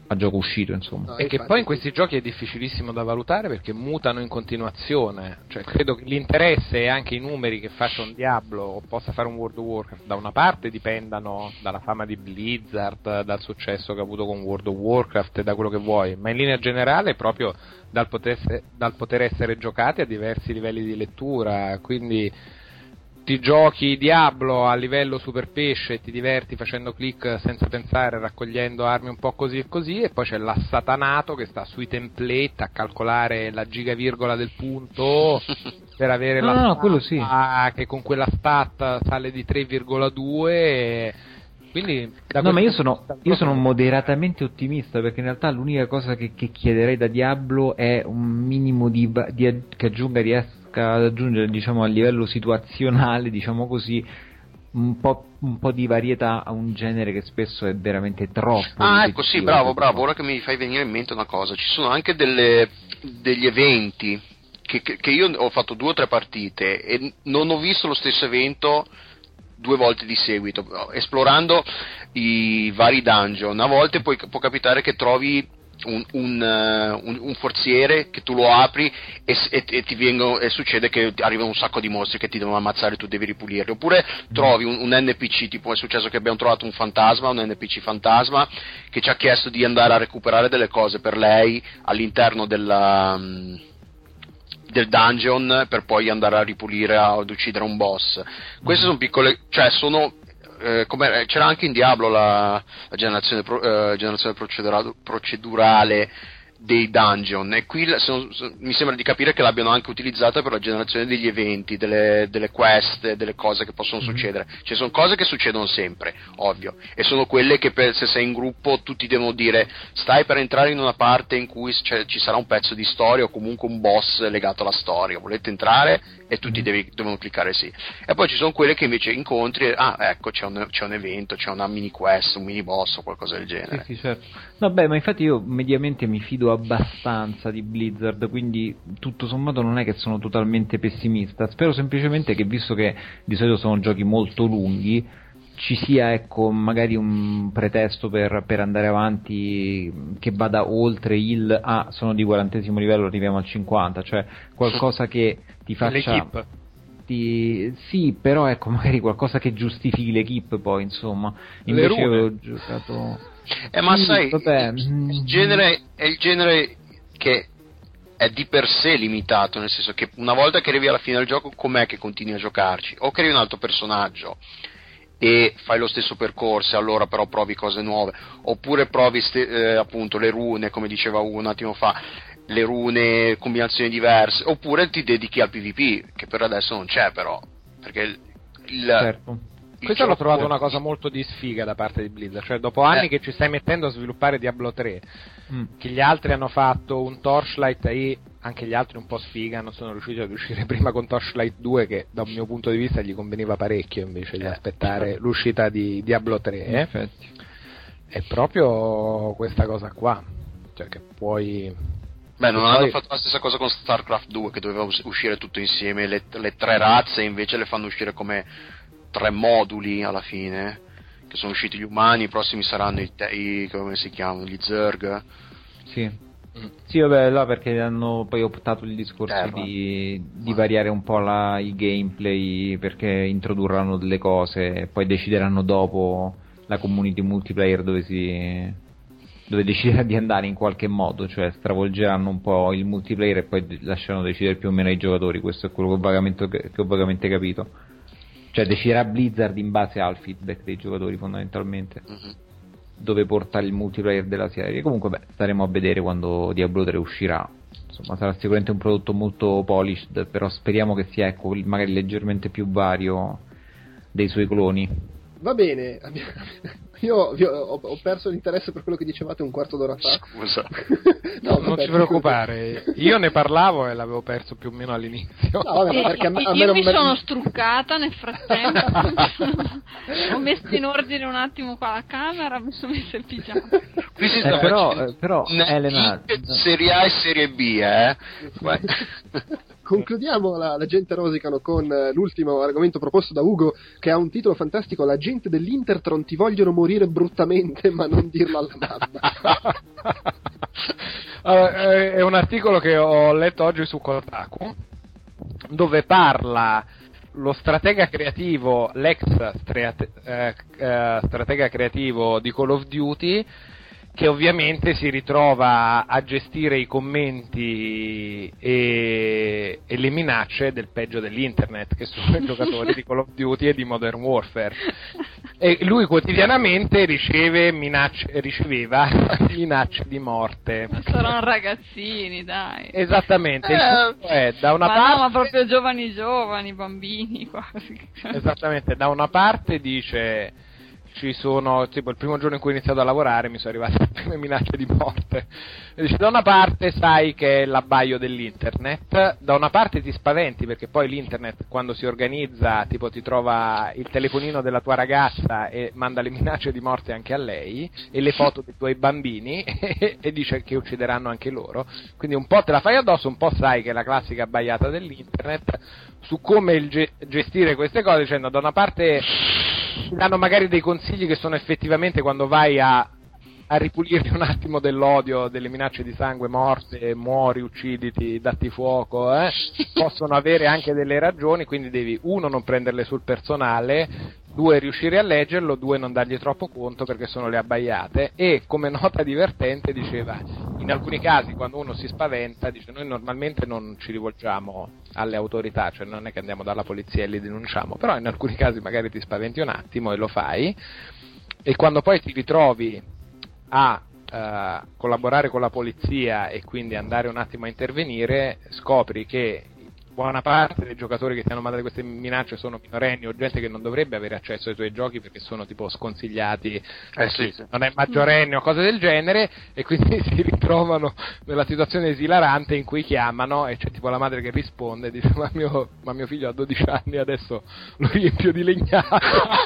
a gioco uscito, insomma. No, E che infatti, poi in sì. questi giochi è difficilissimo da valutare perché mutano in continuazione, cioè credo che l'interesse e anche i numeri che faccia un Diablo o possa fare un World of Warcraft da una parte dipendano dalla fama di Blizzard, dal successo che ha avuto con World of Warcraft e da quello che vuoi, ma in linea generale proprio dal poter, dal poter essere giocati a diversi livelli di lettura, quindi ti giochi Diablo a livello super pesce e ti diverti facendo click senza pensare, raccogliendo armi un po' così e così, e poi c'è l'assatanato che sta sui template a calcolare la gigavirgola del punto per avere No, la no, stat quello sì. che con quella stat sale di tre virgola due e... Quindi, da No, ma io questo sono, punto di io vista sono proprio- moderatamente ottimista, perché in realtà l'unica cosa che, che chiederei da Diablo è un minimo di, va- di che aggiunga, riesca ad aggiungere, diciamo, a livello situazionale, diciamo così, un po', un po' di varietà a un genere che spesso è veramente troppo. Ah, ecco, sì, ripetitivo. bravo, bravo. Ora che mi fai venire in mente una cosa, ci sono anche delle, degli eventi che, che, che io ho fatto due o tre partite e non ho visto lo stesso evento due volte di seguito, esplorando i vari dungeon. A volte poi può capitare che trovi un, un, uh, un, un forziere che tu lo apri e, e, e ti vengono, e succede che arrivano un sacco di mostri che ti devono ammazzare e tu devi ripulirli, oppure trovi un, un N P C, tipo è successo che abbiamo trovato un fantasma, un N P C fantasma che ci ha chiesto di andare a recuperare delle cose per lei all'interno della um, del dungeon per poi andare a ripulire ad uccidere un boss. Queste sono piccole, cioè sono eh, come, c'era anche in Diablo la, la generazione, pro, eh, generazione procedurale, procedurale dei dungeon, e qui sono, sono, mi sembra di capire che l'abbiano anche utilizzata per la generazione degli eventi, delle, delle quest, delle cose che possono mm-hmm. succedere. Cioè sono cose che succedono sempre, ovvio, e sono quelle che per, se sei in gruppo tutti devono dire stai per entrare in una parte in cui cioè, ci sarà un pezzo di storia o comunque un boss legato alla storia, volete entrare? E tutti mm-hmm. devi, devono cliccare sì. E poi ci sono quelle che invece incontri e, ah ecco c'è un, c'è un evento, c'è una mini quest, un mini boss o qualcosa del genere. Sì, sì, certo. No, beh, ma infatti io mediamente mi fido abbastanza di Blizzard, quindi tutto sommato non è che sono totalmente pessimista. Spero semplicemente che, visto che di solito sono giochi molto lunghi, ci sia, ecco, magari un pretesto per, per andare avanti che vada oltre il ah, sono di quarantesimo livello, arriviamo al cinquanta, cioè qualcosa che ti faccia L'equipe. Ti... sì, però ecco, magari qualcosa che giustifichi l'equipe poi, insomma. Le Invece rune. avevo giocato Eh, ma sì, sai, vabbè. il genere è il genere che è di per sé limitato, nel senso che una volta che arrivi alla fine del gioco, com'è che continui a giocarci? O crei un altro personaggio e fai lo stesso percorso, allora però provi cose nuove, oppure provi ste, eh, appunto le rune, come diceva uno un attimo fa, le rune, combinazioni diverse, oppure ti dedichi al PvP, che per adesso non c'è però, perché il, il certo. Questa l'ho trovato una cosa molto di sfiga da parte di Blizzard, cioè dopo anni eh. che ci stai mettendo a sviluppare Diablo tre, Mm. che gli altri hanno fatto un Torchlight e anche gli altri un po' sfiga, non sono riusciti ad uscire prima con Torchlight due, che da un mio punto di vista gli conveniva parecchio invece di Eh. aspettare l'uscita di Diablo tre, In eh? effetti. È proprio questa cosa qua, cioè che puoi... Beh, non E hanno poi- fatto la stessa cosa con StarCraft due, che doveva us- uscire tutto insieme, le, le tre razze invece le fanno uscire come tre moduli alla fine, che sono usciti gli umani, i prossimi saranno i, te- i come si chiamano, gli Zerg. Sì. Sì, vabbè, là perché hanno poi optato il discorso Eh, di, di variare un po' la, i gameplay, perché introdurranno delle cose e poi decideranno dopo la community multiplayer dove si dove deciderà di andare in qualche modo, cioè stravolgeranno un po' il multiplayer e poi lasceranno decidere più o meno ai giocatori. Questo è quello che ho vagamente, che ho vagamente capito, cioè deciderà Blizzard in base al feedback dei giocatori fondamentalmente. Mm-hmm. Dove porta il multiplayer della serie. Comunque beh, staremo a vedere quando Diablo tre uscirà. Insomma, sarà sicuramente un prodotto molto polished, però speriamo che sia, ecco, magari leggermente più vario dei suoi cloni. Va bene, abbiamo- io vi ho, ho- ho perso l'interesse per quello che dicevate un quarto d'ora fa. Scusa. No, non vabbè, ci preoccupare, io ne parlavo e l'avevo perso più o meno all'inizio. No, vabbè, ma perché a me, a me Io non mi me- sono struccata nel frattempo. Ho messo in ordine un attimo qua la camera, mi sono messa il pigiama. Qui si Eh, sta però, facendo eh, però una Elena, Serie A e Serie B, eh? Beh. Concludiamo la, la gente rosicano con eh, l'ultimo argomento proposto da Ugo, che ha un titolo fantastico: la gente dell'Intertron ti vogliono morire bruttamente ma non dirlo alla mamma. uh, è un articolo che ho letto oggi su Kotaku, dove parla lo stratega creativo, l'ex strate, eh, eh, stratega creativo di Call of Duty, che ovviamente si ritrova a gestire i commenti e, e le minacce del peggio dell'internet, che sono i giocatori di Call of Duty e di Modern Warfare. E lui quotidianamente riceve minacce, riceveva minacce di morte. Ma saranno ragazzini, dai. Esattamente. Il punto è, da una ma parte, no, ma proprio giovani giovani, bambini quasi. Esattamente, da una parte dice: ci sono, tipo il primo giorno in cui ho iniziato a lavorare mi sono arrivate le prime minacce di morte, e dice, da una parte sai che è l'abbaio dell'internet, da una parte ti spaventi perché poi l'internet quando si organizza tipo ti trova il telefonino della tua ragazza e manda le minacce di morte anche a lei e le foto dei tuoi bambini e, e dice che uccideranno anche loro, quindi un po' te la fai addosso, un po' sai che è la classica abbaiata dell'internet su come il ge- gestire queste cose, dicendo da una parte ti danno magari dei consigli che sono effettivamente, quando vai a, a ripulirti un attimo dell'odio, delle minacce di sangue, morte, muori, ucciditi, datti fuoco, eh, possono avere anche delle ragioni, quindi devi, uno, non prenderle sul personale, due, riuscire a leggerlo, due, non dargli troppo conto perché sono le abbaiate. E come nota divertente diceva, in alcuni casi quando uno si spaventa, dice, noi normalmente non ci rivolgiamo alle autorità, cioè non è che andiamo dalla polizia e li denunciamo, però in alcuni casi magari ti spaventi un attimo e lo fai, e quando poi ti ritrovi a uh, collaborare con la polizia e quindi andare un attimo a intervenire, scopri che buona parte dei giocatori che ti hanno mandato queste minacce sono minorenni o gente che non dovrebbe avere accesso ai tuoi giochi perché sono tipo sconsigliati, eh sì, sì. non è maggiorenne o cose del genere, e quindi si ritrovano nella situazione esilarante in cui chiamano e c'è tipo la madre che risponde e dice ma mio, ma mio figlio ha dodici anni, adesso lo riempio di legnate.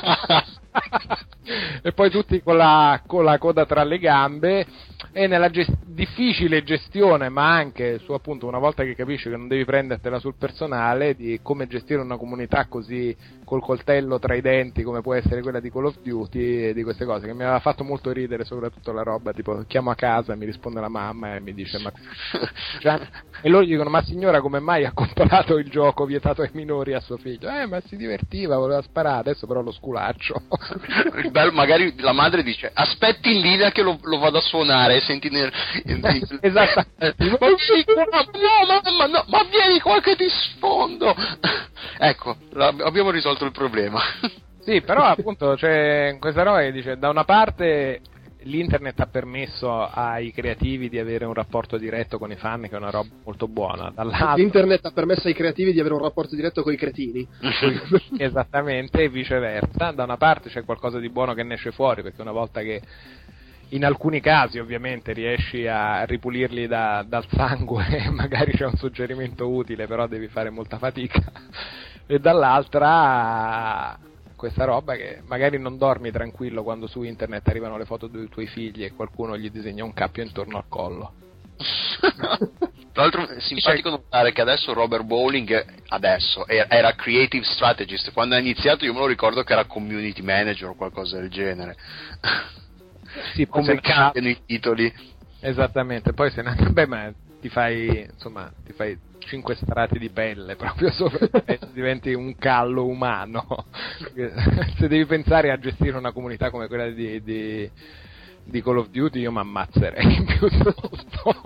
E poi tutti con la, con la coda tra le gambe, e nella gest- difficile gestione, ma anche su appunto una volta che capisci che non devi prendertela sul personale, di come gestire una comunità così col coltello tra i denti come può essere quella di Call of Duty, e di queste cose che mi aveva fatto molto ridere, soprattutto la roba tipo chiamo a casa, mi risponde la mamma e mi dice ma cioè, e loro gli dicono ma signora come mai ha comprato il gioco vietato ai minori a suo figlio? Eh ma si divertiva, voleva sparare, adesso però lo sculaccio. Il bello, magari la madre dice aspetti in linea che lo, lo vado a suonare, senti nel, nel... esatto. Ma vieni qua, no mamma no, ma vieni qua che ti sfondo. Ecco, abbiamo risolto il problema. Sì, però appunto c'è questa roba che dice da una parte l'internet ha permesso ai creativi di avere un rapporto diretto con i fan, che è una roba molto buona. Dall'altro, l'internet ha permesso ai creativi di avere un rapporto diretto con i cretini. Esattamente, e viceversa. Da una parte c'è qualcosa di buono che ne esce fuori, perché una volta che in alcuni casi ovviamente riesci a ripulirli da, dal sangue magari c'è un suggerimento utile, però devi fare molta fatica. E dall'altra questa roba che magari non dormi tranquillo quando su internet arrivano le foto dei tuoi figli e qualcuno gli disegna un cappio intorno al collo. Tra l'altro è simpatico notare che adesso Robert Bowling adesso era creative strategist, quando ha iniziato io me lo ricordo che era community manager o qualcosa del genere. Sì, come cambiano i titoli. Esattamente, poi se ne beh, ma ti fai insomma ti fai cinque strati di pelle proprio sopra e diventi un callo umano. Se devi pensare a gestire una comunità come quella di, di, di Call of Duty, io mi ammazzerei piuttosto.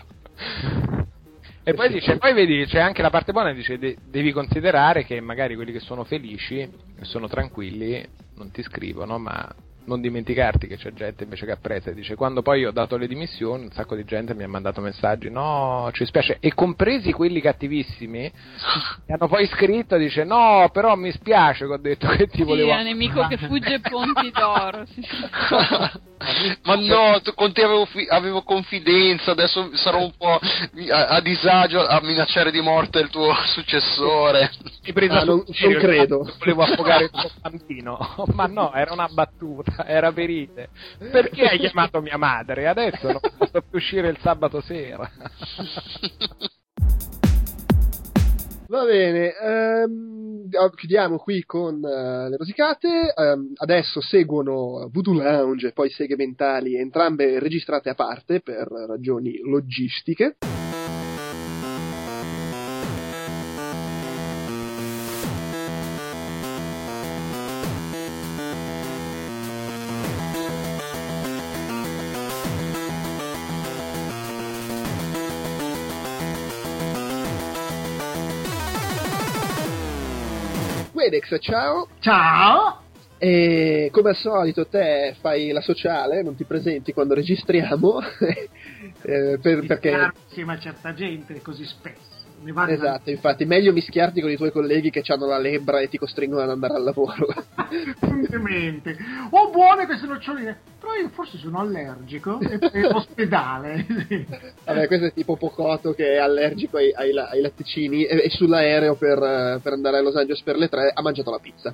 E poi dice, poi vedi, c'è anche la parte buona, dice de- devi considerare che magari quelli che sono felici e sono tranquilli non ti scrivono, ma non dimenticarti che c'è gente invece che apprezza. Dice, quando poi ho dato le dimissioni un sacco di gente mi ha mandato messaggi, no, ci spiace, e compresi quelli cattivissimi mi hanno poi scritto, dice, no, però mi spiace che ho detto che ti sì, volevo... Sì, è un nemico che fugge ponti d'oro. Sì. Ma no, con te avevo, fi- avevo confidenza, adesso sarò un po' a, a disagio a minacciare di morte il tuo successore. Hai preso ah, non, non credo. Volevo affogare il tuo bambino. Ma no, era una battuta, era verite. Perché hai chiamato mia madre? Adesso non posso più uscire il sabato sera. Va bene, ehm, chiudiamo qui con uh, le rosicate. Um, adesso seguono Voodoo Lounge e poi Seghe Mentali, entrambe registrate a parte per ragioni logistiche. Wedex, ciao. Ciao. E come al solito te fai la sociale, non ti presenti quando registriamo. eh, per, perché insieme a certa gente così spesso. Ne vale esatto, la... infatti meglio mischiarti con i tuoi colleghi che hanno la lebbra e ti costringono ad andare al lavoro. Puntualmente. Oh, buone queste noccioline, però io forse sono allergico e in ospedale. Vabbè, questo è tipo Pocotto che è allergico ai, ai, ai latticini e, e sull'aereo per, per andare a Los Angeles per le tre ha mangiato la pizza.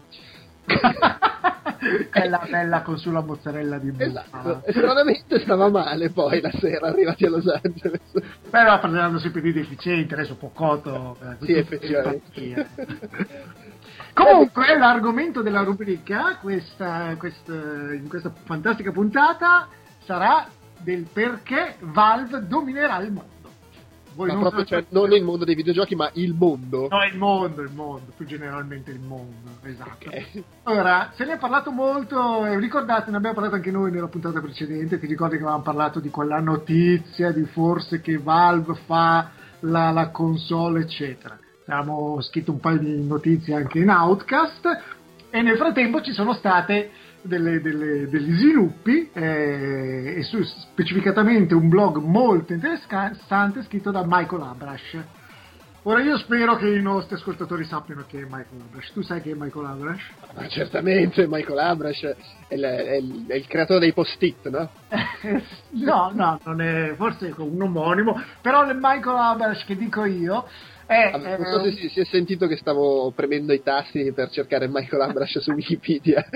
Quella bella con sulla mozzarella di bufala. Esatto. E stranamente stava male poi la sera arrivati a Los Angeles. Però parlando sempre di deficienti, adesso Pocotto eh, sì, effettivamente. Comunque l'argomento della rubrica questa, questa, in questa fantastica puntata sarà del perché Valve dominerà il mondo. Voi ma non proprio, cioè, non il mondo dei videogiochi, ma il mondo. No, il mondo, il mondo, più generalmente il mondo, esatto. Okay. Ora, se ne è parlato molto, eh, ricordate, ne abbiamo parlato anche noi nella puntata precedente, ti ricordi che avevamo parlato di quella notizia di forse che Valve fa la, la console, eccetera. Abbiamo scritto un paio di notizie anche in Outcast e nel frattempo ci sono state Delle, delle, degli sviluppi eh, e su, specificatamente un blog molto interessante scritto da Michael Abrash. Ora io spero che i nostri ascoltatori sappiano che è Michael Abrash. Tu sai che è Michael Abrash? Ma certamente Michael Abrash è il, è il, è il creatore dei post-it, no? no, no, non è forse un omonimo, però il Michael Abrash che dico io è, ah, non so se si, si è sentito che stavo premendo i tasti per cercare Michael Abrash su Wikipedia.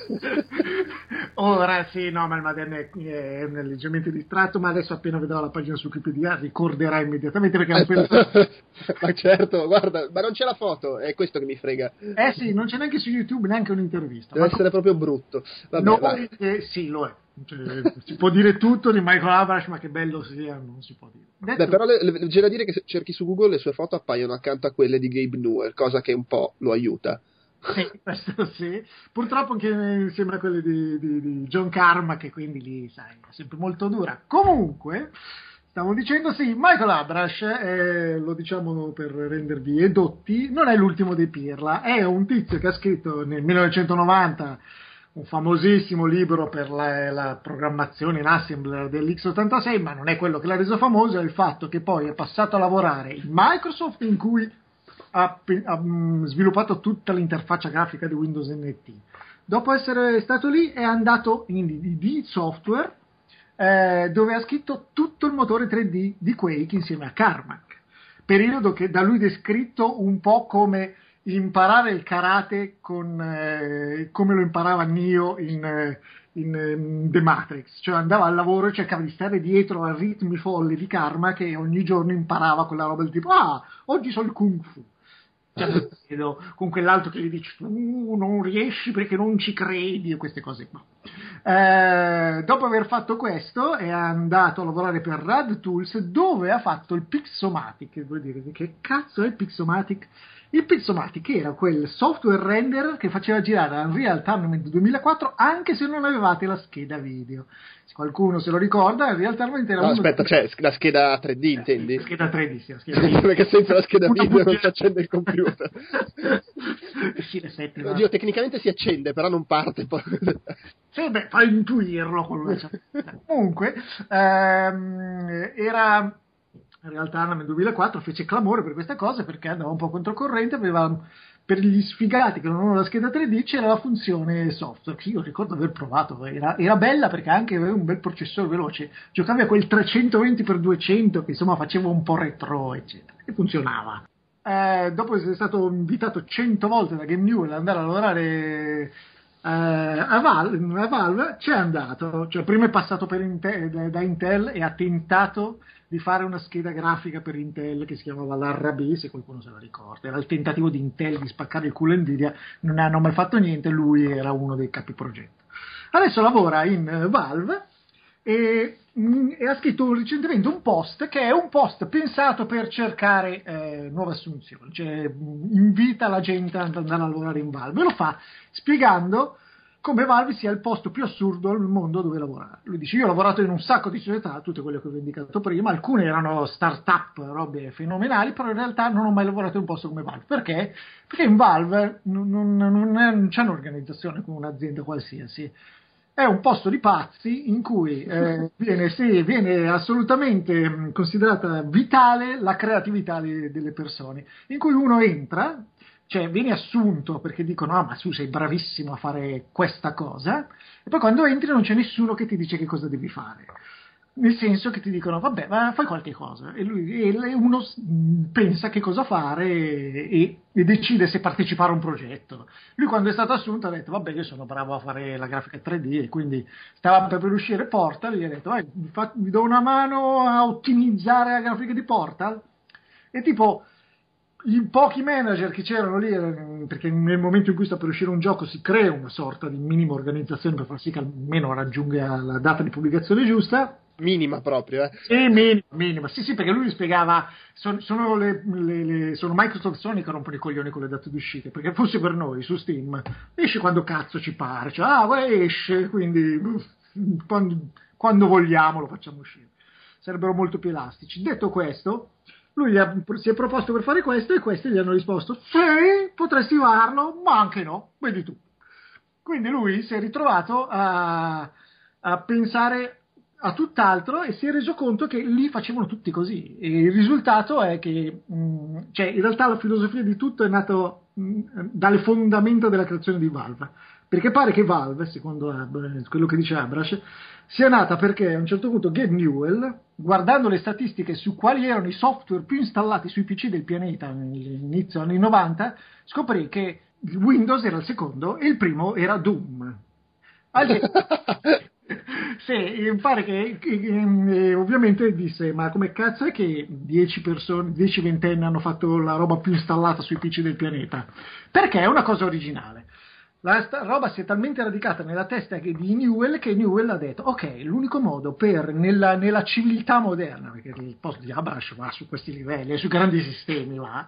Ora sì, no, ma il Madden è, è leggermente distratto, ma adesso appena vedrò la pagina su Wikipedia ricorderà immediatamente perché è un film... Ma certo, guarda, ma non c'è la foto, è questo che mi frega. Eh sì, non c'è neanche su YouTube neanche un'intervista. Deve essere proprio brutto. Vabbè, no, vai. Eh, sì, lo è. Cioè, si può dire tutto di Michael Abrash, ma che bello sia non si può dire. Detto... Beh, però le, le, c'è da dire che se cerchi su Google le sue foto appaiono accanto a quelle di Gabe Newell, cosa che un po' lo aiuta. Sì, questo sì. Purtroppo anche insieme a quelle di, di, di John Carmack, che quindi lì, sai, è sempre molto dura. Comunque, stavo dicendo sì, Michael Abrash, eh, lo diciamo per rendervi edotti, non è l'ultimo dei pirla, è un tizio che ha scritto nel millenovecentonovanta un famosissimo libro per la, la programmazione in assembler dell'X ottantasei, ma non è quello che l'ha reso famoso, è il fatto che poi è passato a lavorare in Microsoft, in cui ha, ha sviluppato tutta l'interfaccia grafica di Windows N T. Dopo essere stato lì è andato in I D Software, eh, dove ha scritto tutto il motore tre D di Quake insieme a Carmack, periodo che da lui descritto un po' come imparare il karate con eh, come lo imparava Neo in, eh, in, in The Matrix, cioè andava al lavoro e cercava di stare dietro a ritmi folli di Carmack e ogni giorno imparava quella roba del tipo ah, oggi so il Kung Fu, cioè, con quell'altro che gli dice tu non riesci perché non ci credi e queste cose qua. Eh, dopo aver fatto questo è andato a lavorare per Rad Tools, dove ha fatto il Pixomatic, che vuol dire che cazzo è il Pixomatic? Il Pixomatic era quel software render che faceva girare Unreal Tournament duemilaquattro anche se non avevate la scheda video. Se qualcuno se lo ricorda, Unreal Tournament era no, uno aspetta, di... cioè la scheda tre D intendi? La scheda tre D, sì, la scheda tre D. Perché senza la scheda video non si accende il computer. Sì, le sette, Oddio, tecnicamente si accende, però non parte poi. Sì, beh, fai intuirlo con una... Comunque, ehm, era... In realtà nel duemilaquattro fece clamore per queste cose perché andava un po' controcorrente, aveva, per gli sfigati che non avevano la scheda tre D c'era la funzione software, che io ricordo aver provato, era, era bella perché anche aveva un bel processore veloce, giocavi a quel trecentoventi per duecento che insomma faceva un po' retro eccetera, e funzionava. Eh, dopo essere stato invitato cento volte da Game Newell ad andare a lavorare a, Val- a Valve c'è andato, cioè prima è passato per Intel, da Intel e ha tentato di fare una scheda grafica per Intel che si chiamava l'R B, se qualcuno se la ricorda. Era il tentativo di Intel di spaccare il culo a Nvidia, non ne hanno mai fatto niente, lui era uno dei capi progetto. Adesso lavora in Valve e, e ha scritto recentemente un post che è un post pensato per cercare eh, nuove assunzioni, cioè invita la gente ad andare a lavorare in Valve, e lo fa spiegando come Valve sia il posto più assurdo al mondo dove lavorare. Lui dice: io ho lavorato in un sacco di società, tutte quelle che ho indicato prima, alcune erano start-up, robe fenomenali, però in realtà non ho mai lavorato in un posto come Valve. Perché? Perché in Valve non, non, non, è, non c'è un'organizzazione come un'azienda qualsiasi. È un posto di pazzi in cui eh, viene, sì, viene assolutamente considerata vitale la creatività di, delle persone, in cui uno entra, cioè viene assunto perché dicono: ah, ma tu sei bravissimo a fare questa cosa, e poi quando entri non c'è nessuno che ti dice che cosa devi fare, nel senso che ti dicono: vabbè, ma fai qualche cosa, e, lui, e uno pensa che cosa fare e, e decide se partecipare a un progetto. Lui quando è stato assunto ha detto: vabbè, io sono bravo a fare la grafica tre D, e quindi stava per uscire Portal, e gli ha detto: vai, mi, fa, mi do una mano a ottimizzare la grafica di Portal. E tipo i pochi manager che c'erano lì, perché nel momento in cui sta per uscire un gioco si crea una sorta di minima organizzazione per far sì che almeno raggiunga la data di pubblicazione giusta, minima proprio, eh. Sì, minima, minima. Sì, sì, perché lui spiegava, son, sono, le, le, le, sono Microsoft e Sony che rompono i coglioni con le date d'uscita, perché fosse per noi su Steam esce quando cazzo ci pare, cioè, ah, esce, quindi quando, quando vogliamo lo facciamo uscire. Sarebbero molto più elastici. Detto questo, lui ha, si è proposto per fare questo, e questi gli hanno risposto: sì, potresti farlo, ma anche no, vedi tu. Quindi lui si è ritrovato a, a pensare a tutt'altro e si è reso conto che lì facevano tutti così, e il risultato è che mh, cioè in realtà la filosofia di tutto è nato mh, dalle fondamenta della creazione di Valve, perché pare che Valve, secondo Ab- quello che dice Abrash, sia nata perché a un certo punto Gabe Newell, guardando le statistiche su quali erano i software più installati sui P C del pianeta all'inizio degli anni novanta, scoprì che Windows era il secondo e il primo era Doom. Allora, sì, pare che, che, che ovviamente disse: ma come cazzo è che dieci persone, dieci ventenni hanno fatto la roba più installata sui P C del pianeta? Perché è una cosa originale. La sta- roba si è talmente radicata nella testa che di Newell che Newell ha detto: ok, l'unico modo per nella, nella civiltà moderna, perché il posto di Abrash va su questi livelli, sui grandi sistemi va,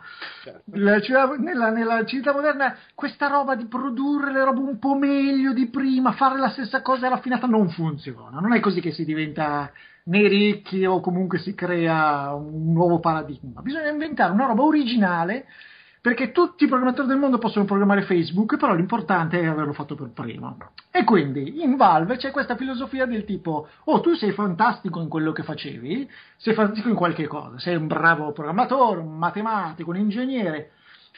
certo. nella, nella civiltà moderna questa roba di produrre le robe un po' meglio di prima, fare la stessa cosa raffinata non funziona. Non è così che si diventa né ricchi o comunque si crea un nuovo paradigma. Bisogna inventare una roba originale, perché tutti i programmatori del mondo possono programmare Facebook, però l'importante è averlo fatto per primo. E quindi in Valve c'è questa filosofia del tipo: oh, tu sei fantastico in quello che facevi, sei fantastico in qualche cosa, sei un bravo programmatore, un matematico, un ingegnere,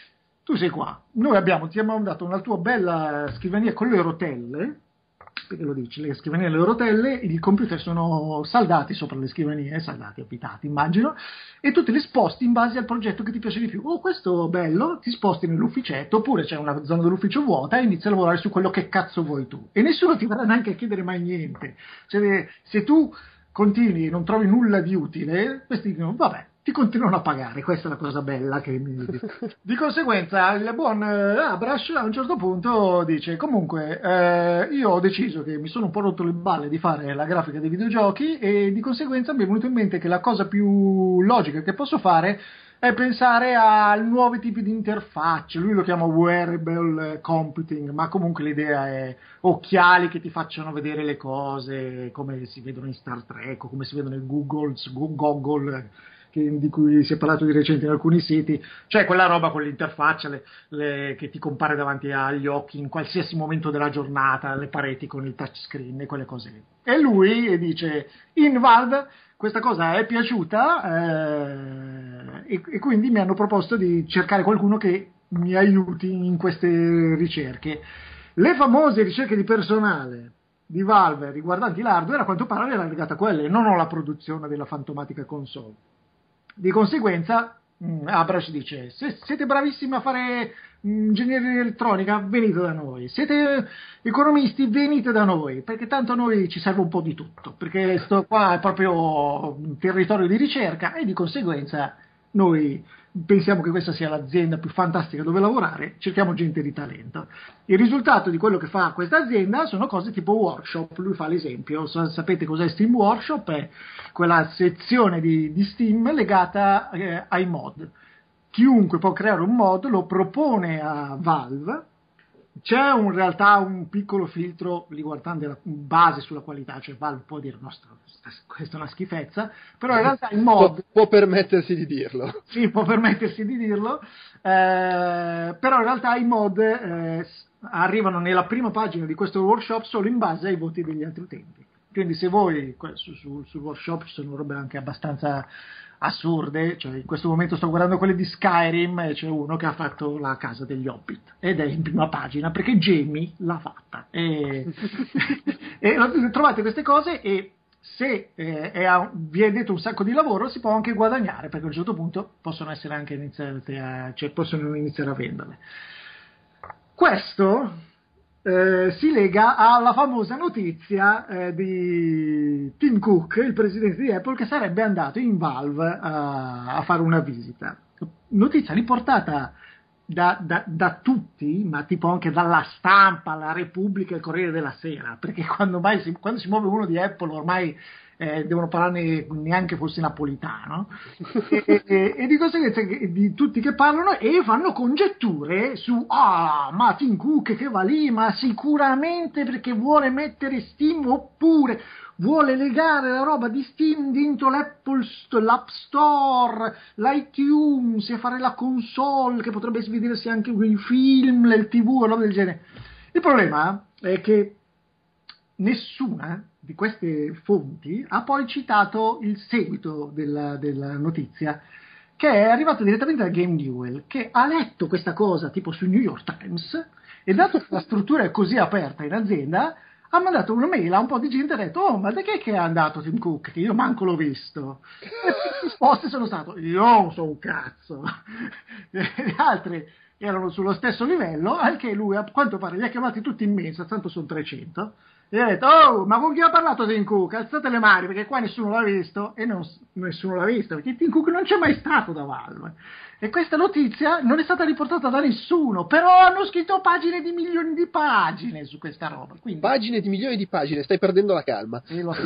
tu sei qua. Noi abbiamo, ti abbiamo dato una tua bella scrivania con le rotelle, perché lo dici, le scrivanie e le rotelle, i computer sono saldati sopra le scrivanie, saldati, appitati, immagino, e tu te li sposti in base al progetto che ti piace di più. Oh, questo è bello, ti sposti nell'ufficetto, oppure c'è una zona dell'ufficio vuota e inizi a lavorare su quello che cazzo vuoi tu. E nessuno ti verrà neanche a chiedere mai niente. Cioè, se tu continui e non trovi nulla di utile, questi dicono: vabbè, ti continuano a pagare, questa è la cosa bella che mi... Di conseguenza il buon Abrash a un certo punto dice: comunque eh, io ho deciso che mi sono un po' rotto le balle di fare la grafica dei videogiochi, e di conseguenza mi è venuto in mente che la cosa più logica che posso fare è pensare a nuovi tipi di interfacce. Lui lo chiama wearable computing, ma comunque l'idea è occhiali che ti facciano vedere le cose come si vedono in Star Trek o come si vedono in Google, Google che, di cui si è parlato di recente in alcuni siti, cioè quella roba con l'interfaccia le, le, che ti compare davanti agli occhi in qualsiasi momento della giornata, le pareti con il touchscreen e quelle cose lì. E lui dice: in Valve questa cosa è piaciuta eh, e, e quindi mi hanno proposto di cercare qualcuno che mi aiuti in queste ricerche. Le famose ricerche di personale di Valve riguardanti l'hardware a quanto pare era legata a quelle, non alla produzione della fantomatica console. Di conseguenza Mm, Abrash dice: se siete bravissimi a fare ingegneria elettronica, venite da noi. Siete economisti, venite da noi, perché tanto a noi ci serve un po' di tutto, perché sto qua è proprio un territorio di ricerca e di conseguenza noi pensiamo che questa sia l'azienda più fantastica dove lavorare, cerchiamo gente di talento. Il risultato di quello che fa questa azienda sono cose tipo workshop. Lui fa l'esempio, sapete cos'è Steam Workshop? È quella sezione di, di Steam legata eh, ai mod. Chiunque può creare un mod, lo propone a Valve. C'è in realtà un piccolo filtro riguardante la base sulla qualità, cioè Valve può dire no, questa è una schifezza, però in realtà il mod può, può permettersi di dirlo. Sì, può permettersi di dirlo, eh, però in realtà i mod eh, arrivano nella prima pagina di questo workshop solo in base ai voti degli altri utenti. Quindi se voi su, su, sul workshop ci sono robe anche abbastanza assurde, cioè in questo momento sto guardando quelle di Skyrim e c'è uno che ha fatto la casa degli Hobbit ed è in prima pagina perché Jamie l'ha fatta e, e trovate queste cose e se eh, è a, vi è detto un sacco di lavoro si può anche guadagnare, perché a un certo punto possono essere anche iniziate a, cioè possono iniziare a venderle. Questo Eh, si lega alla famosa notizia eh, di Tim Cook, il presidente di Apple, che sarebbe andato in Valve a, a fare una visita. Notizia riportata da, da, da tutti, ma tipo anche dalla Stampa, la Repubblica, il Corriere della Sera, perché quando, mai si, quando si muove uno di Apple ormai eh, devono parlarne neanche fosse napolitano e, e, e di conseguenza di tutti che parlano e fanno congetture su ah ma Tim Cook che va lì ma sicuramente perché vuole mettere Steam oppure vuole legare la roba di Steam dentro l'Apple St- l'App Store, l'iTunes e fare la console che potrebbe vedersi anche i film, il tivù e roba del genere. Il problema è che nessuna di queste fonti ha poi citato il seguito della, della notizia, che è arrivato direttamente da Game Newell, che ha letto questa cosa tipo su New York Times e dato che la struttura è così aperta in azienda ha mandato una mail a un po' di gente e ha detto oh ma da che è andato Tim Cook che io manco l'ho visto e le risposte sono state io non so un cazzo e le altre erano sullo stesso livello, anche lui a quanto pare li ha chiamati tutti in mensa, tanto sono trecento e ha detto oh ma con chi ha parlato Tim Cook? Alzate le mani perché qua nessuno l'ha visto e non, nessuno l'ha visto perché Tim Cook non c'è mai stato da Valve e questa notizia non è stata riportata da nessuno, però hanno scritto pagine di milioni di pagine su questa roba. Quindi, pagine di milioni di pagine, stai perdendo la calma. E lo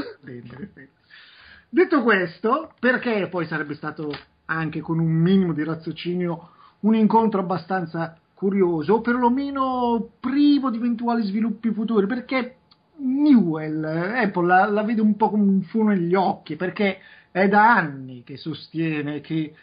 detto questo, perché poi sarebbe stato anche con un minimo di raziocinio un incontro abbastanza curioso, o perlomeno privo di eventuali sviluppi futuri, perché Newell, Apple la, la vede un po' come un fumo negli occhi, perché è da anni che sostiene che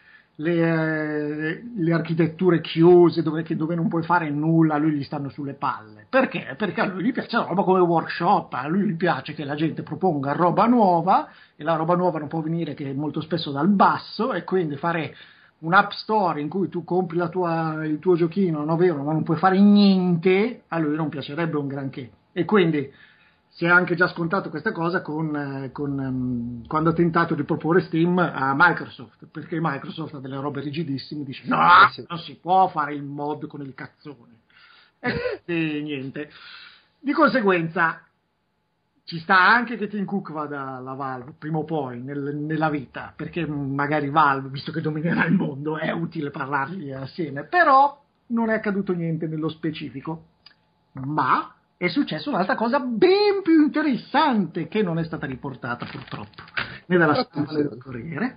le, le architetture chiuse dove, che, dove non puoi fare nulla a lui gli stanno sulle palle. Perché? Perché a lui gli piace la roba come workshop, a lui gli piace che la gente proponga roba nuova e la roba nuova non può venire che molto spesso dal basso e quindi fare un app store in cui tu compri la tua, il tuo giochino a nove euro ma non puoi fare niente, a lui non piacerebbe un granché e quindi si è anche già scontato questa cosa con, con um, quando ha tentato di proporre Steam a Microsoft, perché Microsoft ha delle robe rigidissime, dice no, eh sì. non si può fare il mod con il cazzone e, e niente, di conseguenza ci sta anche che Tim Cook vada alla Valve prima o poi nel, nella vita, perché magari Valve, visto che dominerà il mondo, è utile parlargli assieme, però non è accaduto niente nello specifico, ma è successa un'altra cosa ben più interessante che non è stata riportata purtroppo né dalla stampa né dal Corriere,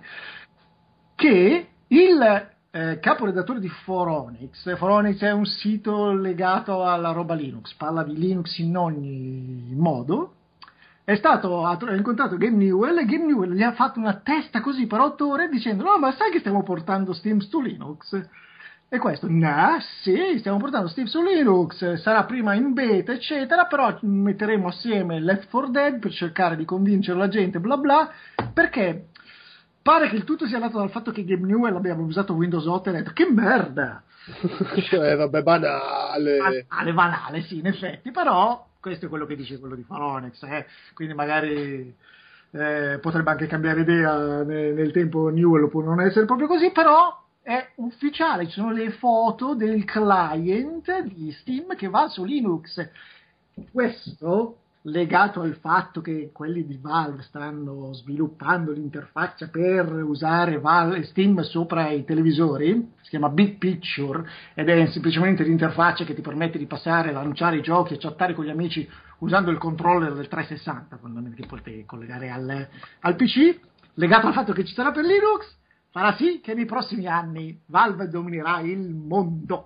che il eh, caporedattore di Foronix, Foronix è un sito legato alla roba Linux, parla di Linux in ogni modo, è stato ha incontrato Game Newell e Game Newell gli ha fatto una testa così per otto ore dicendo no ma sai che stiamo portando Steam su Linux? E questo, no, sì, stiamo portando Steam su Linux, sarà prima in beta, eccetera, però metteremo assieme Left four Dead per cercare di convincere la gente, bla bla, perché pare che il tutto sia nato dal fatto che Game Newell abbia usato Windows otto e ha detto, che merda! Eh, vabbè, banale. Banale, banale, sì, in effetti, però questo è quello che dice quello di Foronix, eh? Quindi magari eh, potrebbe anche cambiare idea nel, nel tempo, Newell può non essere proprio così, però è ufficiale, ci sono le foto del client di Steam che va su Linux. Questo legato al fatto che quelli di Valve stanno sviluppando l'interfaccia per usare Valve, Steam sopra i televisori, si chiama Big Picture, ed è semplicemente l'interfaccia che ti permette di passare, lanciare i giochi e chattare con gli amici usando il controller del trecentosessanta, che potete collegare al, al P C, legato al fatto che ci sarà per Linux, farà sì che nei prossimi anni Valve dominerà il mondo.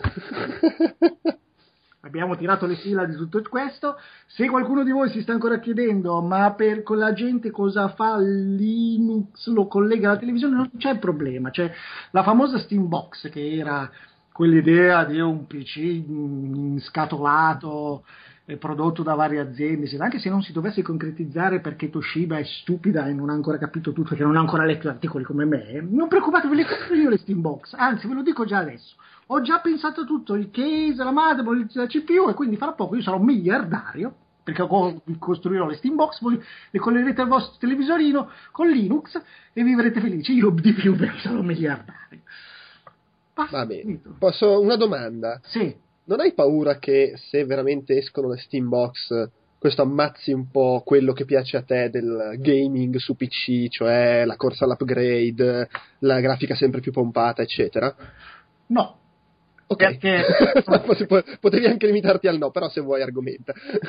Abbiamo tirato le fila di tutto questo. Se qualcuno di voi si sta ancora chiedendo ma per con la gente cosa fa Linux, lo collega alla televisione, non c'è problema. C'è la famosa Steambox, che era quell'idea di un P C scatolato prodotto da varie aziende, anche se non si dovesse concretizzare perché Toshiba è stupida e non ha ancora capito tutto, perché non ha ancora letto gli articoli come me, non preoccupatevi, ve le compro io le Steambox, anzi ve lo dico già adesso, ho già pensato tutto, il case, la motherboard, la C P U, e quindi fra poco io sarò miliardario perché costruirò le Steambox, voi le collegherete al vostro televisorino con Linux e vivrete felici. Io di più perché sarò miliardario. Basta, va bene. Posso una domanda? Sì. Non hai paura che se veramente escono le Steambox questo ammazzi un po' quello che piace a te del gaming su P C, cioè la corsa all'upgrade, la grafica sempre più pompata, eccetera? No. Ok, perché... potevi anche limitarti al no, però se vuoi argomenta.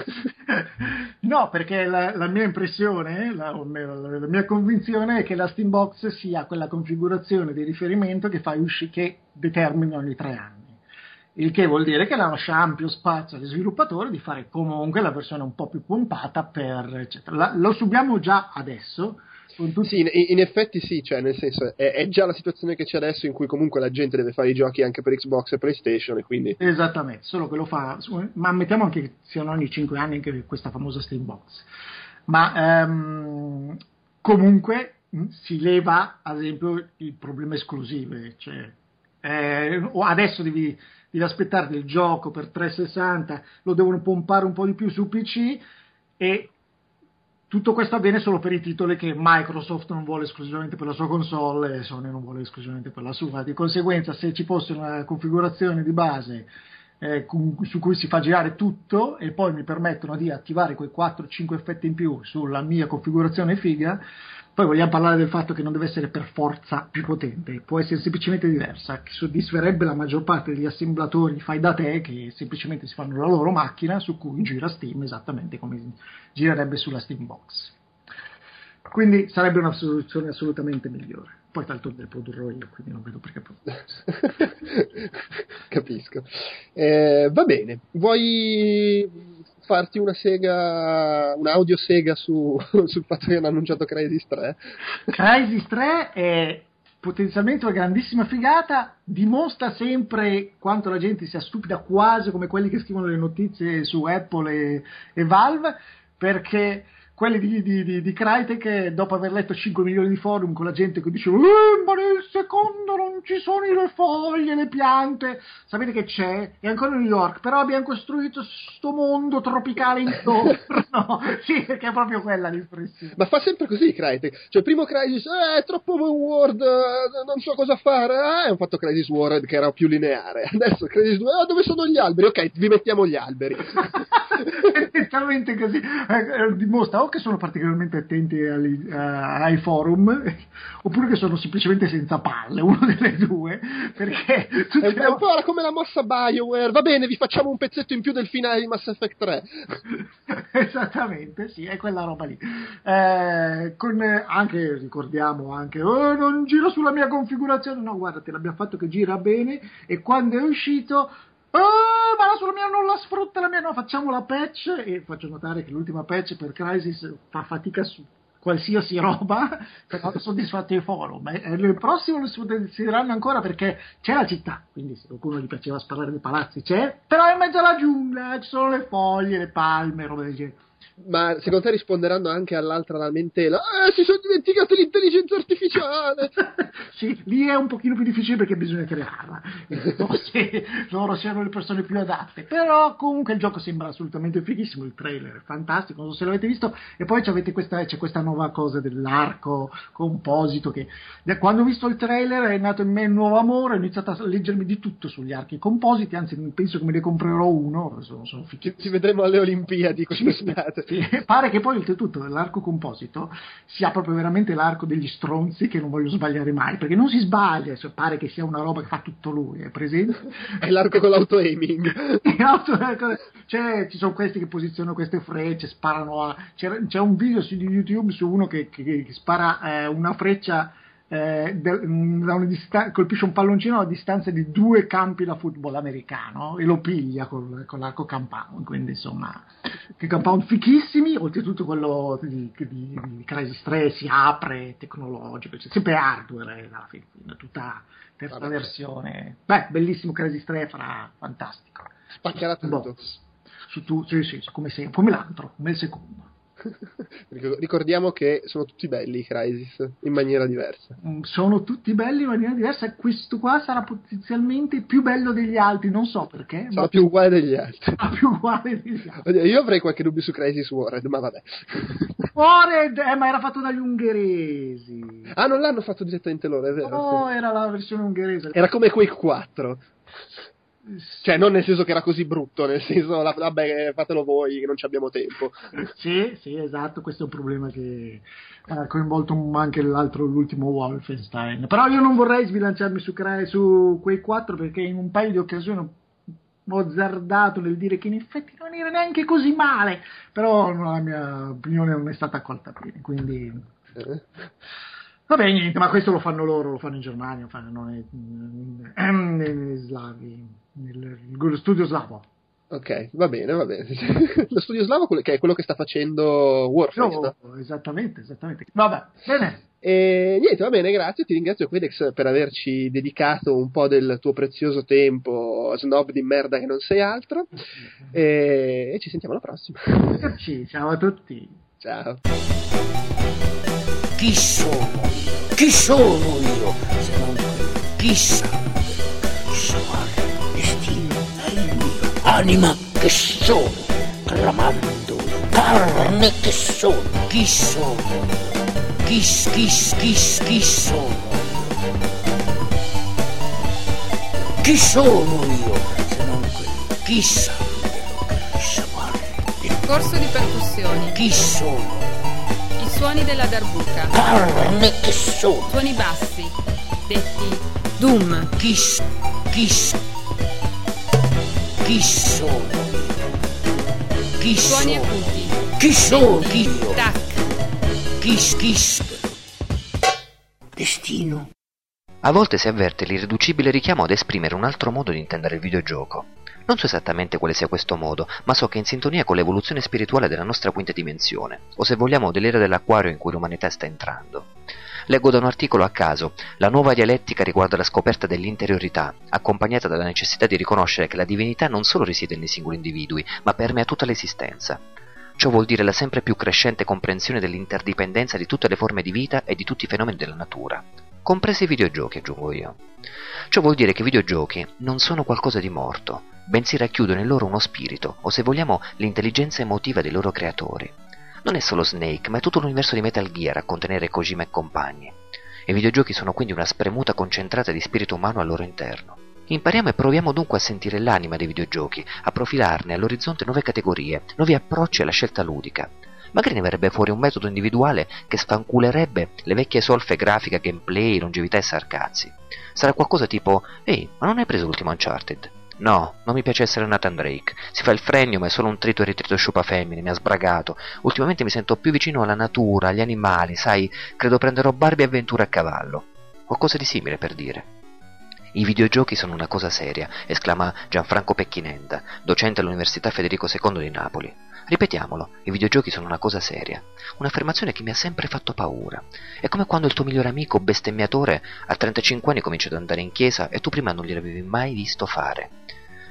No, perché la, la mia impressione, la, la mia convinzione è che la Steambox sia quella configurazione di riferimento che fai uscire, che determina ogni tre anni. Il che vuol dire che lascia ampio spazio agli sviluppatori di fare comunque la versione un po' più pompata per eccetera. La, lo subiamo già adesso. Con tutti... Sì, in, in effetti sì, cioè nel senso è, è già la situazione che c'è adesso in cui comunque la gente deve fare i giochi anche per Xbox e PlayStation e quindi... Esattamente, solo che lo fa, ma ammettiamo anche che siano ogni cinque anni anche questa famosa Steambox. Ma um, comunque si leva ad esempio il problema esclusive, cioè eh, adesso devi, devi aspettare il gioco per trecentosessanta, lo devono pompare un po' di più su P C e tutto questo avviene solo per i titoli che Microsoft non vuole esclusivamente per la sua console e Sony non vuole esclusivamente per la sua. Di conseguenza, se ci fosse una configurazione di base eh, su cui si fa girare tutto e poi mi permettono di attivare quei quattro cinque effetti in più sulla mia configurazione figa, poi vogliamo parlare del fatto che non deve essere per forza più potente, può essere semplicemente diversa, che soddisferebbe la maggior parte degli assemblatori fai da te che semplicemente si fanno la loro macchina su cui gira Steam esattamente come girerebbe sulla Steambox. Quindi sarebbe una soluzione assolutamente migliore. Poi tanto ne produrrò io, quindi non vedo perché capisco. Eh, va bene, vuoi farti una sega, un audio sega su, sul fatto che hanno annunciato Crysis tre? Crysis tre è potenzialmente una grandissima figata, dimostra sempre quanto la gente sia stupida, quasi come quelli che scrivono le notizie su Apple e, e Valve, perché quelli di, di, di, di Crytek, dopo aver letto cinque milioni di forum con la gente che diceva eh, ma nel secondo non ci sono le foglie, le piante, sapete che c'è? È ancora New York, però abbiamo costruito sto mondo tropicale intorno. Sì, perché è proprio quella l'espressione. Ma fa sempre così Crytek, cioè primo Crysis eh, è troppo open world, eh, non so cosa fare, eh, hanno fatto Crysis World che era più lineare, adesso Crysis due, ah, dove sono gli alberi? Ok, vi mettiamo gli alberi. È talmente così, eh, dimostra o che sono particolarmente attenti agli, uh, ai forum oppure che sono semplicemente senza palle, uno delle due, perché è un, un po' come la mossa BioWare, va bene vi facciamo un pezzetto in più del finale di Mass Effect tre. Esattamente, sì, è quella roba lì, eh, con anche, ricordiamo anche oh, non gira sulla mia configurazione, no guardate l'abbiamo fatto che gira bene e quando è uscito oh, ma la sulla mia non la sfrutta, la mia no, facciamo la patch, e faccio notare che l'ultima patch per Crysis fa fatica su qualsiasi roba, però sono soddisfatto i forum, e il prossimo lo si decideranno ancora perché c'è la città, quindi se qualcuno gli piaceva sparare dei palazzi c'è, però è in mezzo alla giungla, ci sono le foglie, le palme, roba del genere. Ma secondo te risponderanno anche all'altra lamentela? Eh, si sono dimenticati l'intelligenza artificiale! Sì, lì è un pochino più difficile perché bisogna crearla. Non se loro siano le persone più adatte. Però comunque il gioco sembra assolutamente fighissimo, il trailer è fantastico, non so se l'avete visto. E poi c'avete questa, c'è questa nuova cosa dell'arco composito che quando ho visto il trailer è nato in me un nuovo amore, ho iniziato a leggermi di tutto sugli archi compositi, anzi penso che me ne comprerò uno, sono, sono fighissimi. Ci vedremo alle Olimpiadi quest'estate. Sì, pare che poi oltretutto l'arco composito sia proprio veramente l'arco degli stronzi che non voglio sbagliare mai, perché non si sbaglia, cioè, pare che sia una roba che fa tutto lui, è presente? È l'arco con l'auto-aiming. Cioè, ci sono questi che posizionano queste frecce, sparano a... C'è, c'è un video su YouTube su uno che, che, che spara eh, una freccia Eh, da una distan- colpisce un palloncino a distanza di due campi da football americano e lo piglia col, con l'arco compound, quindi insomma che compound fichissimi, oltretutto quello di, di, di Crysis tre si apre tecnologico, cioè, sempre hardware eh, alla fine, tutta terza Vabbè. versione, beh bellissimo Crysis tre, farà fantastico, spaccherà tutto boh, su tu, sì, sì, come, sempre, come l'altro, come il secondo. Ricordiamo che sono tutti belli i Crysis in maniera diversa. Sono tutti belli in maniera diversa. Questo qua sarà potenzialmente più bello degli altri, non so perché. Sarà più uguale degli altri. Sarà più uguale degli altri. Io avrei qualche dubbio su Crysis Warred, ma vabbè. Warred, eh, ma era fatto dagli ungheresi. Ah, non l'hanno fatto direttamente loro, è vero? No, sì. Era la versione ungherese. Era come Quake quattro. Cioè, non nel senso che era così brutto, nel senso, vabbè, fatelo voi, che non ci abbiamo tempo. Sì, sì, esatto, questo è un problema che ha coinvolto anche l'altro, l'ultimo Wolfenstein. Però io non vorrei sbilanciarmi su, su quei quattro, perché in un paio di occasioni ho azzardato nel dire che in effetti non era neanche così male, però la mia opinione non è stata accolta bene, quindi... Eh. Vabbè, niente, ma questo lo fanno loro, lo fanno in Germania, lo fanno nei slavi, nello studio slavo. Ok, va bene, va bene. Lo studio slavo che è quello che sta facendo Warface, no, no? Esattamente, esattamente. Vabbè, bene. E niente, va bene, grazie, ti ringrazio Quedex per averci dedicato un po' del tuo prezioso tempo, snob di merda che non sei altro, e, e ci sentiamo alla prossima. Ciao a tutti. Ciao. Chi sono io? Chi sono io? Se non chissà, sono destino è il mio. Anima che sono, clamando carne che sono. Chi sono? Chi, chi, chi, chi sono? Chi sono io? Se non quello, chissà che saprà. Corso di percussioni. Chi sono? Suoni della darbuca. Carne che sono. Suoni bassi, detti Doom. Chi, chi, chi sono? Chi Suoni sono? acuti. Chi sono? Chi io? Tac. Chi, chi, destino. A volte si avverte l'irriducibile richiamo ad esprimere un altro modo di intendere il videogioco. Non so esattamente quale sia questo modo, ma so che è in sintonia con l'evoluzione spirituale della nostra quinta dimensione, o se vogliamo dell'era dell'acquario in cui l'umanità sta entrando. Leggo da un articolo a caso: la nuova dialettica riguarda la scoperta dell'interiorità, accompagnata dalla necessità di riconoscere che la divinità non solo risiede nei singoli individui, ma permea tutta l'esistenza. Ciò vuol dire la sempre più crescente comprensione dell'interdipendenza di tutte le forme di vita e di tutti i fenomeni della natura, compresi i videogiochi, aggiungo io. Ciò vuol dire che i videogiochi non sono qualcosa di morto, bensì racchiudono in loro uno spirito, o se vogliamo l'intelligenza emotiva dei loro creatori. Non è solo Snake, ma è tutto l'universo di Metal Gear a contenere Kojima e compagni. I videogiochi sono quindi una spremuta concentrata di spirito umano al loro interno. Impariamo e proviamo dunque a sentire l'anima dei videogiochi, a profilarne all'orizzonte nuove categorie, nuovi approcci alla scelta ludica. Magari ne verrebbe fuori un metodo individuale che sfanculerebbe le vecchie solfe grafica, gameplay, longevità e sarcazzi. Sarà qualcosa tipo: ehi, ma non hai preso l'ultimo Uncharted? No, non mi piace essere Nathan Drake. Si fa il fregno, ma è solo un trito e ritrito sciupa femmine, mi ha sbragato. Ultimamente mi sento più vicino alla natura, agli animali, sai, credo prenderò Barbie e avventure a cavallo. O cose di simile, per dire. I videogiochi sono una cosa seria, esclama Gianfranco Pecchinenda, docente all'Università Federico secondo di Napoli. Ripetiamolo, i videogiochi sono una cosa seria. Un'affermazione che mi ha sempre fatto paura. È come quando il tuo migliore amico bestemmiatore a trentacinque anni comincia ad andare in chiesa e tu prima non gliel'avevi mai visto fare.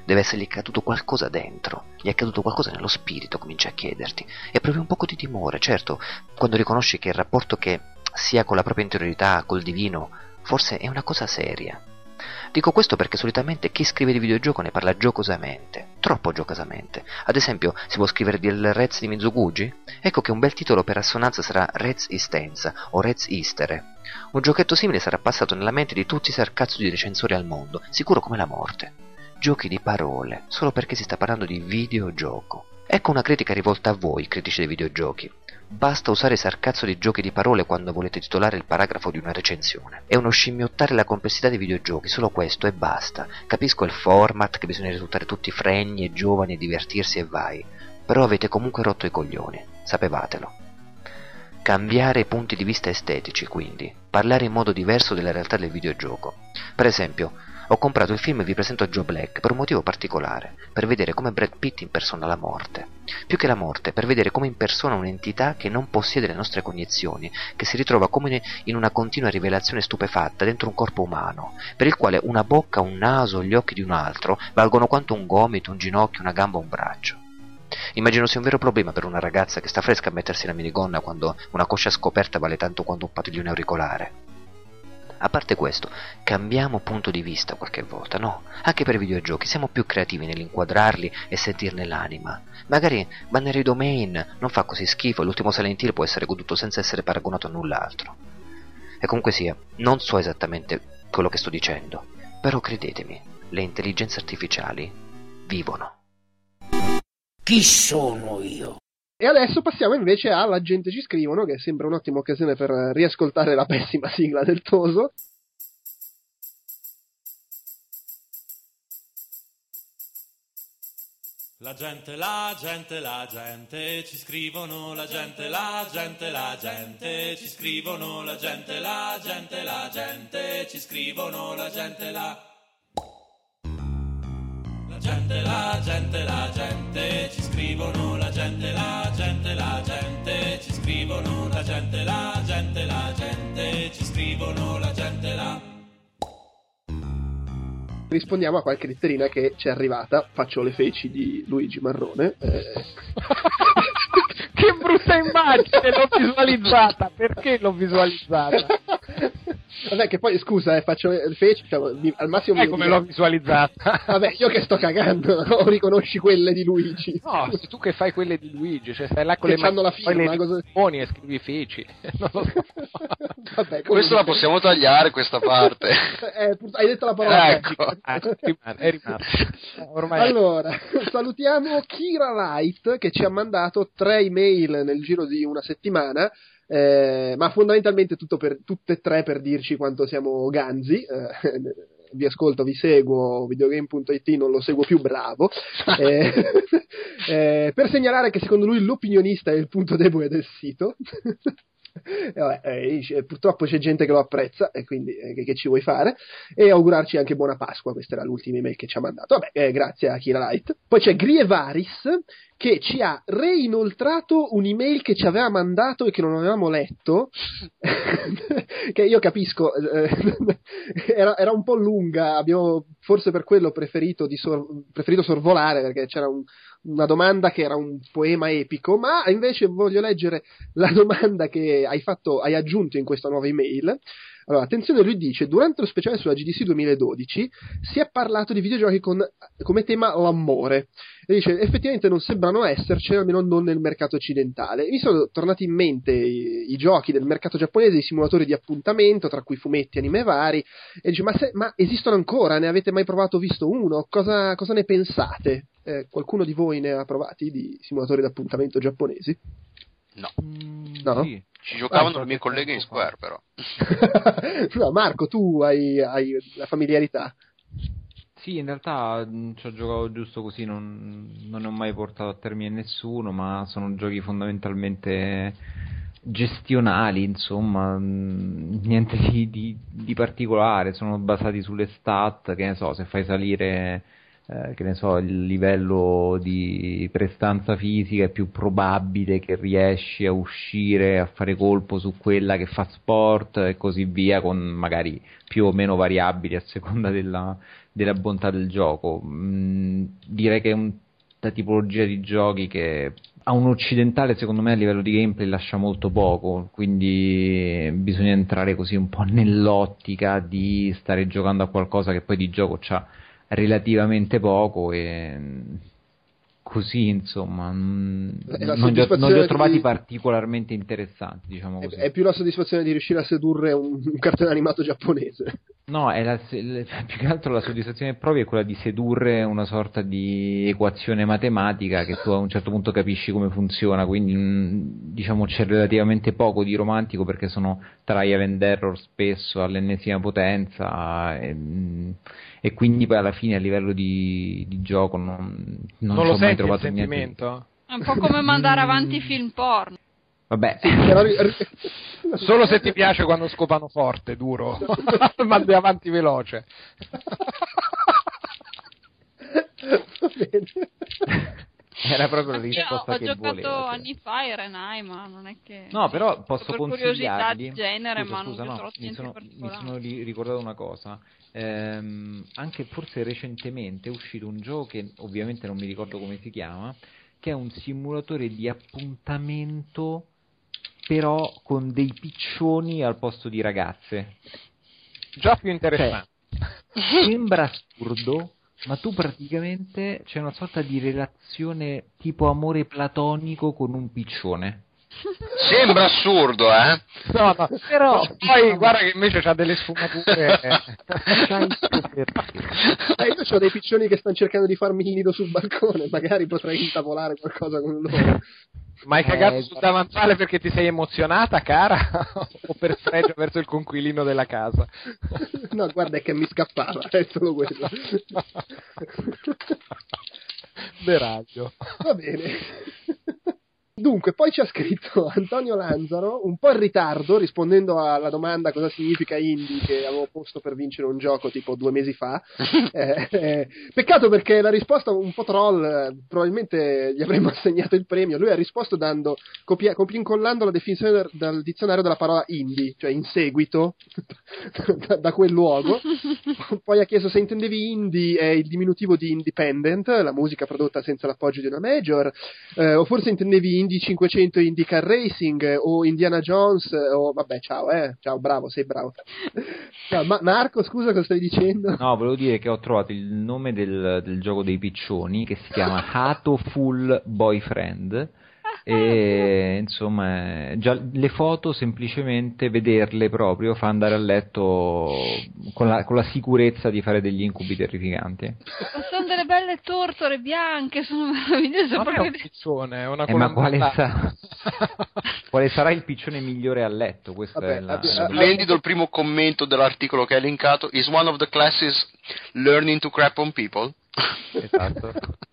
Deve essergli caduto qualcosa dentro, gli è caduto qualcosa nello spirito, cominci a chiederti, e provi un poco di timore, certo, quando riconosci che il rapporto che si ha con la propria interiorità, col divino, forse è una cosa seria. Dico questo perché solitamente chi scrive di videogioco ne parla giocosamente, troppo giocosamente. Ad esempio, si può scrivere del Rez di Mizuguchi? Ecco che un bel titolo per assonanza sarà Rez Istenza o Rez Istere. Un giochetto simile sarà passato nella mente di tutti i sarcazzo di recensori al mondo, sicuro come la morte. Giochi di parole, solo perché si sta parlando di videogioco. Ecco una critica rivolta a voi, critici dei videogiochi. Basta usare sarcazzo di giochi di parole quando volete titolare il paragrafo di una recensione. È uno scimmiottare la complessità dei videogiochi, solo questo e basta. Capisco il format, che bisogna risultare tutti fregni e giovani e divertirsi e vai. Però avete comunque rotto i coglioni, sapevatelo. Cambiare i punti di vista estetici, quindi. Parlare in modo diverso della realtà del videogioco. Per esempio, ho comprato il film e vi presento Joe Black per un motivo particolare, per vedere come Brad Pitt impersona la morte. Più che la morte, per vedere come impersona un'entità che non possiede le nostre cognizioni, che si ritrova come in una continua rivelazione stupefatta dentro un corpo umano, per il quale una bocca, un naso, gli occhi di un altro valgono quanto un gomito, un ginocchio, una gamba o un braccio. Immagino sia un vero problema per una ragazza che sta fresca a mettersi la minigonna quando una coscia scoperta vale tanto quanto un padiglione auricolare. A parte questo, cambiamo punto di vista qualche volta, no? Anche per i videogiochi siamo più creativi nell'inquadrarli e sentirne l'anima. Magari Binary Domain non fa così schifo e l'ultimo Silent Hill può essere goduto senza essere paragonato a null'altro. E comunque sia, non so esattamente quello che sto dicendo, però credetemi, le intelligenze artificiali vivono. Chi sono io? E adesso passiamo invece a La gente ci scrivono, che sembra un'ottima occasione per riascoltare la pessima sigla del Toso. La gente, la gente, la gente ci scrivono, la gente, la gente, la gente ci scrivono, la gente, la gente, la gente ci scrivono, la gente, la La gente, la gente, la gente ci scrivono, la gente, la gente, la gente ci scrivono, la gente, la gente, la gente ci scrivono, la gente, la Rispondiamo a qualche letterina che ci è arrivata. Faccio le feci di Luigi Marrone. Eh... Che brutta immagine, l'ho visualizzata. Perché l'ho visualizzata? Vabbè, che poi scusa, eh, faccio le feci, cioè, mi, al massimo. Eh, come l'ho visualizzata? Vabbè, io che sto cagando, o riconosci quelle di Luigi? No, sei tu che fai quelle di Luigi, cioè stai là con che le mani, la firma, le cosa... e scrivi feci. Non lo so. Vabbè, questo la possiamo tagliare, questa parte. eh, hai detto la parola. Ecco. Ah, è rimasto. Ormai allora, salutiamo Kira Light che ci ha mandato tre email nel giro di una settimana. Eh, ma fondamentalmente tutto per, tutte e tre per dirci quanto siamo ganzi. Eh, vi ascolto, vi seguo, videogame punto it non lo seguo più, bravo. eh, eh, per segnalare che secondo lui l'opinionista è il punto debole del sito. E vabbè, eh, purtroppo c'è gente che lo apprezza e quindi eh, che, che ci vuoi fare, e augurarci anche buona Pasqua. Questa era l'ultima email che ci ha mandato. Vabbè, eh, grazie a Kira Light. Poi c'è Grievaris che ci ha reinoltrato un'email che ci aveva mandato e che non avevamo letto che io capisco eh, era, era un po' lunga, abbiamo forse per quello preferito, di sor- preferito sorvolare, perché c'era un una domanda che era un poema epico, ma invece voglio leggere la domanda che hai fatto, hai aggiunto in questa nuova email. Allora, attenzione, lui dice: durante lo speciale sulla G D C duemiladodici si è parlato di videogiochi con, come tema l'amore, e dice effettivamente non sembrano esserci, almeno non nel mercato occidentale. Mi sono tornati in mente i, i giochi del mercato giapponese, i simulatori di appuntamento, tra cui fumetti, anime vari, e dice: ma, se, ma esistono ancora? Ne avete mai provato o visto uno? Cosa, cosa ne pensate? Eh, qualcuno di voi ne ha provati di simulatori di appuntamento giapponesi? No. No? Sì. Ci giocavano ah, i miei colleghi in Square, però. No, Marco, tu hai, hai la familiarità? Sì, in realtà ci ho giocato giusto così, non, non ne ho mai portato a termine nessuno, ma sono giochi fondamentalmente gestionali, insomma, niente di, di, di particolare, sono basati sulle stat, che ne so, se fai salire eh, che ne so, il livello di prestanza fisica è più probabile che riesci a uscire a fare colpo su quella che fa sport e così via, con magari più o meno variabili a seconda della, della bontà del gioco. Mm, direi che è un la tipologia di giochi che a un occidentale secondo me a livello di gameplay lascia molto poco, quindi bisogna entrare così un po' nell'ottica di stare giocando a qualcosa che poi di gioco c'ha relativamente poco e così insomma non, non, li ho, non li ho trovati di... particolarmente interessanti, diciamo così. È, è più la soddisfazione di riuscire a sedurre un, un cartone animato giapponese. No, è la, più che altro la soddisfazione propria è quella di sedurre una sorta di equazione matematica che tu a un certo punto capisci come funziona, quindi diciamo c'è relativamente poco di romantico perché sono trial and error spesso all'ennesima potenza e, e quindi poi alla fine a livello di, di gioco non, non, non ci lo ho mai trovato il sentimento? niente. È un po' come mandare avanti film porno. Vabbè, solo se ti piace quando scopano forte, duro, mandi avanti veloce. Va bene. Era proprio la risposta ho che giocato volevo. Cioè. anni fa a Renai, ma non è che... No, però posso per consigliarli... curiosità di genere, scusa, ma scusa, non no, ho mi sono, mi particolare. sono ri- ricordato una cosa. Ehm, anche forse recentemente è uscito un gioco che ovviamente non mi ricordo come si chiama, che è un simulatore di appuntamento però con dei piccioni al posto di ragazze. Già più interessante. Cioè, sembra assurdo, ma tu praticamente c'è una sorta di relazione tipo amore platonico con un piccione. Sembra assurdo, eh? No, no, però poi no, guarda che invece c'ha delle sfumature. eh, io ho dei piccioni che stanno cercando di farmi il nido sul balcone, magari potrei intavolare qualcosa con loro. Ma hai cagato eh, sul davanzale perché ti sei emozionata, cara? O per fregio verso il conquilino della casa? No, guarda, è che mi scappava, è solo quello. Deraglio. Va bene. Dunque, poi ci ha scritto Antonio Lanzaro, un po' in ritardo, rispondendo alla domanda cosa significa indie che avevo posto per vincere un gioco tipo due mesi fa. eh, eh, peccato perché la risposta un po' troll, eh, probabilmente gli avremmo assegnato il premio. Lui ha risposto dando copia, copia-incollando la definizione dal, dal dizionario della parola indie, cioè in seguito, da, da quel luogo. Poi ha chiesto se intendevi indie è il diminutivo di independent, la musica prodotta senza l'appoggio di una major, eh, o forse intendevi Indy cinquecento IndyCar Racing o Indiana Jones o vabbè ciao eh ciao bravo sei bravo ciao, Ma- Marco scusa cosa stai dicendo? No, volevo dire che ho trovato il nome del, del gioco dei piccioni che si chiama Hatoful Boyfriend e insomma già le foto semplicemente vederle proprio fa andare a letto con la, con la sicurezza di fare degli incubi terrificanti. Sono delle belle tortore bianche, sono meravigliose. Ma proprio è un piccione, è una eh, ma quale, colonnata. sarà, quale sarà il piccione migliore a letto? Questa Vabbè, è la, abbi- la... Splendido il primo commento dell'articolo che hai linkato. Is one of the classes learning to crap on people? Esatto.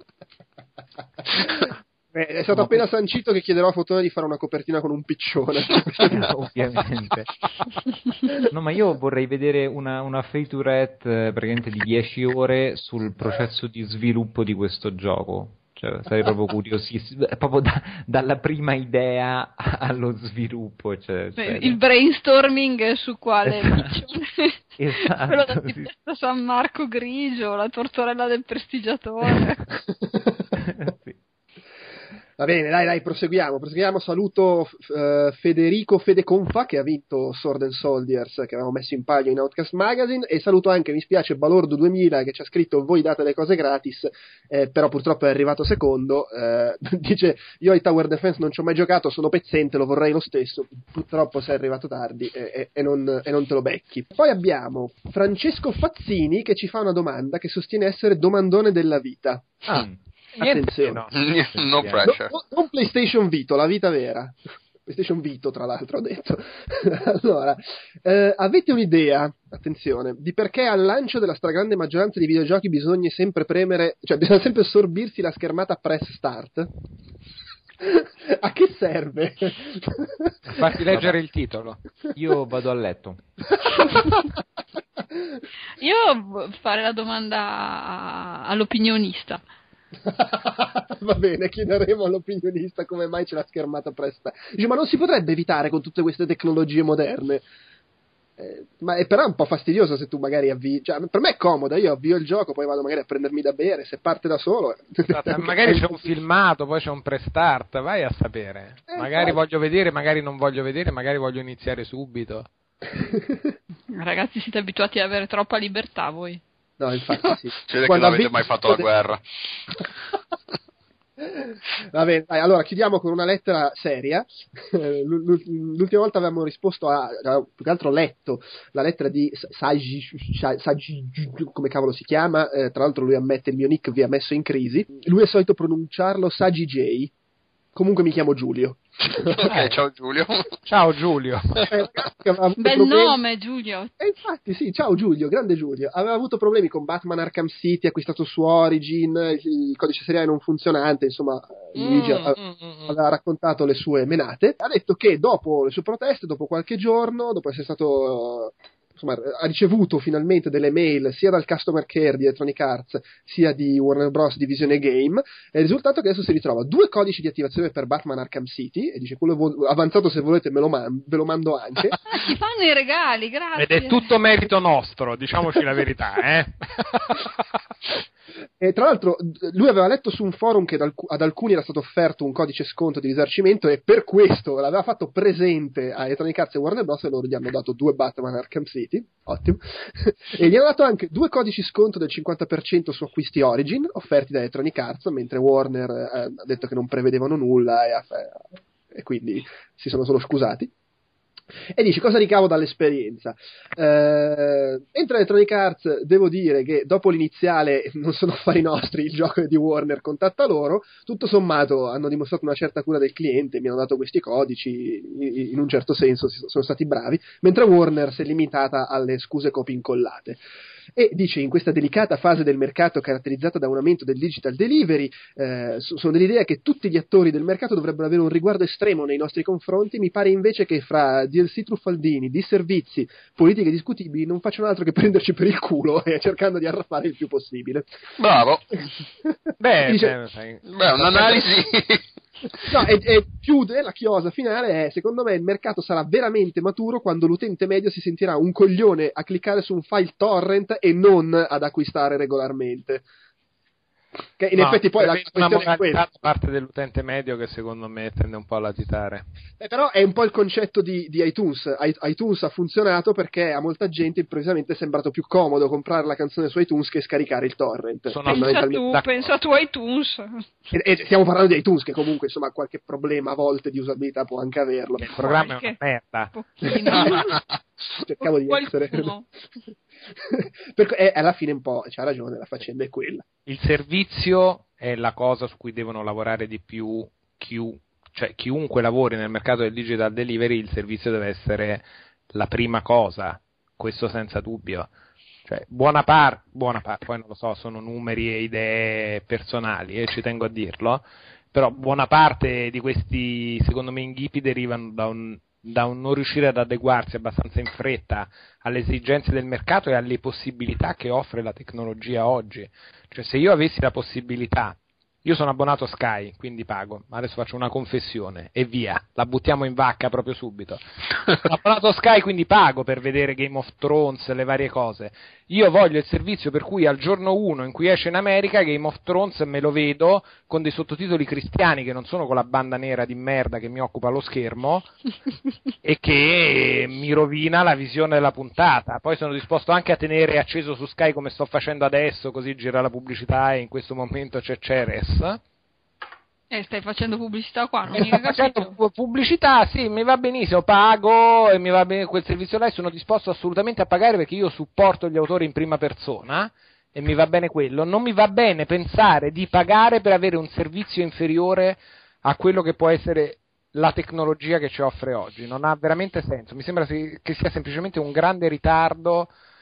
Beh, è stato no, appena questo... sancito che chiederò a Fotone di fare una copertina con un piccione. Ovviamente. No, ma io vorrei vedere una, una featurette eh, praticamente di dieci ore sul processo di sviluppo di questo gioco. Cioè, sarei proprio curiosissimo, proprio da, dalla prima idea allo sviluppo. Cioè, Beh, il brainstorming su quale esatto. piccione. Esatto, quello da sì. San Marco grigio, la tortorella del prestigiatore. Sì. Va bene, dai, dai, proseguiamo. proseguiamo. Saluto uh, Federico Fedeconfa che ha vinto Sword and Soldiers che avevamo messo in palio in Outcast Magazine e saluto anche, mi spiace, Balordo duemila che ci ha scritto voi date le cose gratis, eh, però purtroppo è arrivato secondo. Eh, dice io ai Tower Defense non ci ho mai giocato, sono pezzente, lo vorrei lo stesso, purtroppo sei arrivato tardi e, e, e, non, e non te lo becchi. Poi abbiamo Francesco Fazzini che ci fa una domanda che sostiene essere domandone della vita. Ah. Attenzione, no, no pressure. No, non PlayStation Vito, la vita vera. PlayStation Vito, tra l'altro, ho detto. Allora, eh, avete un'idea, attenzione, di perché al lancio della stragrande maggioranza di videogiochi bisogna sempre premere, cioè bisogna sempre sorbirsi la schermata press start? A che serve? Farti leggere il titolo. Io vado a letto. Io fare la domanda all'opinionista. Va bene, chiederemo all'opinionista come mai c'è la schermata presta. Dice, ma non si potrebbe evitare con tutte queste tecnologie moderne? Eh, ma è però un po' fastidioso se tu magari avvii, cioè, per me è comoda, io avvio il gioco, poi vado magari a prendermi da bere, se parte da solo esatto, magari c'è un filmato, poi c'è un prestart, vai a sapere, eh, magari poi... voglio vedere, magari non voglio vedere, magari voglio iniziare subito. Ragazzi, siete abituati ad avere troppa libertà voi. No, infatti sì. Cioè che non avete mai fatto la guerra. Va bene, dai, allora chiudiamo con una lettera seria. L'ultima volta avevamo risposto a, a più che altro letto la lettera di Saji, Saji come cavolo si chiama, eh, tra l'altro lui ammette il mio nick vi ha messo in crisi, lui è solito pronunciarlo Saji J. Comunque mi chiamo Giulio. Ok, ciao Giulio. Ciao Giulio. Bel problemi... nome Giulio. E infatti sì, ciao Giulio, grande Giulio. Aveva avuto problemi con Batman Arkham City, acquistato su Origin, il codice seriale non funzionante, insomma Luigi mm, aveva, mm, aveva raccontato le sue menate. Ha detto che dopo le sue proteste, dopo qualche giorno, dopo essere stato... insomma, ha ricevuto finalmente delle mail sia dal customer care di Electronic Arts sia di Warner Bros. Divisione Game, e il risultato è che adesso si ritrova due codici di attivazione per Batman Arkham City e dice quello vo- avanzato se volete me lo man- ve lo mando anche. Ah, ci fanno i regali, grazie. Ed è tutto merito nostro, diciamoci la verità, eh. E tra l'altro lui aveva letto su un forum che ad, alc- ad alcuni era stato offerto un codice sconto di risarcimento e per questo l'aveva fatto presente a Electronic Arts e Warner Bros. E loro gli hanno dato due Batman Arkham City, ottimo, e gli hanno dato anche due codici sconto del cinquanta per cento su acquisti Origin offerti da Electronic Arts, mentre Warner eh, ha detto che non prevedevano nulla e, ha, e quindi si sono solo scusati. E dici cosa ricavo dall'esperienza? Eh, entro Electronic Arts devo dire che dopo l'iniziale non sono affari nostri, il gioco di Warner contatta loro, tutto sommato hanno dimostrato una certa cura del cliente, mi hanno dato questi codici, in un certo senso sono stati bravi, mentre Warner si è limitata alle scuse copie incollate. E dice in questa delicata fase del mercato caratterizzata da un aumento del digital delivery eh, sono dell'idea che tutti gli attori del mercato dovrebbero avere un riguardo estremo nei nostri confronti. Mi pare invece che fra D L C truffaldini, disservizi, politiche discutibili non facciano altro che prenderci per il culo e cercando di arraffare il più possibile. Bravo. Beh, dice, beh, beh un'analisi. No, e, e chiude la chiosa finale è: secondo me il mercato sarà veramente maturo quando l'utente medio si sentirà un coglione a cliccare su un file torrent e non ad acquistare regolarmente. Che in no, effetti poi la questione è questa, da parte dell'utente medio che secondo me tende un po' a latitare. Eh, però è un po' il concetto di, di iTunes. I, iTunes ha funzionato perché a molta gente improvvisamente è sembrato più comodo comprare la canzone su iTunes che scaricare il torrent. Sono pensa tu, pensa tu iTunes. E, e stiamo parlando di iTunes che comunque insomma qualche problema a volte di usabilità può anche averlo. Il programma è una merda. Cercavo di essere per, eh, alla fine un po' c'ha ragione, la faccenda è quella. Il servizio è la cosa su cui devono lavorare di più chiu, cioè chiunque lavori nel mercato del digital delivery, il servizio deve essere la prima cosa, questo senza dubbio. Cioè, buona parte, buona parte, poi non lo so, sono numeri e idee personali e eh, ci tengo a dirlo, però buona parte di questi secondo me inghippi derivano da un da un non riuscire ad adeguarsi abbastanza in fretta alle esigenze del mercato e alle possibilità che offre la tecnologia oggi. Cioè, se io avessi la possibilità, io sono abbonato a Sky, quindi pago, adesso faccio una confessione e via, la buttiamo in vacca proprio subito. Sono abbonato a Sky, quindi pago per vedere Game of Thrones, le varie cose. Io voglio il servizio per cui al giorno uno in cui esce in America Game of Thrones me lo vedo con dei sottotitoli cristiani che non sono con la banda nera di merda che mi occupa lo schermo e che mi rovina la visione della puntata. Poi sono disposto anche a tenere acceso su Sky come sto facendo adesso, così gira la pubblicità e in questo momento c'è Ceres. Eh, stai facendo pubblicità qua, non mi hai capito? Pubblicità, sì, mi va benissimo, pago e mi va bene quel servizio là, sono disposto assolutamente a pagare perché io supporto gli autori in prima persona e mi va bene quello. Non mi va bene pensare di pagare per avere un servizio inferiore a quello che può essere la tecnologia che ci offre oggi. Non ha veramente senso, mi sembra che sia semplicemente un grande ritardo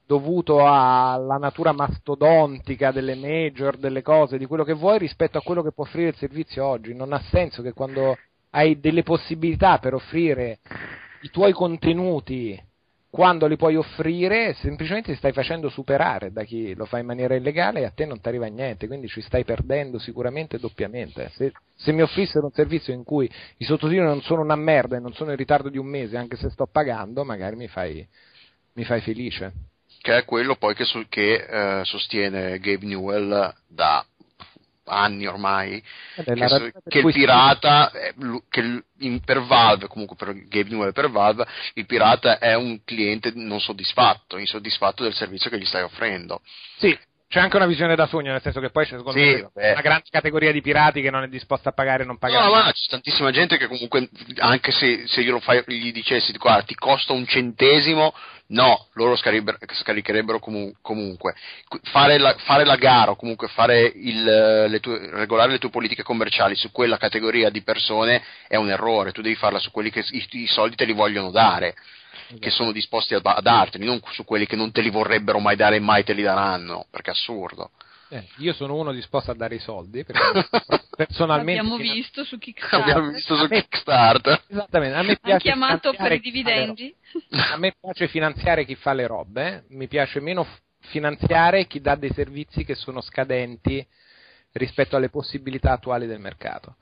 dovuto alla natura mastodontica delle major, delle cose, di quello che vuoi, rispetto a quello che può offrire il servizio oggi. Non ha senso che quando hai delle possibilità per offrire i tuoi contenuti, quando li puoi offrire, semplicemente ti stai facendo superare da chi lo fa in maniera illegale e a te non ti arriva niente, quindi ci stai perdendo sicuramente doppiamente. Se, se mi offrissero un servizio in cui i sottotitoli non sono una merda e non sono in ritardo di un mese, anche se sto pagando, magari mi fai, mi fai felice. Che è quello poi che, su, che eh, sostiene Gabe Newell da anni ormai, che, so, che il pirata è, che in, per Valve, comunque per Gabe Newell per Valve, il pirata è un cliente non soddisfatto, insoddisfatto del servizio che gli stai offrendo. Sì, c'è anche una visione da sogno, nel senso che poi c'è secondo sì, me beh. una grande categoria di pirati che non è disposta a pagare e non pagare. No, ma c'è tantissima gente che comunque, anche se, se io lo fai, gli dicessi guarda ti costa un centesimo, no, loro scaricherebbero comu- comunque. Fare la, fare la gara o comunque fare il, le tue, regolare le tue politiche commerciali su quella categoria di persone è un errore. Tu devi farla su quelli che i, i soldi te li vogliono dare, esatto, che sono disposti a, a darteli, non su quelli che non te li vorrebbero mai dare e mai te li daranno, perché è assurdo. Eh, io sono uno disposto a dare i soldi perché personalmente abbiamo visto su Kickstarter abbiamo visto su Kickstarter esattamente, a me piace chiamato per i dividendi. A me piace finanziare chi fa le robe, mi piace meno f- finanziare chi dà dei servizi che sono scadenti rispetto alle possibilità attuali del mercato.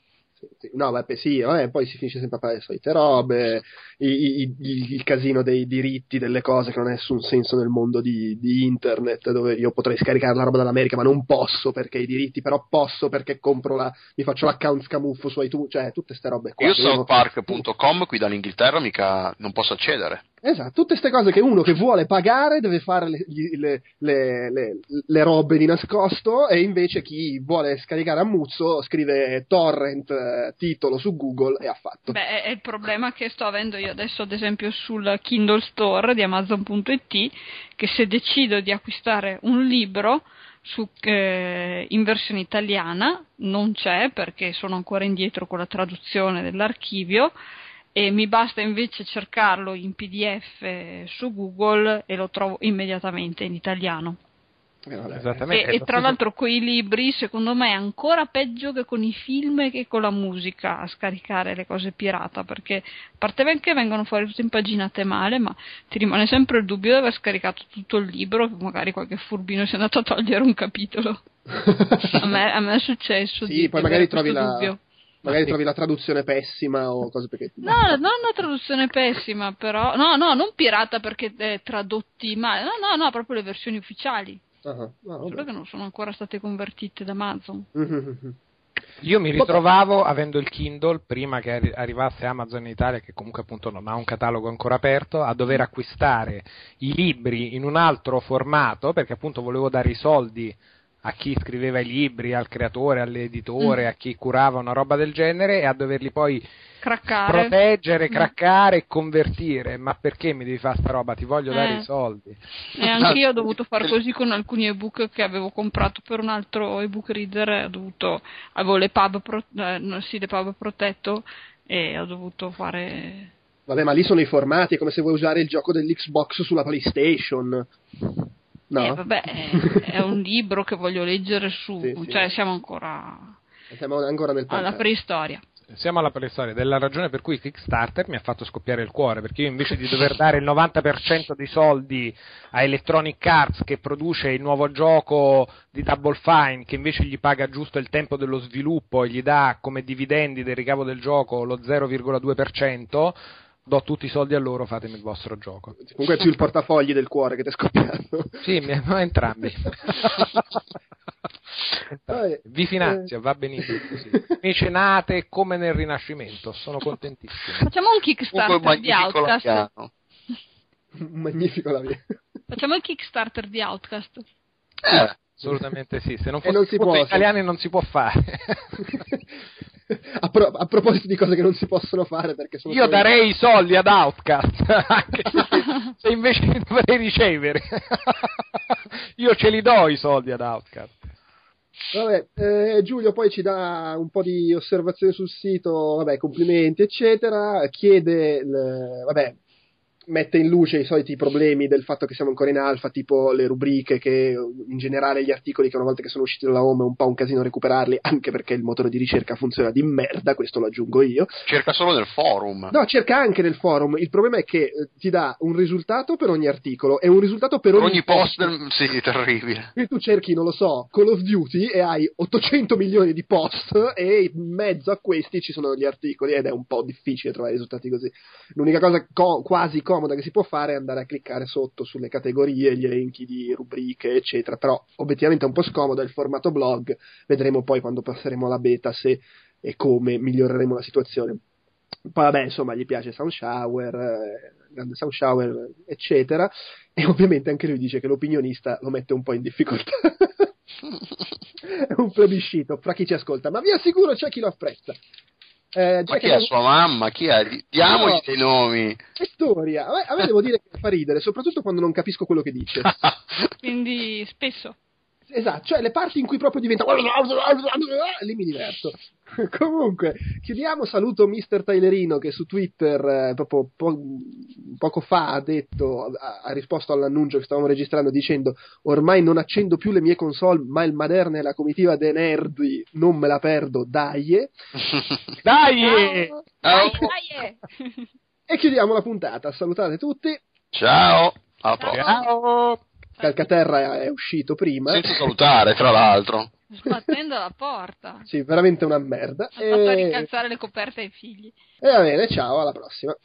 No, vabbè, sì, vabbè, poi si finisce sempre a fare le solite robe, i, i, il, il casino dei diritti, delle cose che non ha nessun senso nel mondo di, di internet, dove io potrei scaricare la roba dall'America ma non posso perché i diritti, però posso perché compro la, mi faccio l'account scamuffo su iTunes, cioè tutte ste robe qua. Io sono park punto com, qui dall'Inghilterra mica non posso accedere. Esatto, tutte queste cose che uno che vuole pagare deve fare le, le, le, le, le robe di nascosto, e invece chi vuole scaricare a muzzo scrive torrent, eh, titolo su Google e ha fatto. Beh, è il problema che sto avendo io adesso, ad esempio sul Kindle Store di Amazon punto it, che se decido di acquistare un libro su, eh, in versione italiana non c'è, perché sono ancora indietro con la traduzione dell'archivio, e mi basta invece cercarlo in P D F su Google e lo trovo immediatamente in italiano. Esattamente. E, e tra l'altro con i libri secondo me è ancora peggio che con i film che con la musica a scaricare le cose pirata, perché a parte ben che vengono fuori tutte impaginate male, ma ti rimane sempre il dubbio di aver scaricato tutto il libro, che magari qualche furbino si è andato a togliere un capitolo. a, me, a me è successo sì, di poi magari trovi la... dubbio. Magari trovi la traduzione pessima o cose perché... No, non una traduzione pessima, però... No, no, non pirata perché è tradotti male. No, no, no, proprio le versioni ufficiali. Uh-huh. No, solo che non sono ancora state convertite da Amazon. Io mi ritrovavo, avendo il Kindle, prima che arri- arrivasse Amazon in Italia, che comunque appunto non ha un catalogo ancora aperto, a dover acquistare i libri in un altro formato, perché appunto volevo dare i soldi a chi scriveva i libri, al creatore, all'editore, mm. a chi curava una roba del genere, e a doverli poi craccare, proteggere, craccare e convertire. Ma perché mi devi fare sta roba? Ti voglio eh. dare i soldi. E anch'io ho dovuto far così con alcuni ebook che avevo comprato per un altro ebook reader, ho dovuto, avevo le pub, pro, eh, sì, le pub protetto, e ho dovuto fare... Vabbè, ma lì sono i formati, è come se vuoi usare il gioco dell'Xbox sulla PlayStation. No. Eh, vabbè, è, è un libro che voglio leggere su, sì, sì. Cioè siamo ancora, siamo ancora nel alla preistoria. Siamo alla preistoria, della ragione per cui Kickstarter mi ha fatto scoppiare il cuore, perché io invece di dover dare il novanta per cento dei soldi a Electronic Arts, che produce il nuovo gioco di Double Fine, che invece gli paga giusto il tempo dello sviluppo e gli dà come dividendi del ricavo del gioco lo zero virgola due per cento, do tutti i soldi a loro, fatemi il vostro gioco. Comunque è più il portafogli del cuore che ti è scoppiato. Sì, ma entrambi. entrambi. Vi finanzio, va benissimo così. Mecenate come nel Rinascimento, sono contentissimo. Facciamo un Kickstarter di Outcast. Magnifico la mia. Facciamo il Kickstarter di Outcast. Eh, assolutamente sì, se non fosse non si può, italiani non si può fare. A, pro- a proposito di cose che non si possono fare, perché sono io darei i soldi ad Outcast, anche se, se invece li dovrei ricevere. Io ce li do i soldi ad Outcast. Vabbè, eh, Giulio poi ci dà un po' di osservazioni sul sito, vabbè, complimenti eccetera, chiede il, vabbè, mette in luce i soliti problemi del fatto che siamo ancora in alfa, tipo le rubriche, che in generale gli articoli che una volta che sono usciti dalla home è un po' un casino recuperarli, anche perché il motore di ricerca funziona di merda, questo lo aggiungo io. Cerca solo nel forum. No, cerca anche nel forum, il problema è che eh, ti dà un risultato per ogni articolo e un risultato per ogni, ogni post. Del... Sì, terribile. Quindi tu cerchi, non lo so, Call of Duty e hai ottocento milioni di post e in mezzo a questi ci sono gli articoli ed è un po' difficile trovare risultati così. L'unica cosa co- quasi comoda che si può fare è andare a cliccare sotto sulle categorie, gli elenchi di rubriche eccetera, però obiettivamente è un po' scomodo, è il formato blog, vedremo poi quando passeremo alla beta se e come miglioreremo la situazione. Poi vabbè, insomma, gli piace Sound Shower, eh, grande Sound Shower eccetera, e ovviamente anche lui dice che l'opinionista lo mette un po' in difficoltà. È un plebiscito fra chi ci ascolta, ma vi assicuro c'è chi lo apprezza. Eh, ma chi è sua mamma? Chi è? Diamogli no, dei nomi. Che storia. A me, a me devo dire che fa ridere, soprattutto quando non capisco quello che dice. Quindi spesso. Esatto, cioè le parti in cui proprio diventa lì mi diverto. Comunque, chiudiamo. Saluto mister Tylerino che su Twitter eh, proprio po- poco fa ha detto, ha, ha risposto all'annuncio che stavamo registrando dicendo: ormai non accendo più le mie console, ma il Maderna e la comitiva dei nerdi non me la perdo, dai dai oh, dai, dai. E chiudiamo la puntata. Salutate tutti, ciao, alla prossima. Ciao. Calcaterra è uscito prima senza salutare, tra l'altro, sbattendo la porta. Sì, veramente una merda. Ha e... fatto ricalzare le coperte ai figli. E va bene, ciao, alla prossima.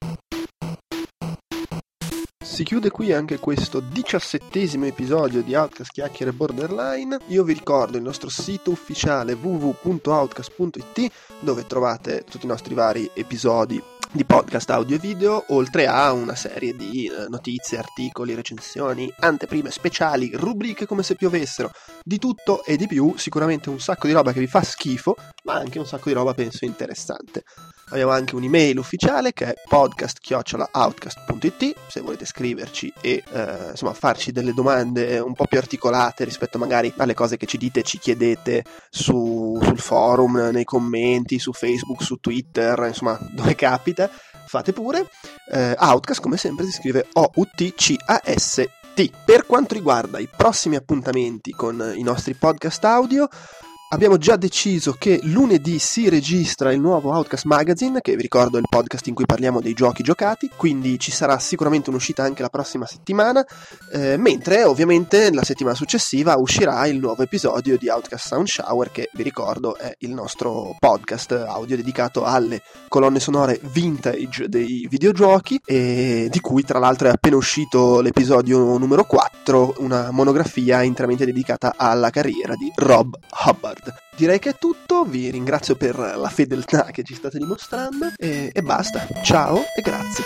Si chiude qui anche questo diciassettesimo episodio di Outcast Chiacchiere Borderline. Io vi ricordo il nostro sito ufficiale w w w punto outcast punto i t, dove trovate tutti i nostri vari episodi di podcast audio e video, oltre a una serie di eh, notizie, articoli, recensioni, anteprime speciali, rubriche come se piovessero, di tutto e di più, sicuramente un sacco di roba che vi fa schifo, ma anche un sacco di roba penso interessante. Abbiamo anche un'email ufficiale che è podcast chiocciola outcast punto i t, se volete scriverci e eh, insomma farci delle domande un po' più articolate rispetto magari alle cose che ci dite e ci chiedete su, sul forum, nei commenti, su Facebook, su Twitter, insomma dove capita, fate pure. eh, Outcast come sempre si scrive O U T C A S T. Per quanto riguarda i prossimi appuntamenti con i nostri podcast audio, abbiamo già deciso che lunedì si registra il nuovo Outcast Magazine, che vi ricordo è il podcast in cui parliamo dei giochi giocati, quindi ci sarà sicuramente un'uscita anche la prossima settimana, eh, mentre ovviamente la settimana successiva uscirà il nuovo episodio di Outcast Sound Shower, che vi ricordo è il nostro podcast audio dedicato alle colonne sonore vintage dei videogiochi, e di cui tra l'altro è appena uscito l'episodio numero quattro, una monografia interamente dedicata alla carriera di Rob Hubbard. Direi che è tutto, vi ringrazio per la fedeltà che ci state dimostrando e, e basta, ciao e grazie.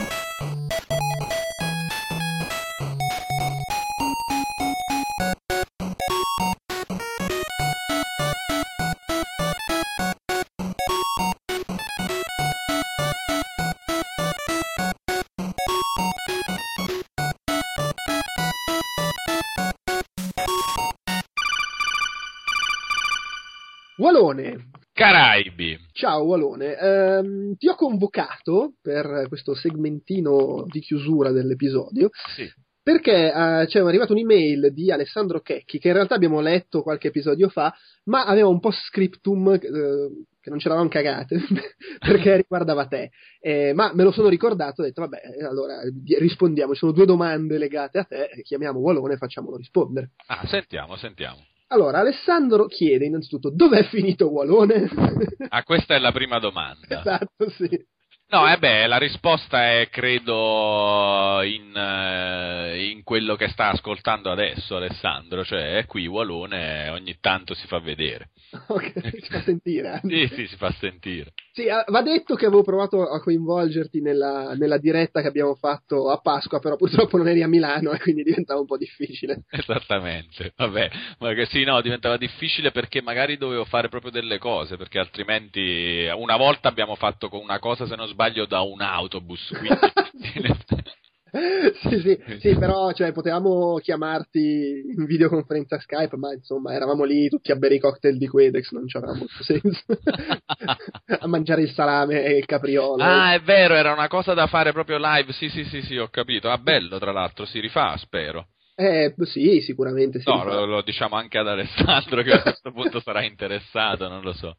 Walone. Caraibi. Ciao Walone, ehm, ti ho convocato per questo segmentino di chiusura dell'episodio. Sì. Perché eh, c'è arrivata un'email di Alessandro Checchi, che in realtà abbiamo letto qualche episodio fa, ma aveva un po' scriptum eh, che non c'eravamo cagate, perché riguardava te. Eh, ma me lo sono ricordato, ho detto vabbè, allora rispondiamo, ci sono due domande legate a te, chiamiamo Walone e facciamolo rispondere. Ah, sentiamo, sentiamo. Allora, Alessandro chiede innanzitutto dove è finito Walone? Ah, questa è la prima domanda. Esatto, sì. No, eh beh, la risposta è credo in, eh, in quello che sta ascoltando adesso Alessandro, cioè è qui Walone, ogni tanto si fa vedere. Ok, si fa sentire. Sì, sì, si fa sentire. Sì, va detto che avevo provato a coinvolgerti nella, nella diretta che abbiamo fatto a Pasqua, però purtroppo non eri a Milano e quindi diventava un po' difficile. Esattamente, vabbè, ma che sì, no, diventava difficile perché magari dovevo fare proprio delle cose, perché altrimenti una volta abbiamo fatto con una cosa, se non sbaglio, da un autobus, quindi sì, sì, sì, però cioè, potevamo chiamarti in videoconferenza Skype, ma insomma eravamo lì tutti a bere i cocktail di Quedex, non c'aveva molto senso. A mangiare il salame e il capriolo. Ah, è vero, era una cosa da fare proprio live, sì, sì, sì, sì, ho capito. Ah, bello, tra l'altro, si rifà, spero. Eh, sì, sicuramente sì. No, lo, lo diciamo anche ad Alessandro che a questo punto sarà interessato, non lo so.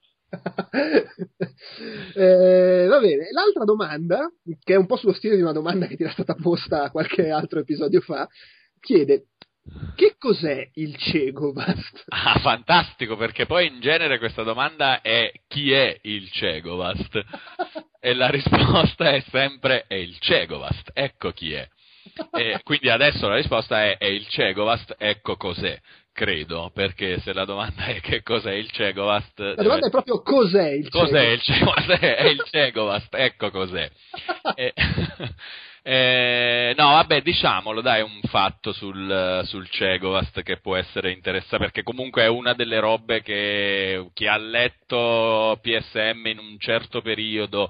eh, va bene, l'altra domanda, che è un po' sullo stile di una domanda che ti era stata posta qualche altro episodio fa, chiede: che cos'è il Cegovast? Ah, fantastico, perché poi in genere questa domanda è: chi è il Cegovast? E la risposta è sempre: è il Cegovast, ecco chi è. E quindi adesso la risposta è: è il Cegovast, ecco cos'è. Credo, perché se la domanda è che cos'è il Cegovast... La domanda deve... è proprio cos'è il Cegovast? Cos'è il Cegovast? È il Cegovast, ecco cos'è. e, eh, no, vabbè, diciamolo, dai, un fatto sul, sul Cegovast che può essere interessante, perché comunque è una delle robe che chi ha letto P S M in un certo periodo...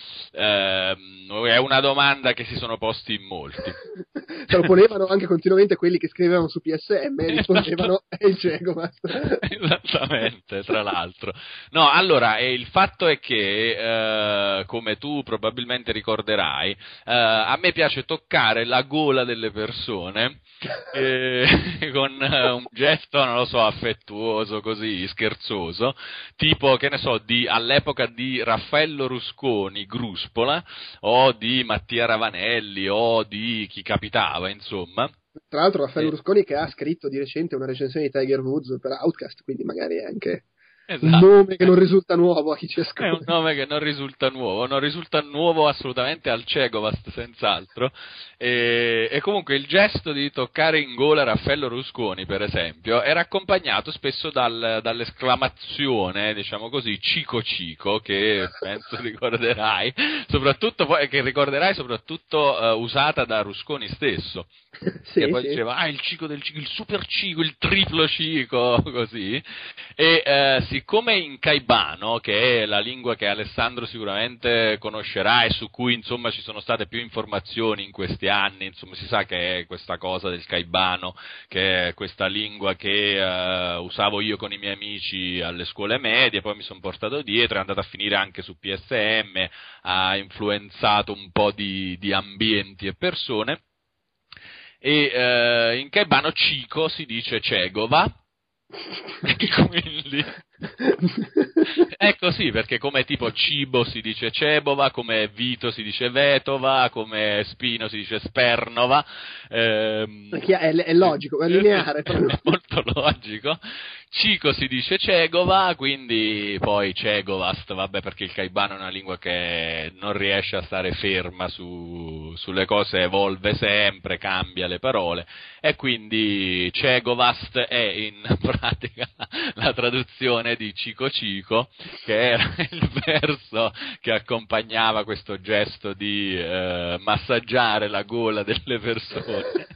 Uh, è una domanda che si sono posti in molti. Se lo ponevano anche continuamente quelli che scrivevano su P S M e rispondevano è il Cegovast. Esattamente, tra l'altro. No, allora, eh, il fatto è che, uh, come tu probabilmente ricorderai, uh, a me piace toccare la gola delle persone eh, con uh, un gesto, non lo so, affettuoso, così, scherzoso, tipo, che ne so, di, all'epoca di Raffaello Rusconi, Grus o di Mattia Ravanelli o di chi capitava, insomma. Tra l'altro Raffaello Rusconi che ha scritto di recente una recensione di Tiger Woods per Outcast, quindi magari è anche esatto. Un nome che non risulta nuovo a chi ci ascolta. È un nome che non risulta nuovo, non risulta nuovo assolutamente al Cegovast, senz'altro. E, e comunque il gesto di toccare in gola Raffaello Rusconi, per esempio, era accompagnato spesso dal, dall'esclamazione, diciamo così, Cico Cico, che penso ricorderai, soprattutto poi, che ricorderai soprattutto uh, usata da Rusconi stesso. Sì, che poi sì. diceva ah il cico del cico, il super cico, il triplo cico, così. E eh, siccome in caibano, che è la lingua che Alessandro sicuramente conoscerà e su cui insomma ci sono state più informazioni in questi anni, insomma si sa che è questa cosa del caibano, che è questa lingua che eh, usavo io con i miei amici alle scuole medie, poi mi sono portato dietro, è andata a finire anche su P S M, ha influenzato un po' di, di ambienti e persone. E eh, in caibano cico si dice cegova, e quindi è così, perché come tipo cibo si dice cebova, come vito si dice vetova, come spino si dice spernova. Ehm, è, è logico, è lineare. È molto logico. Cico si dice cegova, quindi poi cegovast, vabbè, perché il caibano è una lingua che non riesce a stare ferma su, sulle cose, evolve sempre, cambia le parole, e quindi cegovast è in pratica la traduzione di Cico Cico, che era il verso che accompagnava questo gesto di eh, massaggiare la gola delle persone.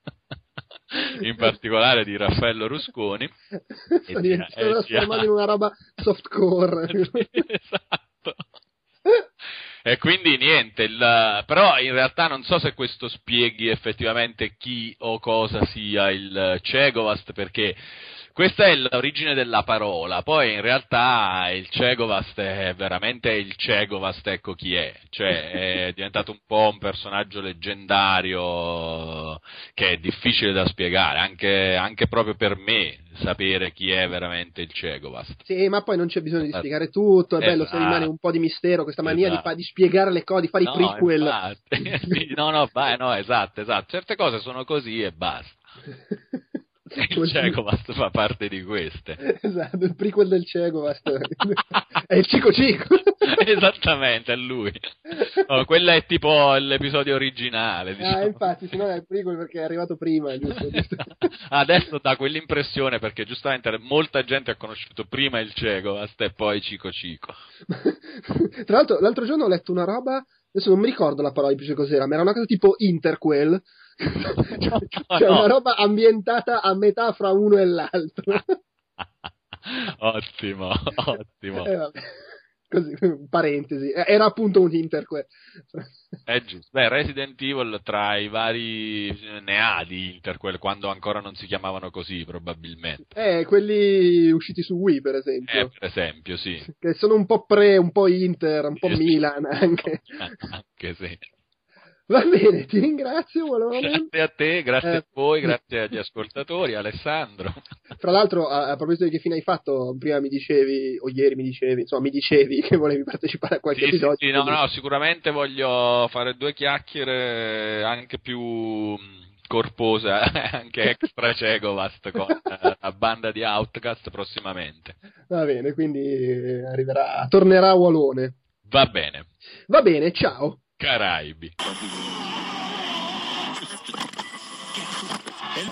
In particolare di Raffaello Rusconi. Sta trasformando in una roba softcore. Esatto. E quindi niente, il, però in realtà non so se questo spieghi effettivamente chi o cosa sia il Cegovast, perché questa è l'origine della parola, poi in realtà il Cegovast è veramente il Cegovast, ecco chi è, cioè è diventato un po' un personaggio leggendario che è difficile da spiegare, anche, anche proprio per me sapere chi è veramente il Cegovast. Sì, ma poi non c'è bisogno di spiegare tutto, è bello esatto. Se rimane un po' di mistero, questa mania esatto. di, di spiegare le cose, di fare no, i prequel. Sì, no, no, vai, no, esatto, esatto, certe cose sono così e basta. Il Cegovast fa parte di queste. Esatto, il prequel del Cegovast è il Cico Cico. Esattamente, è lui. Oh, quello è tipo l'episodio originale, diciamo. Ah, infatti, se no è il prequel perché è arrivato prima, giusto? giusto. Adesso dà quell'impressione perché giustamente molta gente ha conosciuto prima il Cegovast e poi Cico Cico. Tra l'altro, l'altro giorno ho letto una roba, adesso non mi ricordo la parola di preciso cos'era, ma era una cosa tipo interquel. Cioè, no, cioè no. una roba ambientata a metà fra uno e l'altro. Ottimo, ottimo. Eh, vabbè. Così, parentesi, era appunto un Inter. È giusto. Beh, Resident Evil tra i vari ne ha di Interquel quando ancora non si chiamavano così, probabilmente. Eh, quelli usciti su Wii, per esempio. Eh, per esempio, sì. Che sono un po' pre, un po' Inter, un po' Sì, Milan anche. Anche sì. Va bene, ti ringrazio. Walone. Grazie a te, grazie Eh. a voi, grazie agli ascoltatori, Alessandro. Fra l'altro, a, a proposito di che fine hai fatto, prima mi dicevi, o ieri mi dicevi, insomma, mi dicevi che volevi partecipare a qualche Sì, sì, episodio. sì, no, no, sicuramente voglio fare due chiacchiere anche più corpose, anche extra Cegovast con eh, la banda di Outcast prossimamente. Va bene, quindi eh, arriverà, tornerà a Walone. Va bene. Va bene, ciao. Caraibi.